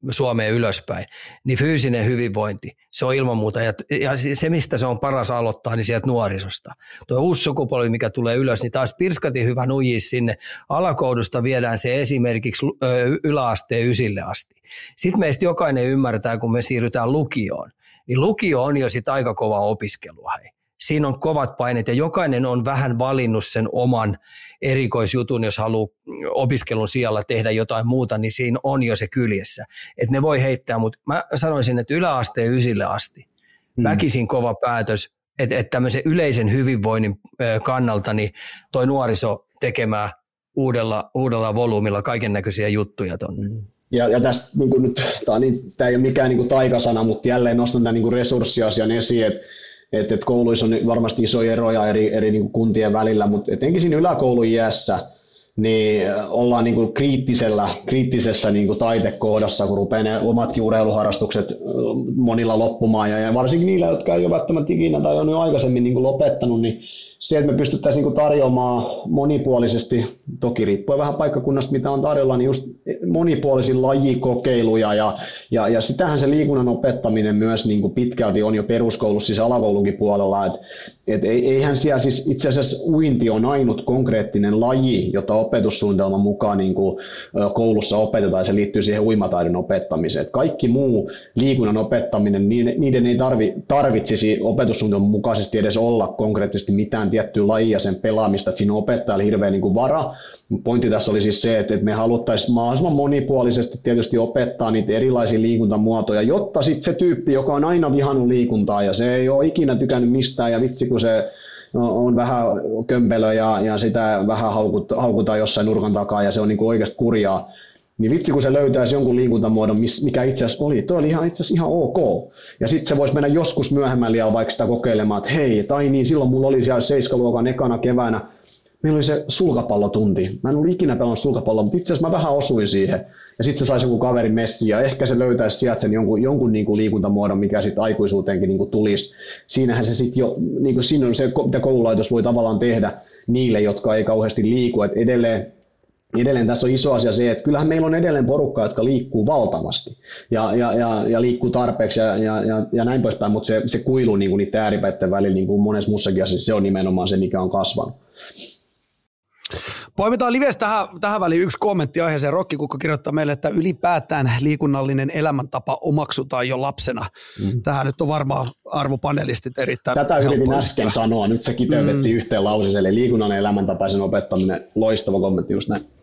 Suomeen ylöspäin, niin fyysinen hyvinvointi, se on ilman muuta. Ja, ja se, mistä se on paras aloittaa, niin sieltä nuorisosta. Tuo uusi sukupolvi, mikä tulee ylös, niin taas pirskatin hyvä nujia sinne. Alakoulusta viedään se esimerkiksi yläasteen ysille asti. Sitten meistä jokainen ymmärtää, kun me siirrytään lukioon, niin lukio on jo sitten aika kova opiskelua. Hei. Siinä on kovat paineet ja jokainen on vähän valinnut sen oman erikoisjutun, jos haluaa opiskelun sijalla tehdä jotain muuta, niin siinä on jo se kyljessä. Että ne voi heittää, mutta mä sanoisin, että yläasteen ysille asti hmm. väkisin kova päätös, että, että tämmöisen yleisen hyvinvoinnin kannalta niin toi nuoriso tekemään uudella, uudella volyymilla kaiken näköisiä juttuja tuonne. Hmm. Ja, ja tästä niin kuin nyt, tämä, niin, tämä ei ole mikään niin kuin taikasana, mutta jälleen nostan tämän niin kuin resurssiasian esiin, että Että et kouluissa on varmasti isoja eroja eri, eri niin kuin kuntien välillä, mutta etenkin siinä yläkoulun iässä niin ollaan niin kuin kriittisellä, kriittisessä niin kuin taitekohdassa, kun rupeaa ne omatkin urheiluharrastukset monilla loppumaan. Ja, ja varsinkin niillä, jotka ei ole välttämättä ikinä tai on jo aikaisemmin niin kuin lopettanut, niin se, että me pystyttäisiin niin kuin tarjoamaan monipuolisesti, toki riippuen vähän paikkakunnasta, mitä on tarjolla, niin just monipuolisia lajikokeiluja. Ja, ja, ja sitähän se liikunnan opettaminen myös niin kuin pitkälti on jo peruskoulussa, siis alakoulunkin puolella. Et, et eihän siellä siis itse asiassa uinti on ainut konkreettinen laji, jota opetussuunnitelman mukaan niin kuin koulussa opetetaan, ja se liittyy siihen uimataidon opettamiseen. Et kaikki muu liikunnan opettaminen, niiden ei tarvi, tarvitsisi opetussuunnitelman mukaisesti edes olla konkreettisesti mitään tiettyä lajia sen pelaamista, että siinä on opettajalle hirveän niin kuin vara. Pointti tässä oli siis se, että me haluttaisiin mahdollisimman monipuolisesti tietysti opettaa niitä erilaisia liikuntamuotoja, jotta sitten se tyyppi, joka on aina vihannut liikuntaa ja se ei ole ikinä tykännyt mistään ja vitsi kun se on vähän kömpelö ja, ja sitä vähän haukutaan jossain nurkan takaa ja se on niin kuin oikeasti kurjaa, niin vitsi kun se löytäisi jonkun liikuntamuodon, mikä itse asiassa oli, toi oli ihan, itse asiassa ihan ok. Ja sitten se voisi mennä joskus myöhemmällä liian vaikka sitä kokeilemaan, että hei, tai niin, silloin mulla oli siellä seiskaluokan ekana keväänä, meillä oli se sulkapallotunti. Mä en ollut ikinä pelannut sulkapalloa, mutta itse asiassa mä vähän osuin siihen. Ja sitten se saisi joku kaverin messi ja ehkä se löytäisi sieltä sen jonkun, jonkun niin kuin liikuntamuodon, mikä sitten aikuisuuteenkin niin kuin tulisi. Siinähän se sitten jo, niin kuin siinä on se, mitä koululaitos voi tavallaan tehdä niille, jotka ei kauheasti liiku. Et edelleen, edelleen tässä on iso asia se, että kyllähän meillä on edelleen porukkaa, jotka liikkuu valtavasti ja, ja, ja, ja liikkuu tarpeeksi ja, ja, ja, ja näin poispäin, mutta se, se kuilu niin kuin niiden ääripäiden välillä, niin kuin monessa muussakin asiassa, se on nimenomaan se, mikä on kasvanut. Poimitaan livestä tähän, tähän väliin yksi kommentti aiheeseen. Rokkikukko kirjoittaa meille, että ylipäätään liikunnallinen elämäntapa omaksutaan jo lapsena. Mm. Tähän nyt on varmaan arvopanelistit erittäin Tätä yritin äsken yhtä. sanoa. Nyt se kiteytettiin mm. yhteen lauseeseen. Eli liikunnallinen elämäntapaisen opettaminen. Loistava kommentti just näin.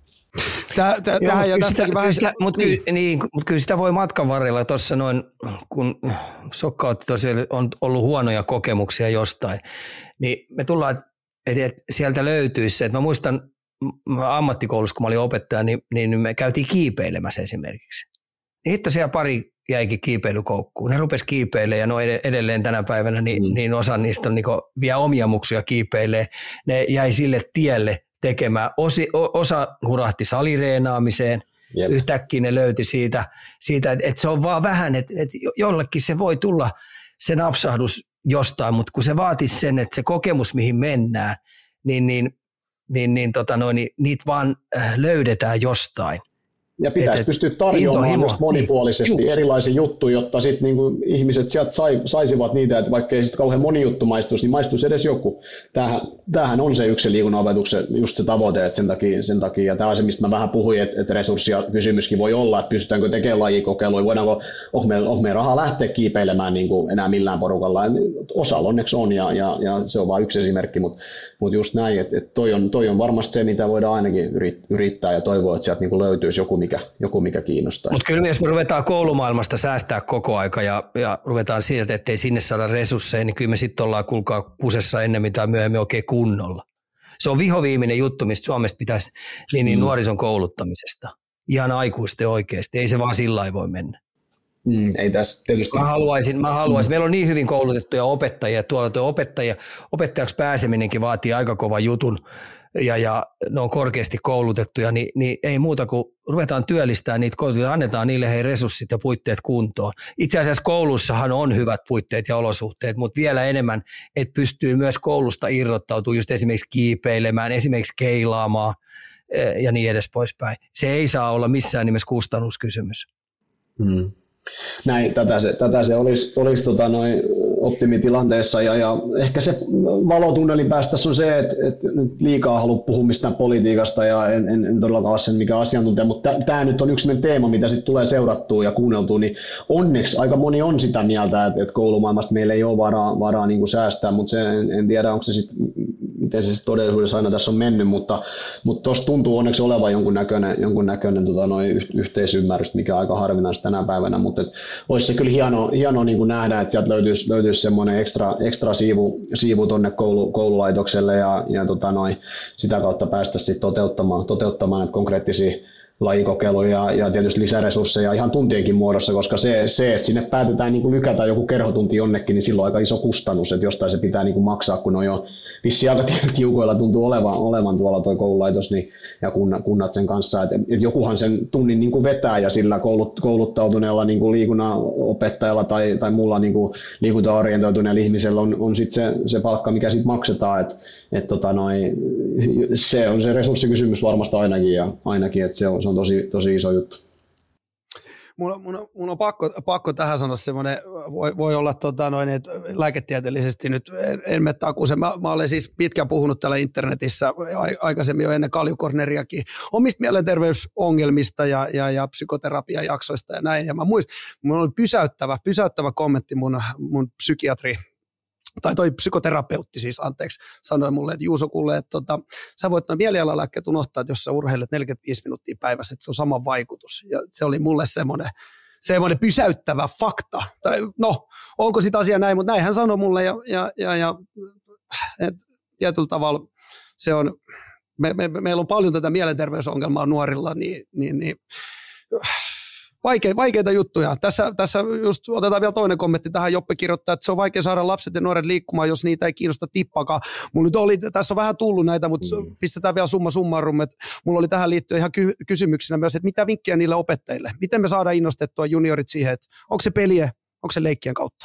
Tää, tää, Joo, tähän ja tästäkin vähän... Sitä, mutta niin. Kyllä, niin, mut kyllä sitä voi matkan varrella tuossa noin, kun Sokka otti tosiaan, on ollut huonoja kokemuksia jostain, niin me tullaan, että et sieltä löytyisi se, että mä muistan ammattikoulussa, kun mä olin opettaja, niin, niin me käytiin kiipeilemässä esimerkiksi. Niin hitto siellä pari jäikin kiipeilykoukkuun. Ne rupesi kiipeilemään ja no edelleen tänä päivänä, niin, mm. niin osa niistä on niin vielä omia muksuja kiipeilee. Ne jäi sille tielle tekemään. Osi, osa hurahti salireenaamiseen. Jep. Yhtäkkiä ne löyti siitä, siitä että, että se on vaan vähän, että, että jollekin se voi tulla se napsahdus jostain, mutta kun se vaatisi sen, että se kokemus, mihin mennään, niin, niin, niin, niin, tota noin, niin niitä vaan löydetään jostain. Ja pitäisi et, pystyä tarjoamaan myös monipuolisesti niin, erilaisia juttuja, jotta sit niinku ihmiset sieltä sai, saisivat niitä, että vaikka ei sit kauhean moni juttu maistuisi, niin maistuisi edes joku. Tämähän, tämähän on se yksi liikunnan opetuksen just se tavoite, että sen takia, sen takia ja tämä on se, mistä mä vähän puhuin, että, että resurssia kysymyskin voi olla, että pystytäänkö tekemään lajikokeiluja, voidaanko, onko meillä, onko meillä rahaa lähteä kiipeilemään niin kuin enää millään porukalla. Osalla onneksi on ja, ja, ja se on vain yksi esimerkki, mutta, mutta just näin, että, että toi, on, toi on varmasti se, mitä voidaan ainakin yrittää ja toivoa, että sieltä niin kuin löytyisi joku, mikä, joku, mikä kiinnostaa. Mutta kyllä jos me ruvetaan koulumaailmasta säästää koko aika ja, ja ruvetaan siitä, ettei sinne saada resursseja, niin kyllä me sitten ollaan kuulkaa kusessa ennemmin tai myöhemmin oikein kunnolla. Se on vihoviimeinen juttu, mistä Suomesta pitäisi niin, niin mm. nuorison kouluttamisesta. Ihan aikuisten oikeasti, ei se vaan sillä lailla voi mennä. Mm, ei tässä tietysti. Mä haluaisin, mä haluaisin. Mm. Meillä on niin hyvin koulutettuja opettajia, tuolla tuo opettajia, opettajaksi pääseminenkin vaatii aika kovan jutun ja, ja ne on korkeasti koulutettuja, niin, niin ei muuta kuin ruvetaan työllistämään niitä koulutuksia, annetaan niille hei resurssit ja puitteet kuntoon. Itse asiassa koulussahan on hyvät puitteet ja olosuhteet, mutta vielä enemmän, että pystyy myös koulusta irrottautumaan just esimerkiksi kiipeilemään, esimerkiksi keilaamaan ja niin edes poispäin. Se ei saa olla missään nimessä kustannuskysymys. Hmm. Näin, tätä se, tätä se olisi, olisi tota noin optimitilanteessa ja, ja ehkä se valotunnelin päästä on se, että, että nyt liikaa halua puhua mistään politiikasta ja en, en, en todellakaan ole sen mikä asiantuntija, mutta tämä nyt on yksi teema, mitä sitten tulee seurattua ja kuunneltua, niin onneksi aika moni on sitä mieltä, että, että koulumaailmasta meillä ei ole varaa, varaa niin kuin säästää, mutta se, en, en tiedä, onko se sitten, miten se sit todellisuudessa aina tässä on mennyt, mutta mutta tuossa tuntuu onneksi olevan jonkunnäköinen, jonkunnäköinen tota, noi yhteisymmärrys, mikä on aika harvinaista tänä päivänä, mutta olisi se kyllä hienoa, hienoa niin kuin nähdä, että sieltä löytyisi, löytyisi semmoinen ekstra, ekstra siivu, siivu tuonne koulu, koululaitokselle ja, ja tota, noi, sitä kautta päästä sitten toteuttamaan, toteuttamaan näitä konkreettisia lajikokeiluja ja tietysti lisäresursseja ihan tuntienkin muodossa, koska se, se että sinne päätetään niin kuin lykätä joku kerhotunti jonnekin, niin silloin on aika iso kustannus, että jostain se pitää niin kuin maksaa, kun on jo vissiin aika tiukoilla tuntuu olevan, olevan tuolla tuo koululaitos niin, ja kunnat, kunnat sen kanssa, että, että jokuhan sen tunnin niin kuin vetää ja sillä koulut, kouluttautuneella niin kuin liikunnan opettajalla tai, tai muulla niin kuin liikuntaorientoituneella ihmisellä on, on sit se, se palkka, mikä sitten maksetaan, että et tota noi, se on se resurssikysymys varmasti ainakin, ja ainakin että se on, se on tosi, tosi iso juttu. Mun, mun, mun on pakko, pakko tähän sanoa semmoinen, voi, voi olla tota noin, että lääketieteellisesti nyt en, en mene takuuseen. Mä, mä olen siis pitkään puhunut täällä internetissä aikaisemmin jo ennen Kalliokorneriakin omista mielenterveysongelmista ja, ja, ja psykoterapiajaksoista ja näin. Ja mä muistin, mun oli pysäyttävä, pysäyttävä kommentti mun, mun psykiatri, tai toi psykoterapeutti siis, anteeksi, sanoi mulle, että Juuso kuulee, että tota, sä voit noin mielialalääkkeet unohtaa, että jos sä urheilet neljäkymmentäviisi minuuttia päivässä, että se on sama vaikutus. Ja se oli mulle semmoinen, semmoinen pysäyttävä fakta. Tai no, onko sitä asia näin, mutta näin hän sanoi mulle, ja, ja, ja, ja et, tietyllä tavalla se on, me, me, meillä on paljon tätä mielenterveysongelmaa nuorilla, niin, niin, niin Vaike, vaikeita juttuja. Tässä, tässä just otetaan vielä toinen kommentti tähän. Joppe kirjoittaa, että se on vaikea saada lapset ja nuoret liikkumaan, jos niitä ei kiinnosta tippakaan. Mulla nyt oli, tässä on vähän tullut näitä, mutta mm. pistetään vielä summa summarum. Että mulla oli tähän liittyen ihan ky- kysymyksenä myös, että mitä vinkkiä niille opettajille? Miten me saadaan innostettua juniorit siihen, että onko se peliä, onko se leikkien kautta?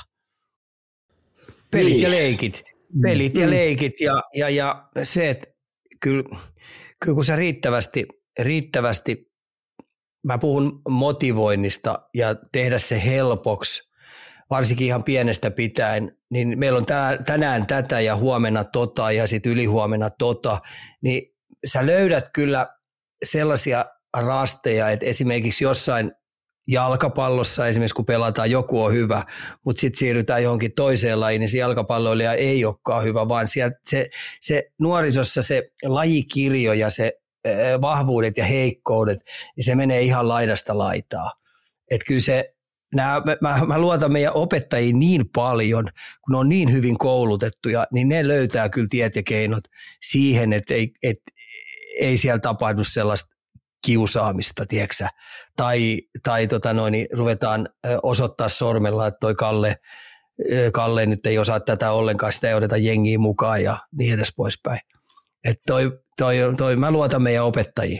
Pelit niin. ja leikit. Pelit mm. ja leikit ja, ja, ja se, että kyllä, kyllä kun sä riittävästi, riittävästi mä puhun motivoinnista ja tehdä se helpoksi, varsinkin ihan pienestä pitäen, niin meillä on tää, tänään tätä ja huomenna tota ja sitten ylihuomenna tota, niin sä löydät kyllä sellaisia rasteja, että esimerkiksi jossain jalkapallossa, esimerkiksi kun pelataan, joku on hyvä, mutta sitten siirrytään johonkin toiseen lajiin, niin se jalkapalloilija ei olekaan hyvä, vaan siellä se, se nuorisossa se lajikirjo ja se vahvuudet ja heikkoudet, niin se menee ihan laidasta laitaa. Että kyllä se, nää, mä, mä luotan meidän opettajiin niin paljon, kun ne on niin hyvin koulutettuja, niin ne löytää kyllä tiet ja keinot siihen, että ei, et, ei siellä tapahdu sellaista kiusaamista, tiedätkö? Tai, tai tota noin, niin ruvetaan osoittaa sormella, että toi Kalle, Kalle nyt ei osaa tätä ollenkaan, sitä ei oteta jengiä mukaan ja niin edes poispäin. Että toi, toi, toi, mä luotan meidän opettajiin.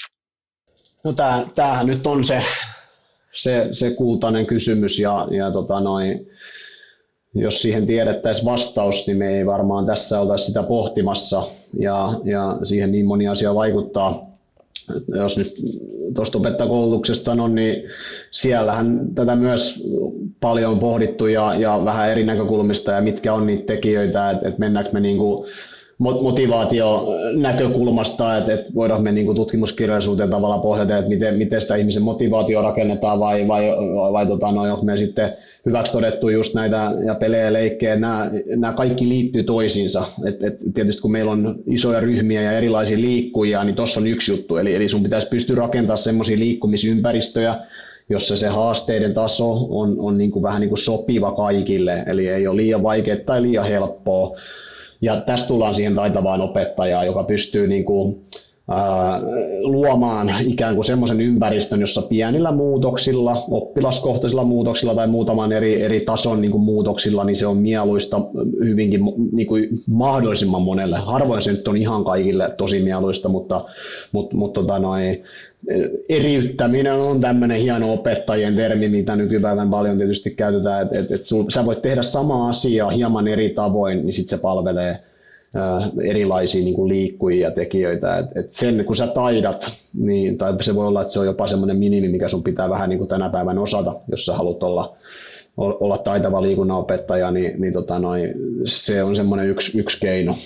No tää, tämähän nyt on se, se, se kultainen kysymys ja, ja tota noin, jos siihen tiedettäisiin vastaus, niin me ei varmaan tässä oltaisi sitä pohtimassa ja, ja siihen niin moni asia vaikuttaa. Jos nyt tuosta opettajakoulutuksesta sanon, niin siellähän tätä myös paljon on pohdittu ja, ja vähän eri näkökulmista ja mitkä on niitä tekijöitä, että, että mennäänkö me niin kuin motivaatio näkökulmasta, että, että voidaan me niin tutkimuskirjallisuuteen tavallaan pohjata, että miten, miten sitä ihmisen motivaatio rakennetaan vai, vai, vai, vai tota, no, onko me sitten hyväksi todettu just näitä ja pelejä ja leikkejä, nämä, nämä kaikki liittyy toisiinsa. Et, et, tietysti kun meillä on isoja ryhmiä ja erilaisia liikkujia, niin tuossa on yksi juttu, eli, eli sun pitäisi pystyä rakentamaan semmoisia liikkumisympäristöjä, jossa se haasteiden taso on, on niin kuin vähän niin kuin sopiva kaikille, eli ei ole liian vaikeaa tai liian helppoa. Ja tästä tullaan siihen taitavaan opettajaan, joka pystyy niin kuin, ää, luomaan ikään kuin semmoisen ympäristön, jossa pienillä muutoksilla, oppilaskohtaisilla muutoksilla tai muutaman eri, eri tason niin kuin muutoksilla, niin se on mieluista hyvinkin niin kuin mahdollisimman monelle. Harvoin se nyt on ihan kaikille tosi mieluista, mutta, mutta, mutta tota noin, eriyttäminen on tämmöinen hieno opettajien termi, mitä nykypäivän paljon tietysti käytetään, että et, et sul, sä voit tehdä sama asia hieman eri tavoin, niin sitten se palvelee, erilaisia niin kuin liikkujia ja tekijöitä. Et, et sen kun sä taidat, niin, tai se voi olla, että se on jopa semmoinen minimi, mikä sun pitää vähän niin kuin tänä päivänä osata, jos sä haluat olla, olla taitava liikunnanopettaja, niin, niin tota noin, se on semmoinen yksi, yksi keino.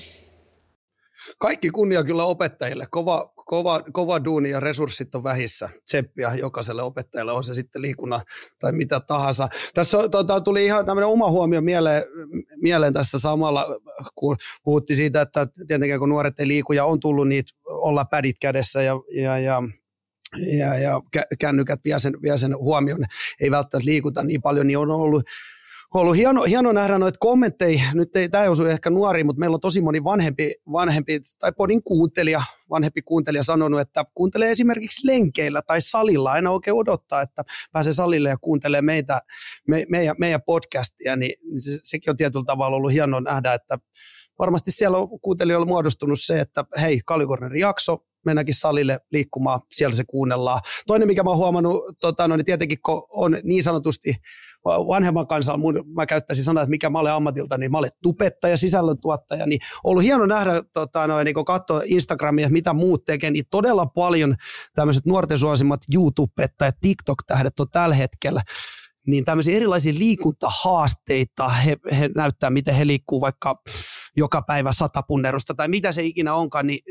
Kaikki kunnia kyllä opettajille. Kova, kova, kova duuni ja resurssit on vähissä. Tseppiä jokaiselle opettajalle, on se sitten liikunnan tai mitä tahansa. Tässä tota, tuli ihan tämmöinen oma huomio mieleen, mieleen tässä samalla, kun puhuttiin siitä, että tietenkin kun nuoret ei liiku ja on tullut niitä olla pädit kädessä ja, ja, ja ja, ja kännykät vie sen, vie sen huomioon, ei välttämättä liikuta niin paljon, niin on ollut ollut hieno, hieno nähdä noita kommentteja. Nyt ei, tämä ei osu ehkä nuori, mutta meillä on tosi moni vanhempi, vanhempi tai podin kuuntelija, vanhempi kuuntelija sanonut, että kuuntelee esimerkiksi lenkeillä tai salilla, aina oikein odottaa, että pääsee salille ja kuuntelee meitä, me, meidän, meidän podcastia, niin se, sekin on tietyllä tavalla ollut hienoa nähdä, että varmasti siellä on kuuntelijoilla muodostunut se, että hei, Kalliokornerin jakso, mennäänkin salille liikkumaan, siellä se kuunnellaan. Toinen, mikä mä oon huomannut, tota, no, niin tietenkin kun on niin sanotusti vanhemman kanssa, mä käyttäisin sanaa, että mikä mä olen ammatilta, niin mä olen tubettaja, sisällöntuottaja, niin on ollut hieno nähdä, tota, no, niin kun katsoo Instagramia, mitä muut tekee, niin todella paljon tämmöiset nuorten suosimmat YouTube- tai TikTok-tähdet on tällä hetkellä, niin tämmöisiä erilaisia liikuntahaasteita, he, he näyttää, miten he liikkuu vaikka joka päivä satapunnerusta tai mitä se ikinä onkaan, niin,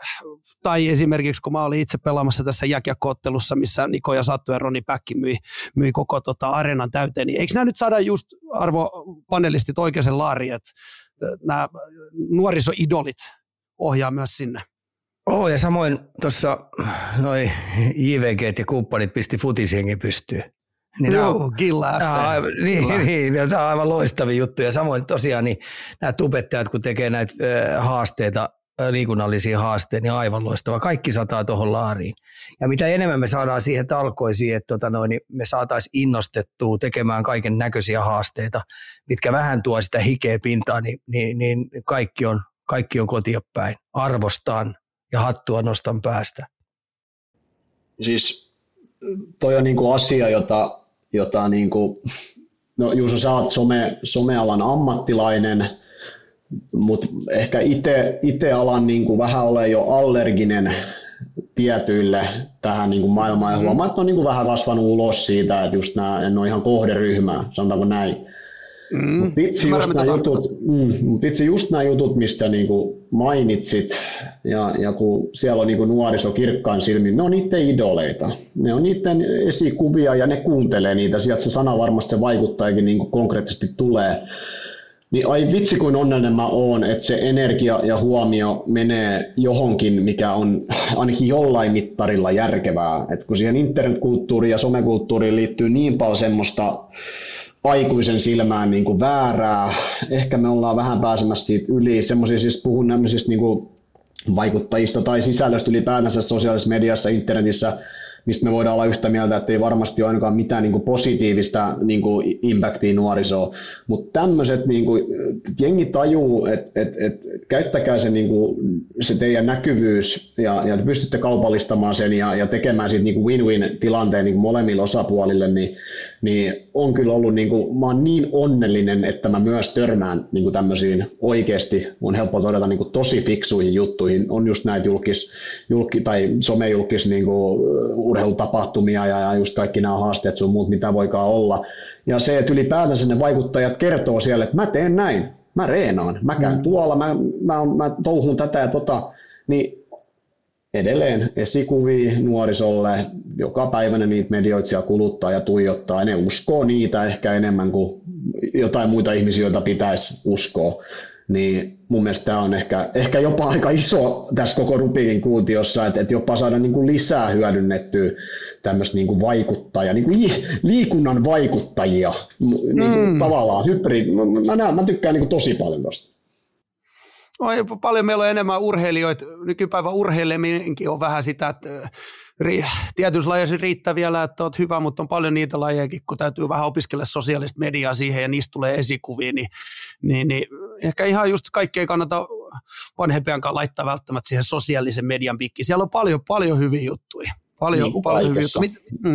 tai esimerkiksi kun mä olin itse pelaamassa tässä jääkiekko-ottelussa, missä Niko ja Sattu ja Roni Päkki myi, myi koko tota areenan täyteen, niin eikö nämä nyt saada just arvopanelistit oikeaan laariin, että nämä nuorisoidolit ohjaa myös sinne? Oh, ja samoin tuossa noi J V G ja kumppanit pisti futisienkin pystyyn. Niin Joo, Gilla F C. Niin, niin, niin, tämä on aivan loistavia juttuja. Samoin tosiaan niin nämä tubettajat, kun tekee näitä äh, haasteita, äh, liikunnallisia haasteita, niin aivan loistavaa. Kaikki sataa tuohon laariin. Ja mitä enemmän me saadaan siihen talkoisiin, että tota noin, niin me saataisiin innostettua tekemään kaiken näköisiä haasteita, mitkä vähän tuo sitä hikeä pintaan, niin, niin, niin kaikki, on, kaikki on kotia päin. Arvostaan ja hattua nostan päästä. Siis toi on niinku asia, jota jota niin kuin, no Juuso, sä oot some, somealan ammattilainen, mutta ehkä itse alan niin kuin vähän ole jo allerginen tietyille tähän niin kuin maailmaan ja huomaa, että on niin kuin vähän kasvanut ulos siitä, että just nämä, en ole ihan kohderyhmää, sanotaanko näin. Mm, mutta vitsi, just nämä jutut, mm, vitsi just nämä jutut, mistä niin kuin mainitsit, ja, ja kun siellä on niin kuin nuoriso kirkkain silmin, ne on niiden idoleita, ne on niiden esikuvia ja ne kuuntelee niitä, sieltä se sana varmasti se vaikuttajakin niin kuin konkreettisesti tulee. Niin ai vitsi kuin onnellinen mä oon, että se energia ja huomio menee johonkin, mikä on ainakin jollain mittarilla järkevää. Et kun siihen internetkulttuuriin ja somekulttuuriin liittyy niin paljon semmoista aikuisen silmään niin kuin väärää, ehkä me ollaan vähän pääsemässä siitä yli, semmoisia siis puhun nämmöisistä niin kuin vaikuttajista tai sisällöstä ylipäätänsä sosiaalisessa mediassa, internetissä, mistä me voidaan olla yhtä mieltä, että ei varmasti ole ainakaan mitään niin kuin positiivista niin kuin impactia nuorisoon, mutta tämmöiset, niin kuin, jengi tajuu, että et, et, käyttäkää se, niin kuin, se teidän näkyvyys ja, ja te pystytte kaupallistamaan sen ja, ja tekemään siitä niin kuin win-win tilanteen niin kuin molemmille osapuolille, niin, niin on kyllä ollut, niin kuin, mä oon niin onnellinen, että mä myös törmään niin kuin tämmöisiin oikeasti, on helppo todeta niin kuin tosi fiksuihin juttuihin, on just näitä julkis, julki, tai somejulkis niin kuin urheilutapahtumia ja, ja just kaikki nämä haasteet sun muut, mitä voikaan olla. Ja se, että ylipäätänsä ne vaikuttajat kertoo siellä, että mä teen näin, mä reenaan, mä käyn mm. tuolla, mä, mä, mä touhun tätä ja tota, niin edelleen esikuvia nuorisolle, joka päivä ne niitä medioita siellä kuluttaa ja tuijottaa, ja ne uskoo niitä ehkä enemmän kuin jotain muita ihmisiä, joita pitäisi uskoa. Niin mun mielestä tämä on ehkä, ehkä jopa aika iso tässä koko Rubikin kuutiossa, että, että jopa saada niin kuin lisää hyödynnettyä tämmöistä niin kuin vaikuttajia, niin kuin li, liikunnan vaikuttajia, niin kuin mm. tavallaan hypperi. Mä, näen, mä tykkään niin kuin tosi paljon tosta. Oi, paljon meillä on enemmän urheilijoita. Nykypäivän urheileminenkin on vähän sitä, että tietyissä lajeissa riittää vielä, että olet hyvä, mutta on paljon niitä lajejakin, kun täytyy vähän opiskella sosiaalista mediaa siihen ja niistä tulee esikuvia, niin, niin, niin ehkä ihan just kaikkea ei kannata vanhempiankaan laittaa välttämättä siihen sosiaalisen median pikkiin. Siellä on paljon, paljon hyviä juttuja. Paljon, niin paljon hyviä juttuja. Mm,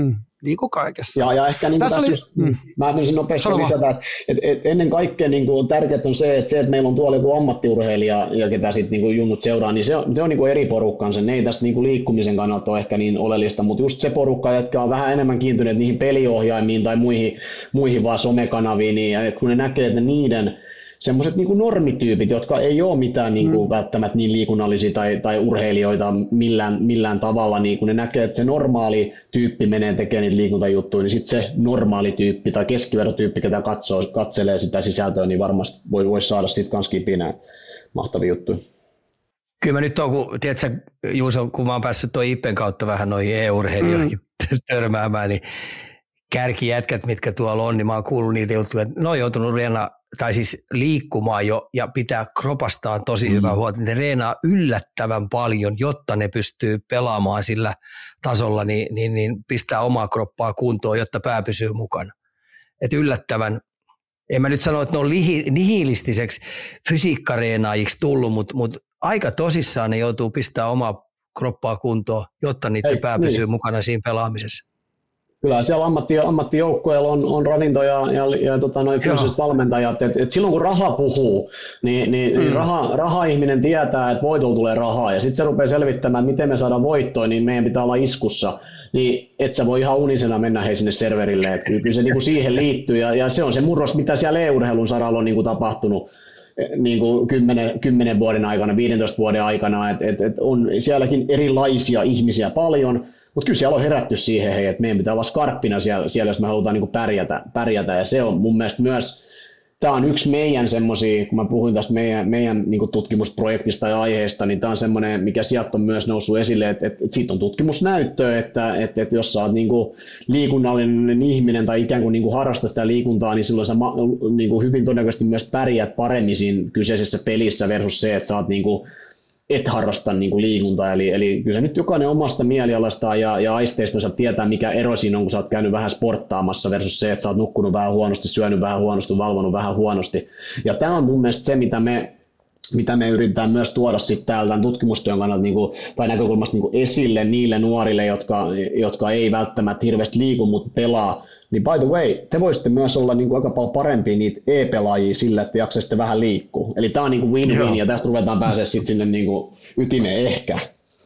niin kuin kaikessa. Ja, ja ehkä niin kuin tässä, tässä oli, just, mm. mä haluaisin nopeasti lisätä, että et, et ennen kaikkea niin kuin tärkeää on se, että se, että meillä on tuolla joku ammattiurheilija, ja ketä sitten niin kuin junnut seuraa, niin se on, se on niin kuin eri porukkansa. Ne ei tästä niin kuin liikkumisen kannalta ole ehkä niin oleellista, mutta just se porukka, jotka on vähän enemmän kiintyneet niihin peliohjaimiin tai muihin, muihin vaan somekanaviin, niin ja kun ne näkee, että niiden semmoiset niin kuin normityypit, jotka ei ole mitään niin kuin mm. välttämättä niin liikunnallisia tai, tai urheilijoita millään, millään tavalla, niin kun ne näkee, että se normaali tyyppi menee tekemään niitä liikuntajuttuja, niin sitten se normaali tyyppi tai keskivertotyyppi, ketä katsoo, katselee sitä sisältöä, niin varmasti voi, voi saada siitä kans kipinää. Mahtavia juttuja. Kyllä mä nyt on, kun, tiedätkö, Juuso, kun mä oon päässyt tuon Ippen kautta vähän noihin e-urheilijoihin mm. törmäämään, niin kärkijätkät, mitkä tuolla on, niin mä oon kuullut niitä juttuja, että ne on joutunut reenaa, tai siis liikkumaan jo ja pitää kropastaan tosi mm. hyvää huolta. Ne reenaa yllättävän paljon, jotta ne pystyy pelaamaan sillä tasolla, niin, niin, niin pistää omaa kroppaa kuntoon, jotta pää pysyy mukana. Et yllättävän, en mä nyt sano, että ne on lihi, nihilistiseksi fysiikkareenaajiksi tullut, mutta mut aika tosissaan ne joutuu pistämään omaa kroppaa kuntoon, jotta niiden Ei, pää pysyy niin. mukana siinä pelaamisessa. Kyllä siellä ammatti, ammattijoukkueilla on, on ravinto ja, ja, ja tota, noin fyysiset valmentajat. Et, et silloin kun raha puhuu, niin, niin mm. raha, raha-ihminen tietää, että voitolla tulee rahaa. Ja sitten se rupeaa selvittämään, että miten me saadaan voittoa, niin meidän pitää olla iskussa. Niin et sä voi ihan unisena mennä hei sinne serverille. Et kyllä se niinku siihen liittyy. Ja, ja se on se murros, mitä siellä e-urheilun saralla on niinku tapahtunut niinku kymmenen, kymmenen vuoden aikana, viidentoista vuoden aikana. Et, et, et on sielläkin erilaisia ihmisiä paljon. Mutta kyllä siellä on herätty siihen, hei, että meidän pitää olla skarppina siellä, siellä jos me halutaan niin kuin pärjätä, pärjätä. Ja se on mun mielestä myös, tämä on yksi meidän semmoisia, kun mä puhuin tästä meidän, meidän niin kuin tutkimusprojektista ja aiheesta, niin tämä on semmoinen, mikä sieltä on myös noussut esille, että, että, että siitä on tutkimusnäyttöä, että, että, että jos sä oot niin kuin liikunnallinen ihminen tai ikään kuin, niin kuin harrastaa sitä liikuntaa, niin silloin sä niin kuin hyvin todennäköisesti myös pärjät paremmin siinä kyseisessä pelissä versus se, että sä oot niin kuin et harrasta niin kuin liikuntaa, eli, eli kyllä nyt jokainen omasta mielialastaan ja, ja aisteistansa tietää, mikä ero siinä on, kun sä oot käynyt vähän sporttaamassa versus se, että sä oot nukkunut vähän huonosti, syönyt vähän huonosti, valvonut vähän huonosti. Ja tämä on mun mielestä se, mitä me, mitä me yritetään myös tuoda sitten täältä tutkimustyön kannalta niin kuin, tai näkökulmasta niin kuin esille niille nuorille, jotka, jotka ei välttämättä hirveästi liiku, mutta pelaa. Niin by the way, te voisitte myös olla niin kuin aika paljon parempia niitä e-pelaajia sillä, että jaksaisitte vähän liikkua. Eli tämä on niin kuin win-win, Joo. ja tästä ruvetaan pääsee sitten sinne niin kuin ytimeen ehkä.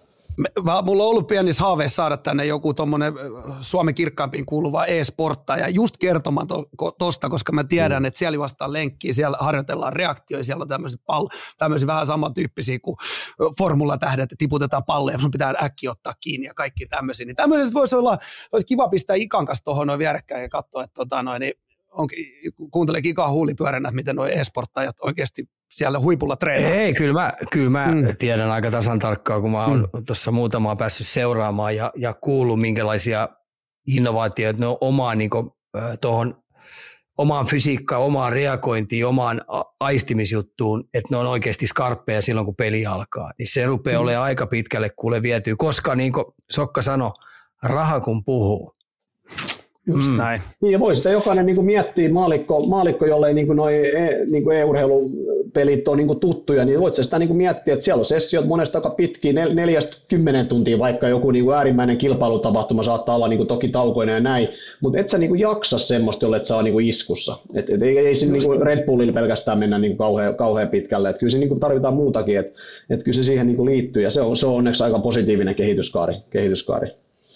Mä, mulla on ollut pienissä haaveissa saada tänne joku tommonen Suomen kirkkaimpiin kuuluva e-sporttaja just kertomaan to, tosta, koska mä tiedän, mm. että siellä juostaan lenkkiä, siellä harjoitellaan reaktioja, siellä on tämmöisiä, pall, tämmöisiä vähän samantyyppisiä kuin formulatähdet, että tiputetaan palleja, sun pitää äkkiä ottaa kiinni ja kaikki tämmöisiä. Niin tämmöisestä voisi olla, olisi kiva pistää Ikan kanssa tuohon noin vierekkäin ja katsoa, että tota noin, niin onkin, kuuntele Ikan huulipyöränä, miten nuo e-sporttajat oikeasti siellä huipulla treenaa. Ei, kyllä mä, kyllä mä mm. tiedän aika tasan tarkkaan, kun mä oon mm. tuossa muutamaa päässyt seuraamaan ja, ja kuullut, minkälaisia innovaatioita ne on omaan, niin kuin, äh, tohon, omaan fysiikkaan, omaan reagointiin, omaan aistimisjuttuun, että ne on oikeasti skarppeja silloin, kun peli alkaa. Niin se rupeaa mm. olemaan aika pitkälle kuule vietyä, koska niin kuin Sokka sanoi, raha kun puhuu. Just mm. näin. Niin, ja voi sitä jokainen niin kuin miettiä maalikko, maalikko jolle ei niin noi e, niin e-urheilupelit ole niin tuttuja, niin voit sitä niin miettiä, että siellä on sessiot monesta aika pitkiä, nel, neljästä kymmenen tuntia, vaikka joku niin äärimmäinen kilpailutapahtuma saattaa olla niin toki taukoina ja näin, mutta et sä niin jaksa semmoista, jolle et saa niin iskussa. Et, et ei ei siinä niin Red Bullilla pelkästään mennä niin kauhean, kauhean pitkälle, että kyllä se niin tarvitaan muutakin, että et kyllä se siihen niin liittyy, ja se on, se on onneksi aika positiivinen kehityskaari. kehityskaari.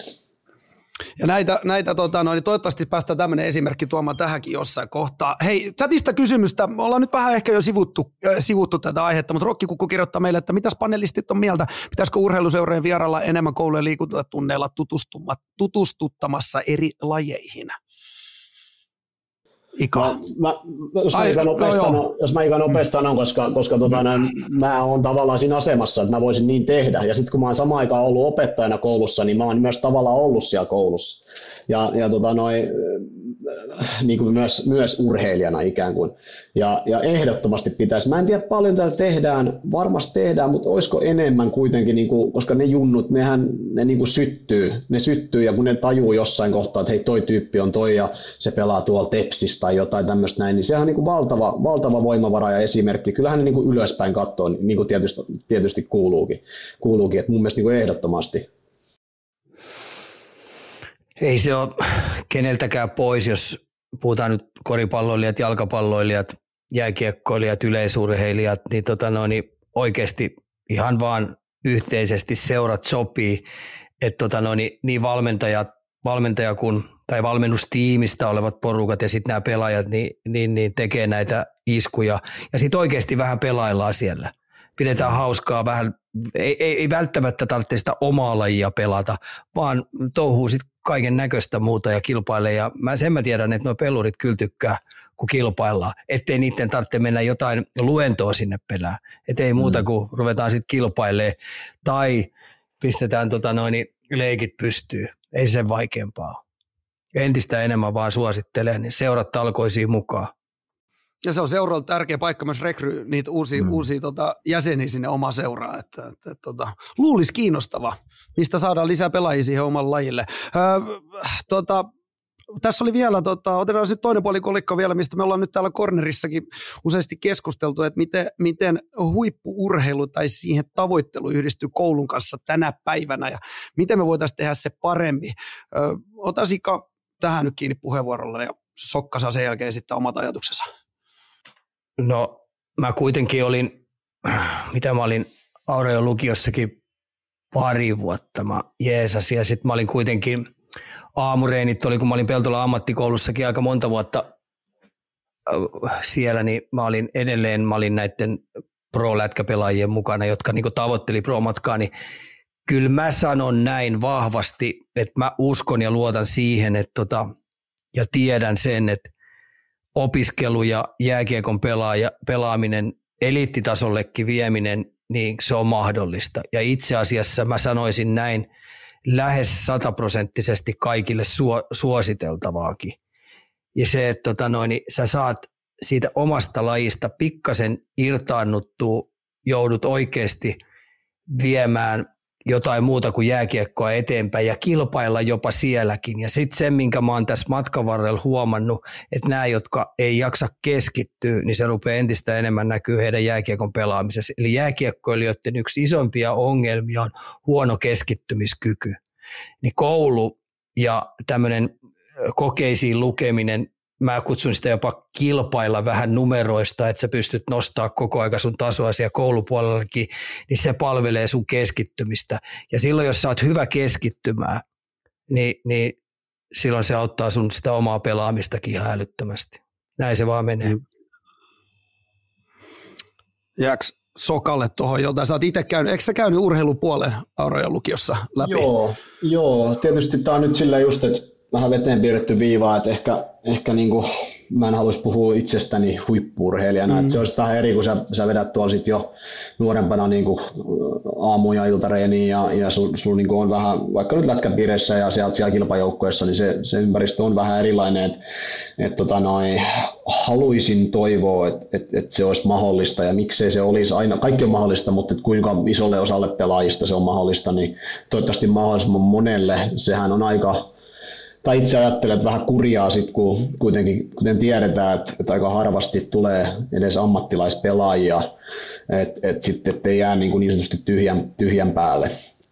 Ja näitä, näitä tota, no, niin toivottavasti päästään tämmöinen esimerkki tuomaan tähänkin jossain kohtaa. Hei, chatista kysymystä. Me ollaan nyt vähän ehkä jo sivuttu, äh, sivuttu tätä aihetta, mutta Rokkikukku kirjoittaa meille, että mitäs panelistit on mieltä? Pitäisikö urheiluseurojen vierailla enemmän koulujen liikuntatunneilla tutustuttamassa eri lajeihin? Ika. Mä, mä, jos, Ai, mä nopeasti no sanon, jos mä Ika nopeasti sanon, koska, koska tota, näin, mä oon tavallaan siinä asemassa, että mä voisin niin tehdä. Ja sitten kun mä oon samaan aikaan ollut opettajana koulussa, niin mä oon myös tavallaan ollut siellä koulussa. Ja, ja tota, noi, niin kuin myös, myös urheilijana ikään kuin. Ja, ja ehdottomasti pitäisi. Mä en tiedä paljon tätä tehdään, varmasti tehdään, mutta olisiko enemmän kuitenkin, niin kuin, koska ne junnut, nehän ne niin kuin syttyy. Ne syttyy ja kun ne tajuu jossain kohtaa, että hei toi tyyppi on toi ja se pelaa tuolla Tepsissä tai jotain tämmöistä näin, niin sehän on niin kuin valtava, valtava voimavara ja esimerkki. Kyllähän ne niin kuin ylöspäin katsoo, niin kuin tietysti, tietysti kuuluukin. kuuluukin. Että mun mielestä niin kuin ehdottomasti. Ei se ole keneltäkään pois, jos puhutaan nyt koripalloilijat, jalkapalloilijat, jääkiekkoilijat, yleisurheilijat, niin, tota no, niin oikeasti ihan vaan yhteisesti seurat sopii, että tota no, niin, niin valmentajat, valmentaja kun, tai valmennustiimistä olevat porukat ja sitten nämä pelaajat niin, niin, niin tekee näitä iskuja ja sitten oikeasti vähän pelaillaan siellä. Pidetään hauskaa vähän, ei, ei, ei välttämättä tarvitse sitä omaa lajia pelata, vaan touhuu sitten kaiken näköistä muuta ja kilpailee. Ja mä, sen mä tiedän, että nuo pelurit kyllä tykkää, kun kilpaillaan, ettei niiden tarvitse mennä jotain luentoa sinne pelää. Että ei muuta kuin ruvetaan sitten kilpailemaan tai pistetään tota noin, leikit pystyyn. Ei sen vaikeampaa. Entistä enemmän vaan suosittelen, niin seurat talkoisiin mukaan. Ja se on seuralla tärkeä paikka myös rekry niitä uusia, mm. uusia tota, jäseniä sinne omaan seuraan. Että, että, että, tota, luulisi kiinnostava, mistä saadaan lisää pelaajia siihen omalle lajille. Öö, tota, tässä oli vielä, tota, otetaan nyt toinen puoli kolikko vielä, mistä me ollaan nyt täällä cornerissakin useasti keskusteltu, että miten, miten huippu-urheilu tai siihen tavoittelu yhdistyy koulun kanssa tänä päivänä ja miten me voitaisiin tehdä se paremmin. Öö, ota Sika tähän nyt kiinni puheenvuorolla ja Sokka saa sen jälkeen sitten omat ajatuksensa. No mä kuitenkin olin, mitä mä olin Aurajoen lukiossakin pari vuotta mä jeesasin ja sitten mä olin kuitenkin aamureenit oli, kun mä olin Peltolan ammattikoulussakin aika monta vuotta siellä, niin mä olin edelleen, mä olin näiden pro-lätkäpelaajien mukana, jotka niin kuin tavoitteli pro-matkaa, niin kyllä mä sanon näin vahvasti, että mä uskon ja luotan siihen, että tota, ja tiedän sen, että opiskelu ja jääkiekon pelaaja, pelaaminen, eliittitasollekin vieminen, niin se on mahdollista. Ja itse asiassa mä sanoisin näin lähes sataprosenttisesti kaikille suo, suositeltavaakin. Ja se, että tota noin, niin sä saat siitä omasta lajista pikkasen irtaannuttua, joudut oikeasti viemään jotain muuta kuin jääkiekkoa eteenpäin ja kilpailla jopa sielläkin. Ja sitten se, minkä mä oon tässä matkan varrella huomannut, että nämä, jotka ei jaksa keskittyä, niin se rupeaa entistä enemmän näkyy heidän jääkiekon pelaamisessa. Eli jääkiekkoilijoiden yksi isompia ongelmia on huono keskittymiskyky. Niin koulu ja tämmöinen kokeisiin lukeminen, mä kutsun sitä jopa kilpailla vähän numeroista, että sä pystyt nostaa koko ajan sun tasoa siellä koulupuolellakin, niin se palvelee sun keskittymistä. Ja silloin, jos sä oot hyvä keskittymään, niin, niin silloin se auttaa sun sitä omaa pelaamistakin ihan älyttömästi. Näin se vaan menee. Jääks Sokalle tuohon jotain? Sä oot itse käynyt, eikö sä käynyt urheilupuolen Aurajoen lukiossa läpi? Joo, joo. Tietysti tää on nyt sillä just, että vähän veteen piirretty viivaa, että ehkä, ehkä niin kuin, mä en haluaisi puhua itsestäni huippu-urheilijana, mm. että se olisi vähän eri, kun sä, sä vedät tuolla sit jo nuorempana niin kuin aamu- ja iltareeniin ja, ja sulla sul niin on vähän, vaikka nyt lätkäpiirissä ja siellä, siellä kilpajoukkoissa, niin se, se ympäristö on vähän erilainen, että et, tota noin, haluaisin toivoa, että et, et se olisi mahdollista ja miksei se olisi aina, kaikki on mahdollista, mutta kuinka isolle osalle pelaajista se on mahdollista, niin toivottavasti mahdollisimman monelle, sehän on aika tai itse ajattelen, että vähän kurjaa sit, kun kuitenkin, kuten tiedetään, että, että aika harvasti tulee edes ammattilaispelaajia, että et sitten ettei jää niin, niin sanotusti tyhjän, tyhjän päälle.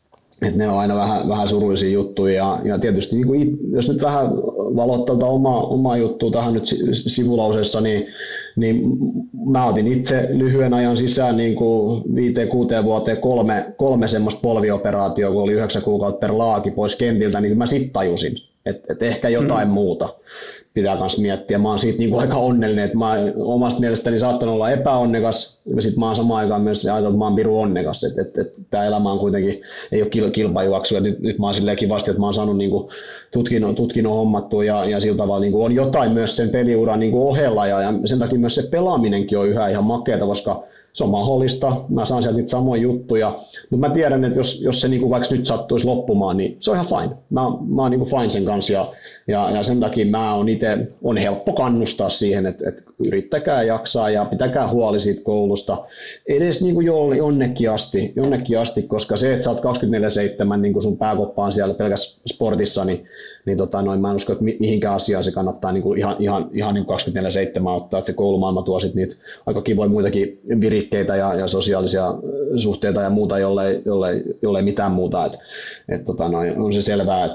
Et ne on aina vähän, vähän surullisia juttuja ja, ja tietysti niin kuin, jos nyt vähän valottaa omaa, omaa juttua tähän nyt sivulauseessa, niin, niin mä otin itse lyhyen ajan sisään niin kuin viiteen kuuteen vuoteen kolme, kolme semmoista polvioperaatioa, kun oli yhdeksän kuukautta per laaki pois kentiltä, niin mä sit tajusin. Että et ehkä jotain mm. muuta pitää myös miettiä. Mä oon siitä niinku aika onnellinen, että mä omasta mielestäni saattanut olla epäonnekas, ja sitten mä oon samaan aikaan myös ajatellut, että mä oon pirun onnekas. Että et, et, tämä elämä on kuitenkin, ei ole kilpajuoksu, nyt, nyt mä oon silleen kivasti, että mä oon saanut niinku tutkinnon, tutkinnon hommattua, ja, ja sillä tavalla niinku on jotain myös sen peliuran niinku ohella, ja, ja sen takia myös se pelaaminenkin on yhä ihan makeata, koska se on mahdollista, mä saan sieltä niitä samoja juttuja, mutta mä tiedän, että jos, jos se niinku vaikka nyt sattuisi loppumaan, niin se on ihan fine. Mä, mä oon niinku fine sen kanssa ja, ja, ja sen takia mä oon itse, on helppo kannustaa siihen, että, että yrittäkää jaksaa ja pitäkää huoli siitä koulusta edes niinku jonnekin asti, jonnekin asti, koska se, että sä oot kaksikymmentäneljä seitsemän niin sun pääkoppaan siellä pelkässä sportissa, niin niin tota, noin, mä en usko, että mihinkään asiaan se kannattaa niin kuin ihan, ihan, ihan niin kuin kaksikymmentäneljä seitsemän ottaa, että se koulumaailma tuo sit niitä aika kivoja muitakin virikkeitä ja, ja sosiaalisia suhteita ja muuta, jollei, jollei, jollei mitään muuta. Et, et, tota, noin, on se selvää, että et,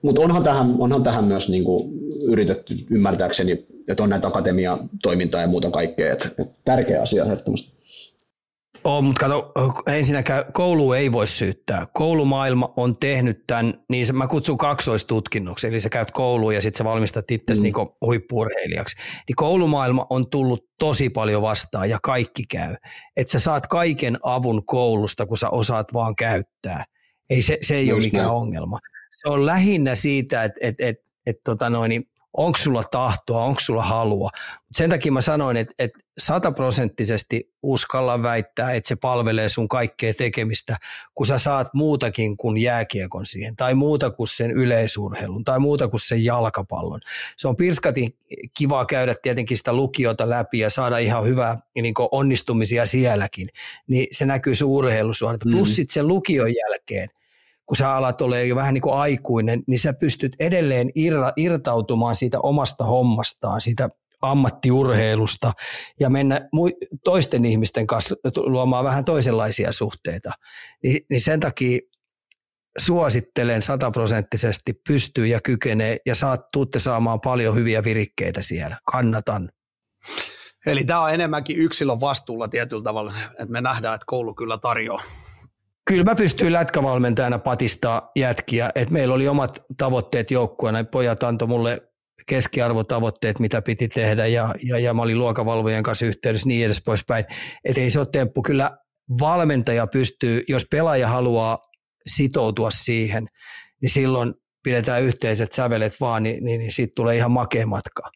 mutta onhan tähän, onhan tähän myös niin kuin yritetty ymmärtääkseni, että on näitä akatemiatoimintaa ja muuta kaikkea, että, että tärkeä asia ehdottomasti. Oh, mutta kato, ensinnäkään koulu ei voi syyttää. Koulumaailma on tehnyt tämän, niin mä kutsun kaksoistutkinnoksi, eli sä käyt kouluun ja sitten sä valmistat itsesi mm. niin huippu-urheilijaksi. Niin koulumaailma on tullut tosi paljon vastaan ja kaikki käy. Että sä saat kaiken avun koulusta, kun sä osaat vaan käyttää. Ei, se, se ei Just ole mikään näin. ongelma. Se on lähinnä siitä, että et, et, et, tota noin, onko sulla tahtoa, onko sulla halua. Mut sen takia mä sanoin, että et sataprosenttisesti uskalla väittää, että se palvelee sun kaikkea tekemistä, kun sä saat muutakin kuin jääkiekon siihen, tai muuta kuin sen yleisurheilun, tai muuta kuin sen jalkapallon. Se on pirskatin kiva käydä tietenkin sitä lukiota läpi ja saada ihan hyvää niin kuin onnistumisia sielläkin, niin se näkyy sun urheilusuorita. Plus mm. sitten sen lukion jälkeen, kun sä alat olemaan jo vähän niin kuin aikuinen, niin sä pystyt edelleen irtautumaan siitä omasta hommastaan, siitä ammattiurheilusta ja mennä toisten ihmisten kanssa luomaan vähän toisenlaisia suhteita. Ni, niin sen takia suosittelen sataprosenttisesti pystyy ja kykenee ja saat, tuutte saamaan paljon hyviä virikkeitä siellä. Kannatan. Eli tämä on enemmänkin yksilön vastuulla tietyllä tavalla, että me nähdään, että koulu kyllä tarjoaa. Kyllä mä pystyin lätkävalmentajana patistaa jätkiä, että meillä oli omat tavoitteet joukkueena, pojat antoi mulle keskiarvotavoitteet, mitä piti tehdä ja, ja, ja mä olin luokavalvojen kanssa yhteydessä niin edes poispäin, että ei se ole temppu. Kyllä valmentaja pystyy, jos pelaaja haluaa sitoutua siihen, niin silloin pidetään yhteiset sävelet vaan, niin, niin, niin siitä tulee ihan makea matka.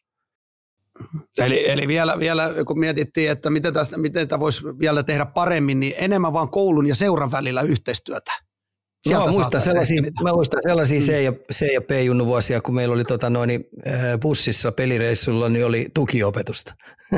Eli, eli vielä, vielä, kun mietittiin, että miten tästä, miten tämä voisi vielä tehdä paremmin, niin enemmän vaan koulun ja seuran välillä yhteistyötä. Joo, mä muistan sellaisia, mä muistan sellaisia C- ja, C- ja P-junnu vuosia, kun meillä oli tota noin, bussissa pelireissulla, niin oli tukiopetusta.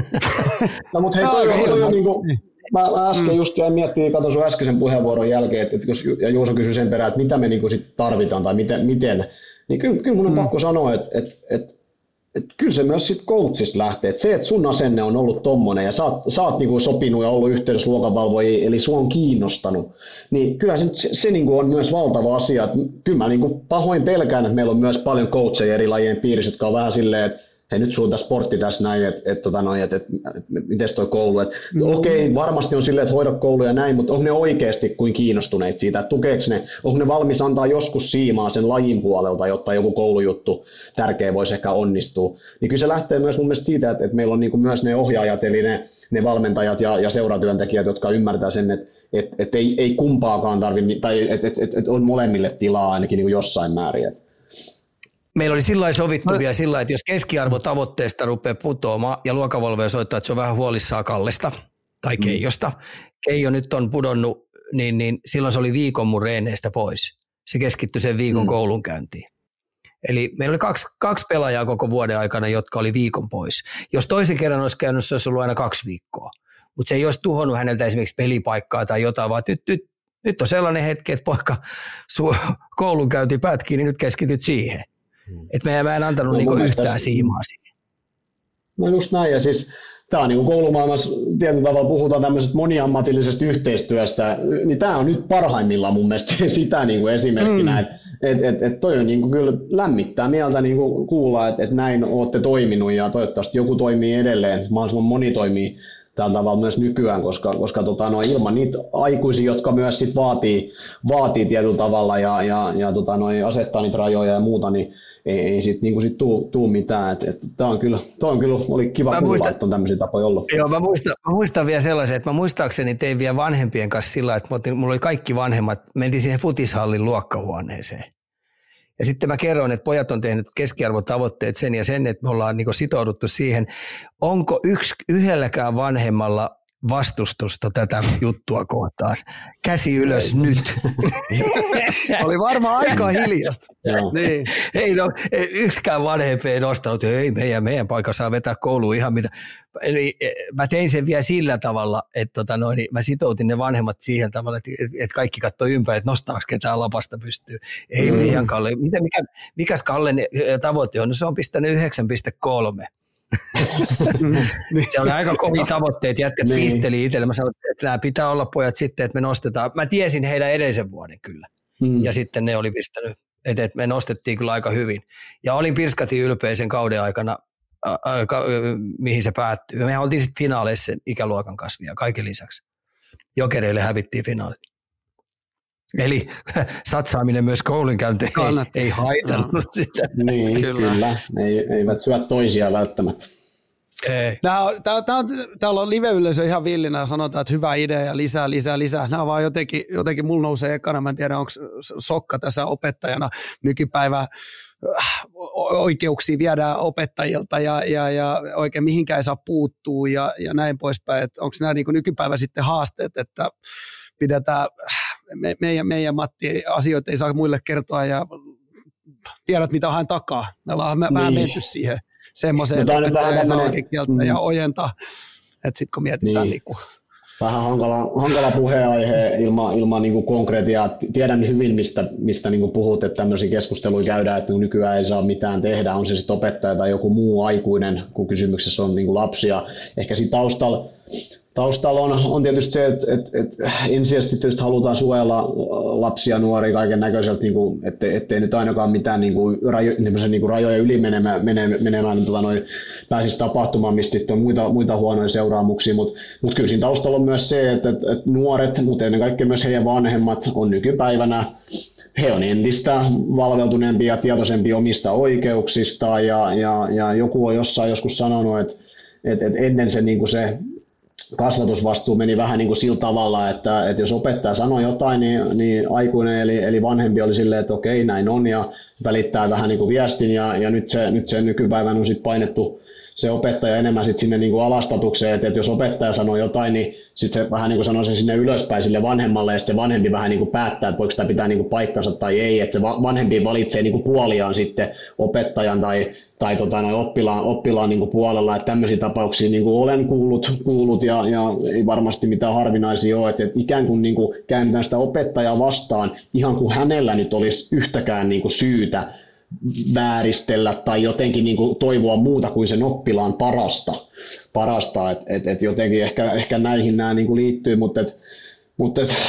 No mutta hei, toi, toi, toi on niin kuin, mä, mä äsken mm. just jäin miettimään, katson sun äskeisen puheenvuoron jälkeen, että, että jos, ja Juuso kysyi sen perään, että mitä me niin kuin sit tarvitaan tai miten, miten niin kyllä, kyllä mun on mm. pakko sanoa, että, että, että että kyllä se myös sitten coachista lähtee, että se, että sun asenne on ollut tommonen ja sä oot, sä oot niinku sopinut ja ollut yhteydessä luokanvalvojiin, eli sua on kiinnostanut, niin kyllä se, se, se niinku on myös valtava asia. Että kyllä mä niinku pahoin pelkään, että meillä on myös paljon coacheja eri lajien piirissä, jotka on vähän silleen, että hei nyt sulla on tässä sportti tässä näin, että et, tota et, et, et, miten toi koulu, että mm. okei, okay, varmasti on silleen, että hoida koulu ja näin, mutta onko ne oikeasti kuin kiinnostuneet siitä, että tukeeko ne, onko ne valmis antaa joskus siimaa sen lajin puolelta, jotta joku koulujuttu tärkeä voisi ehkä onnistua, niin kyllä se lähtee myös mun mielestä siitä, että, että meillä on niin kuin myös ne ohjaajat, eli ne, ne valmentajat ja, ja seuratyöntekijät, jotka ymmärtää sen, että et, et ei, ei kumpaakaan tarvitse, tai että et, et, et on molemmille tilaa ainakin niin kuin jossain määrin. Meillä oli sillä lailla sovittu vielä sillä lailla, että jos keskiarvotavoitteesta rupeaa putoamaan ja luokavalvoja soittaa, että se on vähän huolissaan Kallesta tai Keijosta. Mm. Keijo nyt on pudonnut, niin, niin silloin se oli viikon mun reeneistä pois. Se keskittyi sen viikon mm. koulunkäyntiin. Eli meillä oli kaksi, kaksi pelaajaa koko vuoden aikana, jotka oli viikon pois. Jos toisen kerran olisi käynyt, se olisi ollut aina kaksi viikkoa. Mutta se ei olisi tuhonnut häneltä esimerkiksi pelipaikkaa tai jotain, vaan nyt, nyt, nyt on sellainen hetki, että poika koulunkäynti pätkii, niin nyt keskityt siihen. Että me, mä en antanut no, niinku yhtään tässä siimaa siihen. No just näin, ja siis tämä on niin koulumaailmassa tietyllä tavalla puhutaan tämmöisestä moniammatillisesta yhteistyöstä, niin tämä on nyt parhaimmillaan mun mielestä sitä niin kuin esimerkkinä, mm. että et, et, et toi on niin kuin kyllä lämmittää mieltä niin kuin kuulla, että et näin olette toiminut ja toivottavasti joku toimii edelleen, mahdollisimman moni toimii tällä tavalla myös nykyään, koska, koska tota, no, ilman niitä aikuisia, jotka myös sit vaatii, vaatii tietyllä tavalla ja, ja, ja tota, no, asettaa niitä rajoja ja muuta, niin ei, ei sitten niinku sit tuu, tuu mitään. Et, et, Tämä on kyllä, on kyllä oli kiva kuulla, muistan, että on tämmöisiä tapoja ollut. Joo, mä muistan, mä muistan vielä sellaisen, että mä muistaakseni tein vielä vanhempien kanssa sillä, että mulla oli kaikki vanhemmat, mentiin siihen futishallin luokkahuoneeseen. Ja sitten mä kerroin, että pojat on tehnyt keskiarvotavoitteet sen ja sen, että me ollaan niin sitouduttu siihen. Onko yksi, yhdelläkään vanhemmalla vastustusta tätä juttua kohtaan? Käsi ylös nyt. Oli varmaan aika hiljasta. Niin. Ei no, yksikään vanhempi ei nostanut, ei meidän, meidän paikka saa vetää kouluun ihan mitä. Eli mä tein sen vielä sillä tavalla, että tota noin, mä sitoutin ne vanhemmat siihen tavalla, että, että kaikki katsoi ympäri, että nostaako ketään lapasta pystyy. Ei mm. meidän Kalle. Mitä, mikä, mikäs Kallen tavoite on? No se on pistänyt yhdeksän pilkku kolme. Se oli aika kovin tavoitteet, jätkät niin. Pisteli itselle. Mä sanoin, että nämä pitää olla pojat sitten, että me nostetaan. Mä tiesin heidän edellisen vuoden kyllä. Mm. Ja sitten ne oli pistänyt että et me nostettiin kyllä aika hyvin. Ja olin pirskati ylpeä sen kauden aikana, ä, ä, ka, mihin se päättyi. Me oltiin sitten finaaleissa sen ikäluokan kasvia kaiken lisäksi. Jokereille hävittiin finaalit. Eli satsaaminen myös koulunkäyntiin ei, ei haitannut no. sitä. Niin, kyllä. kyllä. Ei, eivät syö toisia välttämättä. Ei. Tää on, tää, tää on, täällä on live-yleisö ihan villinä ja sanotaan, että hyvä idea ja lisää, lisää, lisää. Nämä vaan jotenkin, jotenkin mulla nousee ekana, mä en tiedä onko Sokka tässä opettajana nykypäivä oikeuksia viedään opettajilta ja, ja, ja oikein mihinkään ei saa puuttua ja, ja näin poispäin. Onko nämä niin kuin nykypäivä sitten haasteet, että pidetään me, meidän, meidän Matti asioita ei saa muille kertoa ja tiedät mitä haen takaa. Me ollaan niin. vähän menty siihen semmoiseen, että opettaja ei saa oikein kieltä mm. ja ojentaa, että sitten kun mietitään niin. Niin vähän hankala, hankala puheenaihe ilman, ilman niin kuin konkretiaa. Tiedän hyvin, mistä, mistä niin kuin puhut, että tämmöisiä keskusteluja käydään, että nykyään ei saa mitään tehdä, on se sitten opettaja tai joku muu aikuinen, kun kysymyksessä on niin kuin lapsia. Ehkä siinä taustalla, taustalla on, on tietysti se, että, että, että ensisijaisesti tietysti halutaan suojella lapsia, nuoria, kaiken näköiseltä, niin kuin, ettei, ettei nyt ainakaan mitään niin kuin, rajo, niin kuin rajoja yli menemään, menemään niin, tota, noin, pääsisi tapahtumaan, mistä sitten on muita, muita huonoja seuraamuksia, mutta mut kyllä siinä taustalla on myös se, että, että, että nuoret, mutta ennen kaikkea myös heidän vanhemmat on nykypäivänä, he on entistä valveutuneempia ja tietoisempia omista oikeuksistaan ja, ja, ja joku on jossain joskus sanonut, että, että, että ennen se, niin kuin se kasvatusvastuu meni vähän niin kuin sillä tavalla, että, että jos opettaja sanoi jotain, niin, niin aikuinen eli, eli vanhempi oli silleen, että okei, näin on ja välittää vähän niin kuin viestin ja, ja nyt, se, nyt se nykypäivän on sitten painettu se opettaja enemmän sit sinne niin kuin alastatukseen, että, että jos opettaja sanoo jotain, niin sitten se vähän niin kuin sanoo sen sinne ylöspäin sille vanhemmalle ja sitten se vanhempi vähän niin kuin päättää, että voiko sitä pitää niin kuin paikkansa tai ei, että se vanhempi valitsee niin kuin puoliaan sitten opettajan tai tai tota, noin oppilaan, oppilaan niin kuin puolella, että tämmöisiä tapauksia niin kuin olen kuullut, kuullut ja, ja ei varmasti mitään harvinaisia ole, että, että ikään kuin, niin kuin käännetään sitä opettajaa vastaan, ihan kuin hänellä nyt olisi yhtäkään niin kuin syytä vääristellä tai jotenkin niin kuin toivoa muuta kuin sen oppilaan parasta, parasta. että et, et jotenkin ehkä, ehkä näihin nämä niin kuin liittyy, mutta et, mutta et,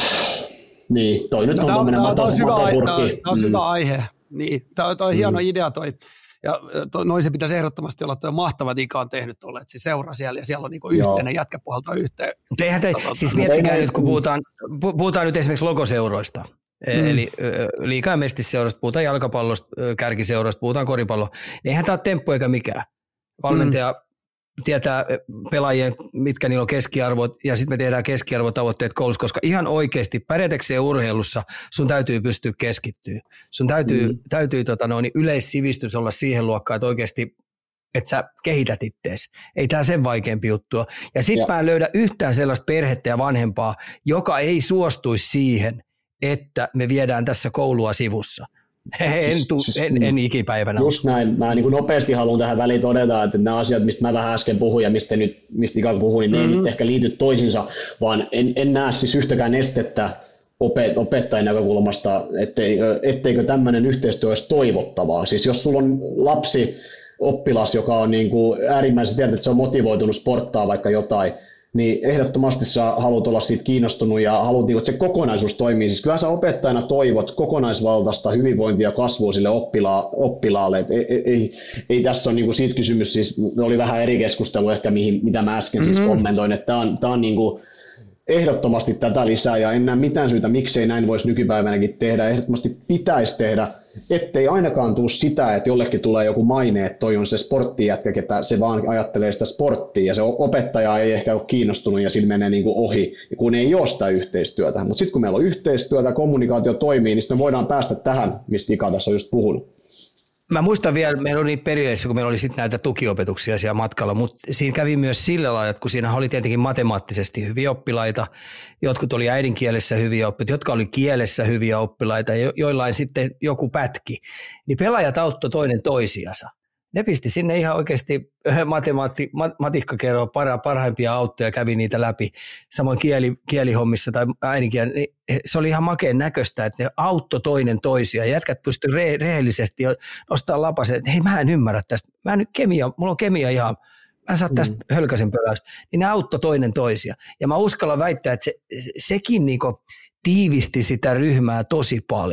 niin, toi nyt no, on tämmöinen matopurkki. Tämä on syvä mm. aihe, niin, tämä on, on hieno mm. idea toi. Ja to, noin se pitäisi ehdottomasti olla, tuo mahtava Dika on tehnyt tuolle, että se seuraa siellä ja siellä on niinku yhteinen jätkä puhaltaa yhteen. Eihän te, tota, siis miettikää nyt, kun puhutaan, puhutaan nyt esimerkiksi logoseuroista, mm. eli liiga- ja mestisseurasta, puhutaan jalkapallosta, kärkiseurasta, puhutaan koripalloa, niin eihän tämä ole temppu eikä mikään. Valmentaja mm. tietää pelaajien, mitkä niillä on keskiarvot, ja sitten me tehdään keskiarvotavoitteet koulussa, koska ihan oikeasti pärjätäkseen urheilussa sun täytyy pystyä keskittyä. Sun täytyy, mm. täytyy tota, no, niin yleissivistys olla siihen luokkaan, että oikeasti että sä kehität ittees. Ei tämä sen vaikeampi juttua. Ja sitten mä en löydä yhtään sellaista perhettä ja vanhempaa, joka ei suostuisi siihen, että me viedään tässä koulua sivussa. En, tu, siis, en, en ikipäivänä. Just näin. Mä niin kuin nopeasti haluan tähän väliin todeta, että nämä asiat, mistä mä vähän äsken puhuin ja mistä nyt mistä ikään puhuin, niin mm-hmm. ne ei nyt ehkä liity toisiinsa, vaan en, en näe siis yhtäkään estettä opet, opettajan näkökulmasta, etteikö, etteikö tämmöinen yhteistyö olisi toivottavaa. Siis jos sulla on lapsi, oppilas, joka on niin kuin äärimmäisen tiedät, että se on motivoitunut sporttaa vaikka jotain, niin ehdottomasti sä haluat olla siitä kiinnostunut ja haluat, että se kokonaisuus toimii. Siis kyllä sä opettajana toivot kokonaisvaltaista hyvinvointia ja kasvua sille oppila- oppilaalle. Et ei, ei, ei tässä ole niinku siitä kysymys, siis oli vähän eri keskustelu ehkä, mihin, mitä mä äsken mm-hmm. siis kommentoin, että tämä on, tää on niinku ehdottomasti tätä lisää ja en näe mitään syytä, miksei näin voisi nykypäivänäkin tehdä. Ehdottomasti pitäisi tehdä, ettei ainakaan tule sitä, että jollekin tulee joku maine, että toi on se sporttijätkä, että se vaan ajattelee sitä sporttia ja se opettaja ei ehkä ole kiinnostunut ja sillä menee niin kuin ohi, kun ei ole sitä yhteistyötä. Mutta sitten kun meillä on yhteistyötä, kommunikaatio toimii, niin sitten voidaan päästä tähän, mistä Ika tässä on just puhunut. Mä muistan vielä, meillä oli niitä perilleissä, kun meillä oli sitten näitä tukiopetuksia siellä matkalla, mutta siinä kävi myös sillä lailla, että kun siinä oli tietenkin matemaattisesti hyviä oppilaita, jotkut oli äidinkielessä hyviä oppilaita, jotka oli kielessä hyviä oppilaita, jo- joillain sitten joku pätki, niin pelaajat auttoi toinen toisiansa. Ne pisti sinne ihan oikeasti matemaatti, matikkakerroa para, parhaimpia auttoja, kävi niitä läpi, samoin kieli, kielihommissa tai äidinkieli, niin se oli ihan makeen näköistä, että ne auttoi toinen toisia. Jätkät pystyivät re- rehellisesti nostamaan lapasen, että hei mä en ymmärrä tästä, mä en nyt kemia, mulla on kemia ihan, mä en saa tästä mm. hölkäsen pöläystä, niin ne auttoi toinen toisia. Ja mä uskallan väittää, että se, sekin niinku tiivisti sitä ryhmää tosi paljon.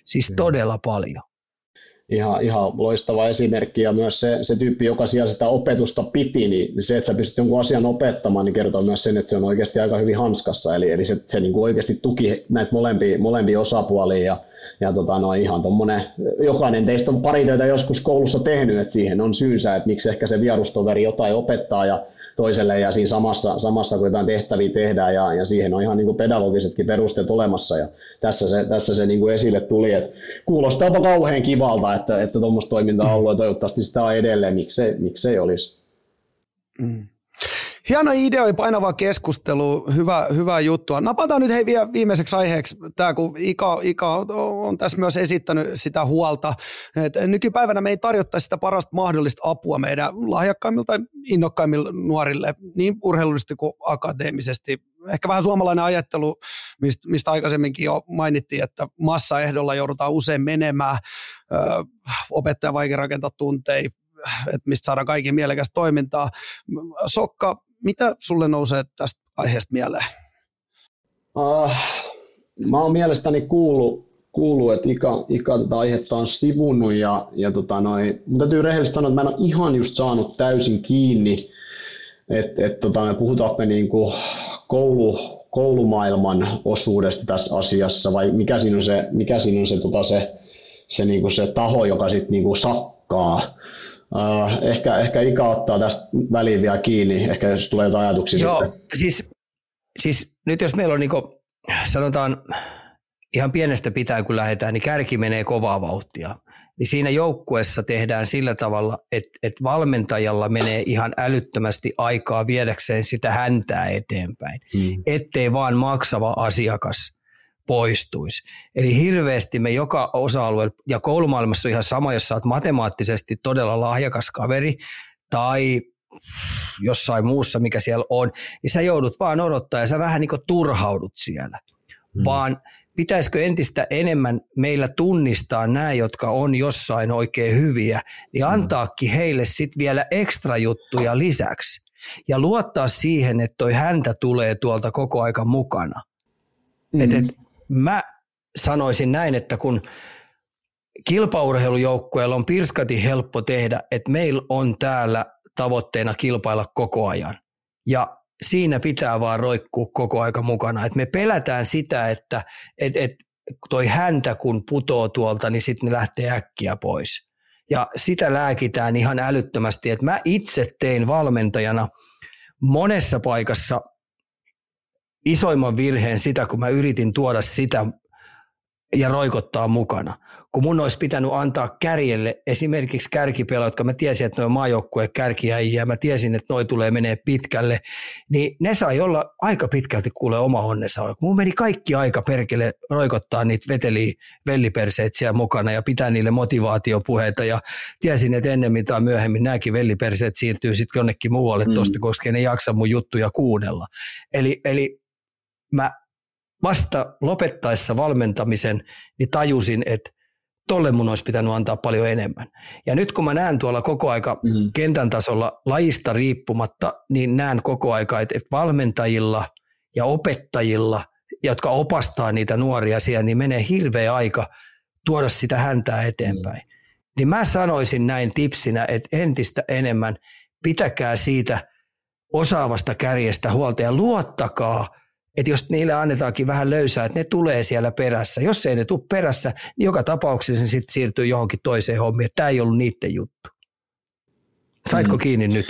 Siis mm. todella paljon. Ihan, ihan loistava esimerkki ja myös se, se tyyppi, joka siellä sitä opetusta piti, niin se, että sä pystyt jonkun asian opettamaan, niin kertoo myös sen, että se on oikeasti aika hyvin hanskassa. Eli, eli se, se niin kuin oikeasti tuki näitä molempia, molempia osapuolia ja, ja tota, no, ihan tommonen, jokainen teistä on pari töitä joskus koulussa tehnyt, että siihen on syynsä, että miksi ehkä se vierustoveri jotain opettaa ja toiselle ja siinä samassa, samassa kun jotain tehtäviä tehdään ja, ja siihen on ihan niin kuin pedagogisetkin perusteet olemassa ja tässä se, tässä se niin kuin esille tuli, että kuulostaapa kauhean kivalta, että, että tuommoista toimintaa on ollut ja toivottavasti sitä on edelleen, miksei, miksei olisi. Mm. Hieno idea ja painava keskustelu, hyvä, hyvä juttua. Napataan nyt hei vielä viimeiseksi aiheeksi tämä, kun Ika, Ika on tässä myös esittänyt sitä huolta, että nykypäivänä me ei tarjottaisi sitä parasta mahdollista apua meidän lahjakkaimmille tai innokkaimmille nuorille, niin urheilullisesti kuin akateemisesti. Ehkä vähän suomalainen ajattelu, mistä, mistä aikaisemminkin jo mainittiin, että massaehdolla joudutaan usein menemään, öö, opettaja vaikea rakentaa tunteja, että mistä saadaan kaikki mielekästä toimintaa. Sokka, mitä sulle nousee tästä aiheesta mieleen? Uh, mä oon mielestäni kuullut, kuullut että Ika, Ika tätä aihetta on sivunnut, ja, ja tota noi, mun täytyy rehellisesti sanoa, että mä en ole ihan just saanut täysin kiinni, että et, tota, me puhutaanko niinku koulu, koulumaailman osuudesta tässä asiassa, vai mikä siinä on se, mikä siinä on se, tota, se, se, niinku se taho, joka sitten niinku sakkaa. Uh, ehkä, ehkä Ika ottaa tästä väliin vielä kiinni, ehkä jos tulee jotain ajatuksia. Joo, sitten. Siis, siis nyt jos meillä on niin kuin, sanotaan ihan pienestä pitäen kun lähdetään, niin kärki menee kovaa vauhtia. Niin siinä joukkueessa tehdään sillä tavalla, että, että valmentajalla menee ihan älyttömästi aikaa viedäkseen sitä häntää eteenpäin, hmm. ettei vaan maksava asiakas poistuisi. Eli hirveästi me joka osa-alueella, ja koulumaailmassa on ihan sama, jos sä oot matemaattisesti todella lahjakas kaveri, tai jossain muussa, mikä siellä on, niin sä joudut vaan odottaa, ja sä vähän niin kuin turhaudut siellä. Hmm. Vaan pitäisikö entistä enemmän meillä tunnistaa nämä, jotka on jossain oikein hyviä, niin antaakin heille sitten vielä ekstra juttuja lisäksi. Ja luottaa siihen, että toi häntä tulee tuolta koko aika mukana. Hmm. Et, et, Mä sanoisin näin, että kun kilpaurheilujoukkueella on pirskati helppo tehdä, että meillä on täällä tavoitteena kilpailla koko ajan. Ja siinä pitää vaan roikkua koko aika mukana. Et me pelätään sitä, että et, et toi häntä kun putoo tuolta, niin sitten ne lähtee äkkiä pois. Ja sitä lääkitään ihan älyttömästi. Et mä itse tein valmentajana monessa paikassa isoimman virheen sitä, kun mä yritin tuoda sitä ja roikottaa mukana. Kun mun olisi pitänyt antaa kärjelle esimerkiksi kärkipelaa, jotka mä tiesin, että ne on maajoukkueen kärkiäjiä, mä tiesin, että noi tulee menee pitkälle, niin ne sai olla aika pitkälti kuule oma onnensa. Mun meni kaikki aika perkele roikottaa niitä veteliä velliperseet siellä mukana ja pitää niille motivaatiopuheita ja tiesin, että ennemmin tai myöhemmin nämäkin velliperseet siirtyy sitten jonnekin muualle mm. tosta, koska ne ei jaksa mun juttuja kuunnella. Eli, eli mä vasta lopettaessa valmentamisen, niin tajusin, että tolle mun olisi pitänyt antaa paljon enemmän. Ja nyt kun mä näen tuolla koko aika mm. kentän tasolla lajista riippumatta, niin näen koko aika, että valmentajilla ja opettajilla, jotka opastaa niitä nuoria siellä, niin menee hirveä aika tuoda sitä häntää eteenpäin. Mm. Niin mä sanoisin näin tipsinä, että entistä enemmän pitäkää siitä osaavasta kärjestä huolta ja luottakaa, että jos niille annetaankin vähän löysää, että ne tulee siellä perässä. Jos ei ne tule perässä, niin joka tapauksessa sitten siirtyy johonkin toiseen hommiin. Tämä ei ollut niiden juttu. Saitko mm. kiinni nyt?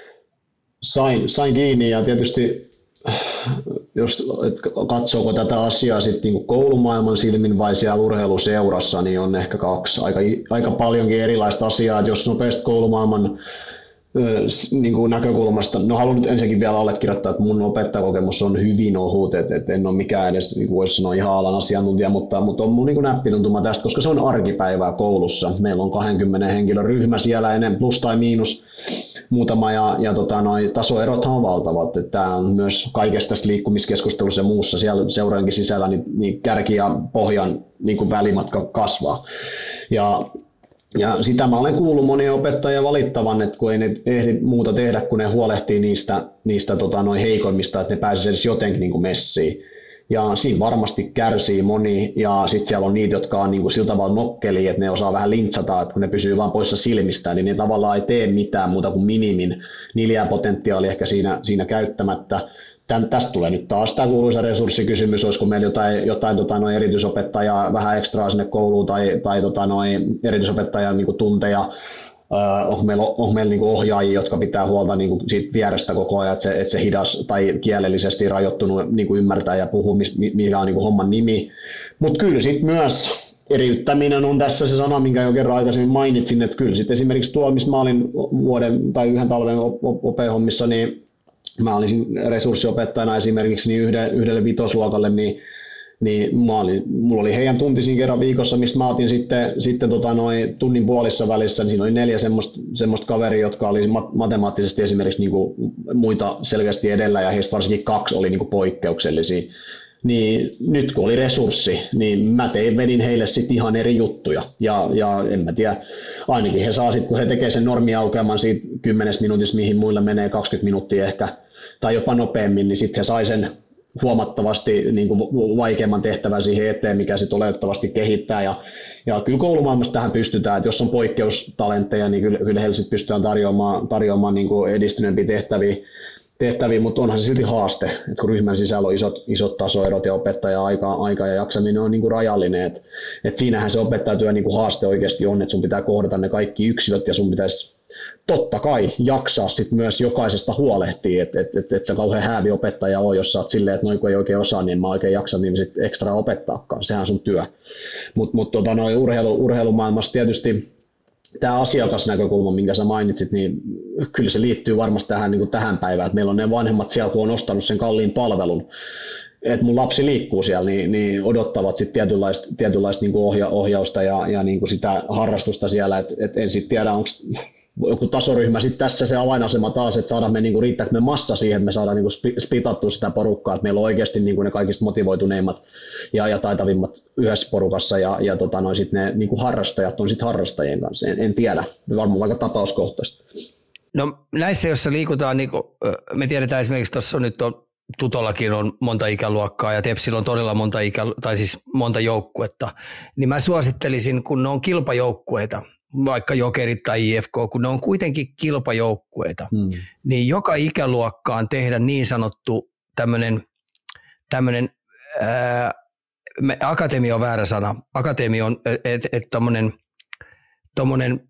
Sain, sain kiinni ja tietysti jos katsoako tätä asiaa sitten niin koulumaailman silmin vai siellä urheiluseurassa, niin on ehkä kaksi aika, aika paljonkin erilaista asiaa. Että jos nopeasti koulumaailman niin kuin näkökulmasta, no haluan nyt ensinnäkin vielä allekirjoittaa, että mun opettajakokemus on hyvin ohut, että, että en ole mikään edes, niin kuin voisi sanoa, ihan alan asiantuntija, mutta, mutta on mun niin kuin näppituntuma tästä, koska se on arkipäivää koulussa. Meillä on kaksikymmentä henkilön ryhmä siellä ennen plus tai miinus muutama, ja, ja tota, noi tasoerothan on valtavat. Että tämä on myös kaikesta tästä liikkumiskeskustelussa ja muussa siellä seurojenkin sisällä, niin, niin kärki ja pohjan niin kuin välimatka kasvaa. Ja Ja sitä mä olen kuullut monia opettajia valittavan, että kun ei ne ehdi muuta tehdä, kun ne huolehtii niistä, niistä tota, noin heikoimmista, että ne pääsisi edes jotenkin niin kuin messiin. Ja siinä varmasti kärsii moni, ja sitten siellä on niitä, jotka on niinku sillä tavalla nokkeli, että ne osaa vähän lintsata, että kun ne pysyy vaan poissa silmistä, niin ne tavallaan ei tee mitään muuta kuin minimin. Niillä jää potentiaali ehkä siinä, siinä käyttämättä. Tän, tästä tulee nyt taas tämä kuuluisa resurssikysymys, olisiko meillä jotain, jotain tota, noin erityisopettajaa vähän ekstraa sinne kouluun tai, tai tota, noin erityisopettajan niin kuin tunteja. Uh, onko meillä, onko meillä niin kuin ohjaajia, jotka pitää huolta niin kuin siitä vierestä koko ajan, että se, että se hidas tai kielellisesti rajoittunut niin kuin ymmärtää ja puhuu, mikä on niin kuin homman nimi. Mutta kyllä sitten myös eriyttäminen on tässä se sana, minkä jo kerran aikaisemmin mainitsin, että kyllä sitten esimerkiksi tuolla, missä mä olin vuoden tai yhden talven opehommissa, niin mä olin resurssiopettajana esimerkiksi niin yhdelle, yhdelle vitosluokalle, niin niin mä olin, mulla oli heidän tunti siinä kerran viikossa, mistä mä otin sitten, sitten tota noin tunnin puolissa välissä, niin siinä oli neljä semmoista, semmoista kaveria, jotka oli matemaattisesti esimerkiksi niin kuin muita selkeästi edellä, ja heistä varsinkin kaksi oli niin kuin poikkeuksellisia. Niin nyt kun oli resurssi, niin mä tein, vedin heille sitten ihan eri juttuja, ja, ja en mä tiedä, ainakin he saa sitten, kun he tekee sen normiaukeaman siitä kymmenes minuutissa, mihin muilla menee kaksikymmentä minuuttia ehkä, tai jopa nopeammin, niin sitten he sai sen huomattavasti niin kuin vaikeamman tehtävän siihen eteen, mikä sitten oletettavasti kehittää. Ja, ja kyllä koulumaailmassa tähän pystytään, että jos on poikkeustalentteja, niin kyllä, kyllä heille sitten pystytään tarjoamaan, tarjoamaan niin kuin edistyneempiä tehtäviä, tehtäviä, mutta onhan se silti haaste, että kun ryhmän sisällä on isot, isot tasoerot ja opettaja aika, aika ja jaksaminen on niin kuin rajallinen, että, että siinähän se opettajatyö niin kuin haaste oikeasti on, että sun pitää kohdata ne kaikki yksilöt ja sun pitäisi totta kai jaksaa sit myös jokaisesta huolehtia, että et, et, et sä kauhean häävi opettaja on, jos sä oot silleen, että noin kun ei oikein osaa, niin mä oikein jaksan niin sit ekstra opettaakaan, sehän on sun työ. Mutta mut, tota, urheilu, urheilumaailmassa tietysti tämä asiakasnäkökulma, minkä sä mainitsit, niin kyllä se liittyy varmasti tähän, niin kuin tähän päivään, että meillä on ne vanhemmat siellä, kun on ostanut sen kalliin palvelun, että mun lapsi liikkuu siellä, niin, niin odottavat sitten tietynlaista, tietynlaista niin kuin ohja, ohjausta ja, ja niin kuin sitä harrastusta siellä, että et en sitten tiedä, onko joku tasoryhmä sitten tässä se avainasema taas, että saadaan me niinku, riittääkö me massa siihen, että me saadaan niinku splitattua sitä porukkaa, että meillä on oikeasti niinku ne kaikista motivoituneimmat ja, ja taitavimmat yhdessä porukassa ja, ja tota, noin sit ne niinku harrastajat on sitten harrastajien kanssa. En, en tiedä, varmaan vaikka tapauskohtaisesti. No näissä, joissa liikutaan, niin kuin me tiedetään esimerkiksi tuossa nyt on Tutollakin on monta ikäluokkaa ja Tepsillä on todella monta, ikä, tai siis monta joukkuetta, niin mä suosittelisin, kun ne on kilpajoukkueita, vaikka Jokerit tai I F K, kun ne on kuitenkin kilpajoukkueita, hmm. niin joka ikäluokkaan tehdä niin sanottu tämmöinen, tämmöinen ää, akatemia on väärä sana, akatemia on, että et tommonen, tommonen,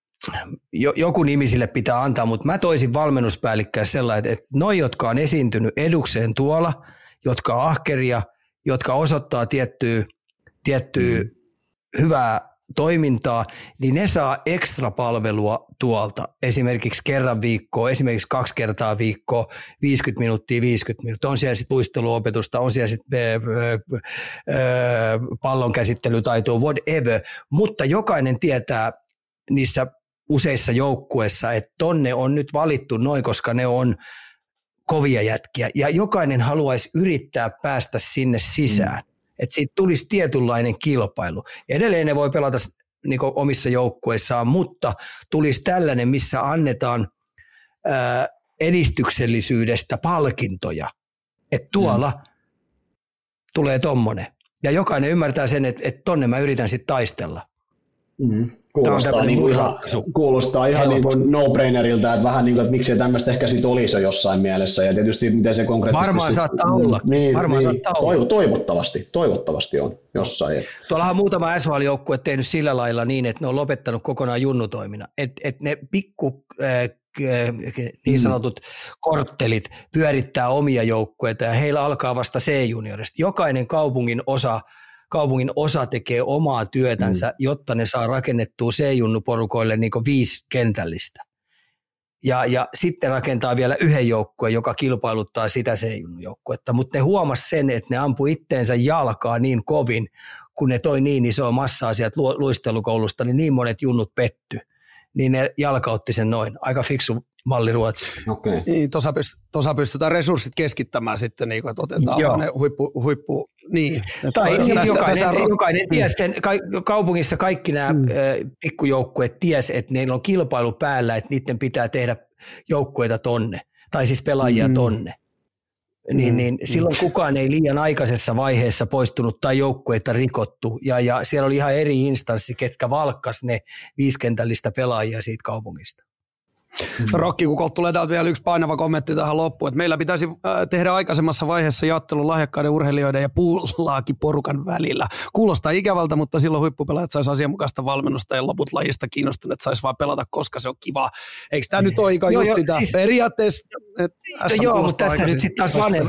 jo, joku nimi sille pitää antaa, mutta mä toisin valmennuspäällikköä sellainen, että noi, jotka on esiintynyt edukseen tuolla, jotka on ahkeria, jotka osoittaa tiettyä, tiettyä hmm. hyvää toimintaa, niin ne saa ekstra palvelua tuolta. Esimerkiksi kerran viikkoa, esimerkiksi kaksi kertaa viikkoa, viisikymmentä minuuttia, viisikymmentä minuuttia. On siellä sitten luisteluopetusta, on siellä sitten pallon käsittelytaitoa, whatever. Mutta jokainen tietää niissä useissa joukkueissa, että tonne on nyt valittu noin, koska ne on kovia jätkiä. Ja jokainen haluaisi yrittää päästä sinne sisään. Mm. Että siitä tulisi tietynlainen kilpailu. Ja edelleen ne voi pelata niin kuin omissa joukkueissaan, mutta tulisi tällainen, missä annetaan ää, edistyksellisyydestä palkintoja. Että tuolla mm. tulee tommonen. Ja jokainen ymmärtää sen, että, että tonne mä yritän sitten taistella. Mm. Kuulostaa, niin kuin ihan, kuulostaa ihan niin kuin no-braineriltä, että vähän niin kuin, että miksei tämmöistä ehkä sitten olisi jo jossain mielessä, ja tietysti miten se konkreettisesti... Varmaan saattaa olla. Niin, Varmaan niin, saattaa olla. Toivottavasti, toivottavasti on jossain. Tuollahan muutama S H L-joukkue tehnyt sillä lailla niin, että ne on lopettanut kokonaan junnutoiminnan. Että et ne pikku... Äh, niin sanotut korttelit pyörittää omia joukkueita, ja heillä alkaa vasta C-juniorista. Jokainen kaupungin osa kaupungin osa tekee omaa työtänsä, mm. jotta ne saa rakennettua C-junnuporukoille niin kuin viisi kentällistä. Ja, ja sitten rakentaa vielä yhden joukkueen, joka kilpailuttaa sitä C-junnujoukkuetta. Mutta ne huomasi sen, että ne ampui itteensä jalkaa niin kovin, kun ne toi niin isoa massaa sieltä luistelukoulusta, niin niin monet junnut petty. Niin ne jalkautti sen noin. Aika fiksu malli Ruotsista. Okay. Niin, tuossa pyst- pystytään resurssit keskittämään sitten, niin kuin, että otetaan Joo. ne huippu, huippu niin. Tai siis tässä, jokainen, tässä... jokainen ties sen, ka- kaupungissa kaikki nämä mm. pikkujoukkueet ties, että niillä on kilpailu päällä, että niiden pitää tehdä joukkueita tonne, tai siis pelaajia mm. tonne. niin, niin silloin kukaan ei liian aikaisessa vaiheessa poistunut tai joukkueita rikottu. Ja, ja siellä oli ihan eri instanssi, ketkä valkkas ne viisikentällistä pelaajia siitä kaupungista. Rokki, kun tulee täältä vielä yksi painava kommentti tähän loppuun, että meillä pitäisi tehdä aikaisemmassa vaiheessa jaottelu lahjakkaiden urheilijoiden ja puulaakiporukan välillä. Kuulostaa ikävältä, mutta silloin huippupelaajat saisi asianmukaista valmennusta ja loput lajista kiinnostuneet saisi vaan pelata, koska se on kiva. Eikö tämä nyt ole just jo, sitä siis, periaatteessa? Joo, mutta tässä nyt sitten taas vanhem,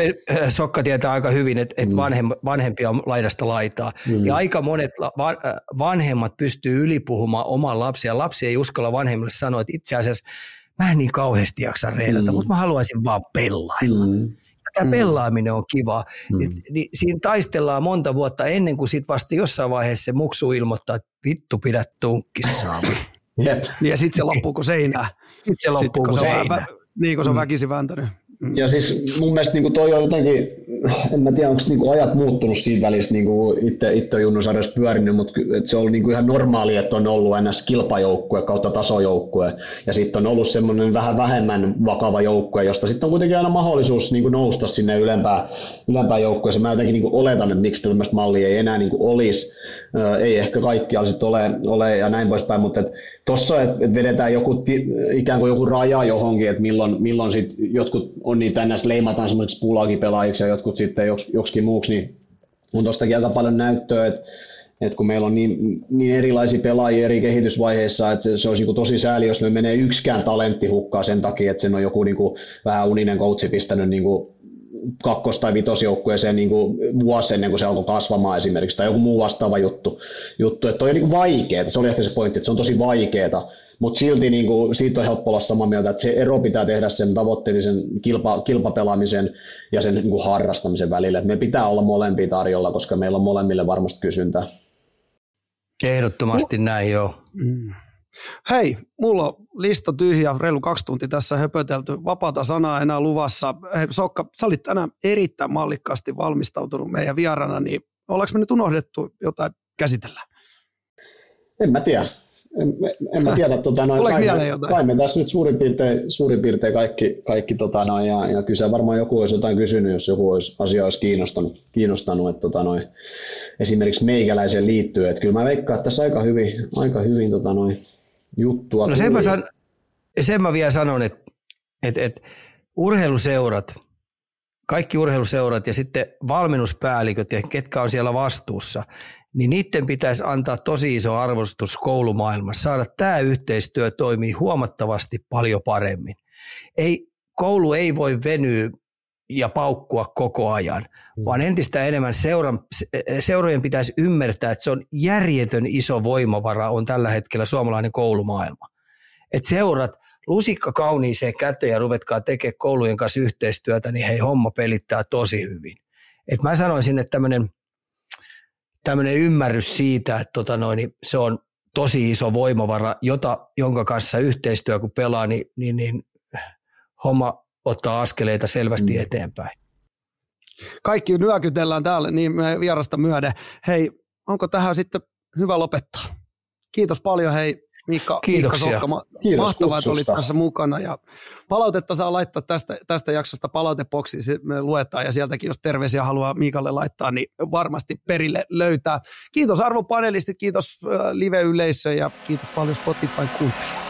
Sokka tietää aika hyvin, että et vanhem, vanhempia on laidasta laitaa. Mm. Ja aika monet vanhemmat pystyy ylipuhumaan oman lapsia. Lapsi ei uskalla vanhemmille sanoa, että itse asiassa mä en niin kauheasti jaksa reenata, mm. mutta mä haluaisin vaan pellailla. Mm. Tämä pelaaminen on kiva. Mm. Ni, ni, siinä taistellaan monta vuotta ennen kuin sit vasta jossain vaiheessa se muksu ilmoittaa, että vittu pidä tunkkissaan. Yep. Ja sitten se loppuu kuin seinää. Sitten se loppuu kuin seinää. Niin kuin se on mm. väkisin vääntänyt. Mm. Ja siis mun mielestä niin toi on jotenkin, en mä tiedä onko niin ajat muuttunut siinä välissä, niin itse, itse on junnusarjoissa pyörinyt, mutta se on niin ihan normaali, että on ollut aina kilpajoukkue kautta tasojoukkue ja sitten on ollut semmoinen vähän vähemmän vakava joukkue, josta sitten on kuitenkin aina mahdollisuus niin nousta sinne ylempään, ylempään joukkueeseen. Mä jotenkin niin oletan, että miksi tällaista mallia ei enää niin olisi, ei ehkä kaikkialla sitten ole, ole ja näin poispäin, mutta tuossa, että et vedetään joku, ikään kuin joku raja johonkin, että milloin, milloin sit jotkut on niin tänne leimataan semmoisiksi puulaakipelaajiksi ja jotkut sitten joks, joksikin muuksi, niin on tuostakin aika paljon näyttöä, että, että kun meillä on niin, niin erilaisia pelaajia eri kehitysvaiheissa, että se olisi tosi sääli, jos me menee yksikään talentti hukkaa sen takia, että sen on joku niin kuin vähän uninen coachi pistänyt niin kuin kakkos- tai vitosjoukkueeseen niin kuin vuosi ennen kuin se alkoi kasvamaan esimerkiksi, tai joku muu vastaava juttu. juttu. Että toi on niin vaikeaa, se oli ehkä se pointti, että se on tosi vaikeaa, mutta silti niin kuin, siitä on helppo olla samaa mieltä, että se ero pitää tehdä sen tavoitteellisen kilpa, kilpapelaamisen ja sen niin kuin harrastamisen välillä. Että me pitää olla molempia tarjolla, koska meillä on molemmille varmasti kysyntää. Ehdottomasti näin, joo. Mm. Hei, mulla on lista tyhjä, reilu kaksi tuntia tässä höpötelty, vapaata sanaa enää luvassa. Hei, Sokka, sä olit tänään erittäin mallikkaasti valmistautunut meidän vieraana, niin ollaanko me nyt unohdettu jotain käsitellä? En mä tiedä. En, en mä tiedä, tota, noin, Tuleeko kai, mieleen jotain? Kai me tässä nyt suurin piirtein, suurin piirtein kaikki, kaikki tota, noin, ja, ja kyllä se varmaan joku olisi jotain kysynyt, jos joku olisi, asia olisi kiinnostanut, kiinnostanut että, tota, noin, esimerkiksi meikäläiseen liittyen. Että kyllä mä veikkaan, että tässä aika hyvin, aika hyvin tota, noin, juttua. No sen mä, san, sen mä vielä sanon, että, että, että urheiluseurat, kaikki urheiluseurat ja sitten valmennuspäälliköt ja ketkä on siellä vastuussa, niin niiden pitäisi antaa tosi iso arvostus koulumaailmassa, saada tämä yhteistyö toimii huomattavasti paljon paremmin. Ei, koulu ei voi venyä ja paukkua koko ajan, mm. vaan entistä enemmän seuran, seurojen pitäisi ymmärtää, että se on järjetön iso voimavara on tällä hetkellä suomalainen koulumaailma. Että seurat lusikka kauniiseen käteen ja ruvetkaa tekemään koulujen kanssa yhteistyötä, niin hei, homma pelittää tosi hyvin. Et mä sanoisin, että tämmöinen tämmöinen ymmärrys siitä, että tota noin, se on tosi iso voimavara, jota, jonka kanssa yhteistyö kun pelaa, niin, niin, niin homma ottaa askeleita selvästi mm. eteenpäin. Kaikki nyökytellään täällä, niin me vierasta myöden. Hei, onko tähän sitten hyvä lopettaa? Kiitos paljon, hei Miikka, Miikka Sokka. Ma- Kiitos mahtavaa, että olit tässä mukana. Ja palautetta saa laittaa tästä, tästä jaksosta palautepoksiin, me luetaan ja sieltäkin, jos terveisiä haluaa Miikalle laittaa, niin varmasti perille löytää. Kiitos arvon panelistit, kiitos live-yleisö ja kiitos paljon Spotifyn kuuntelijoille.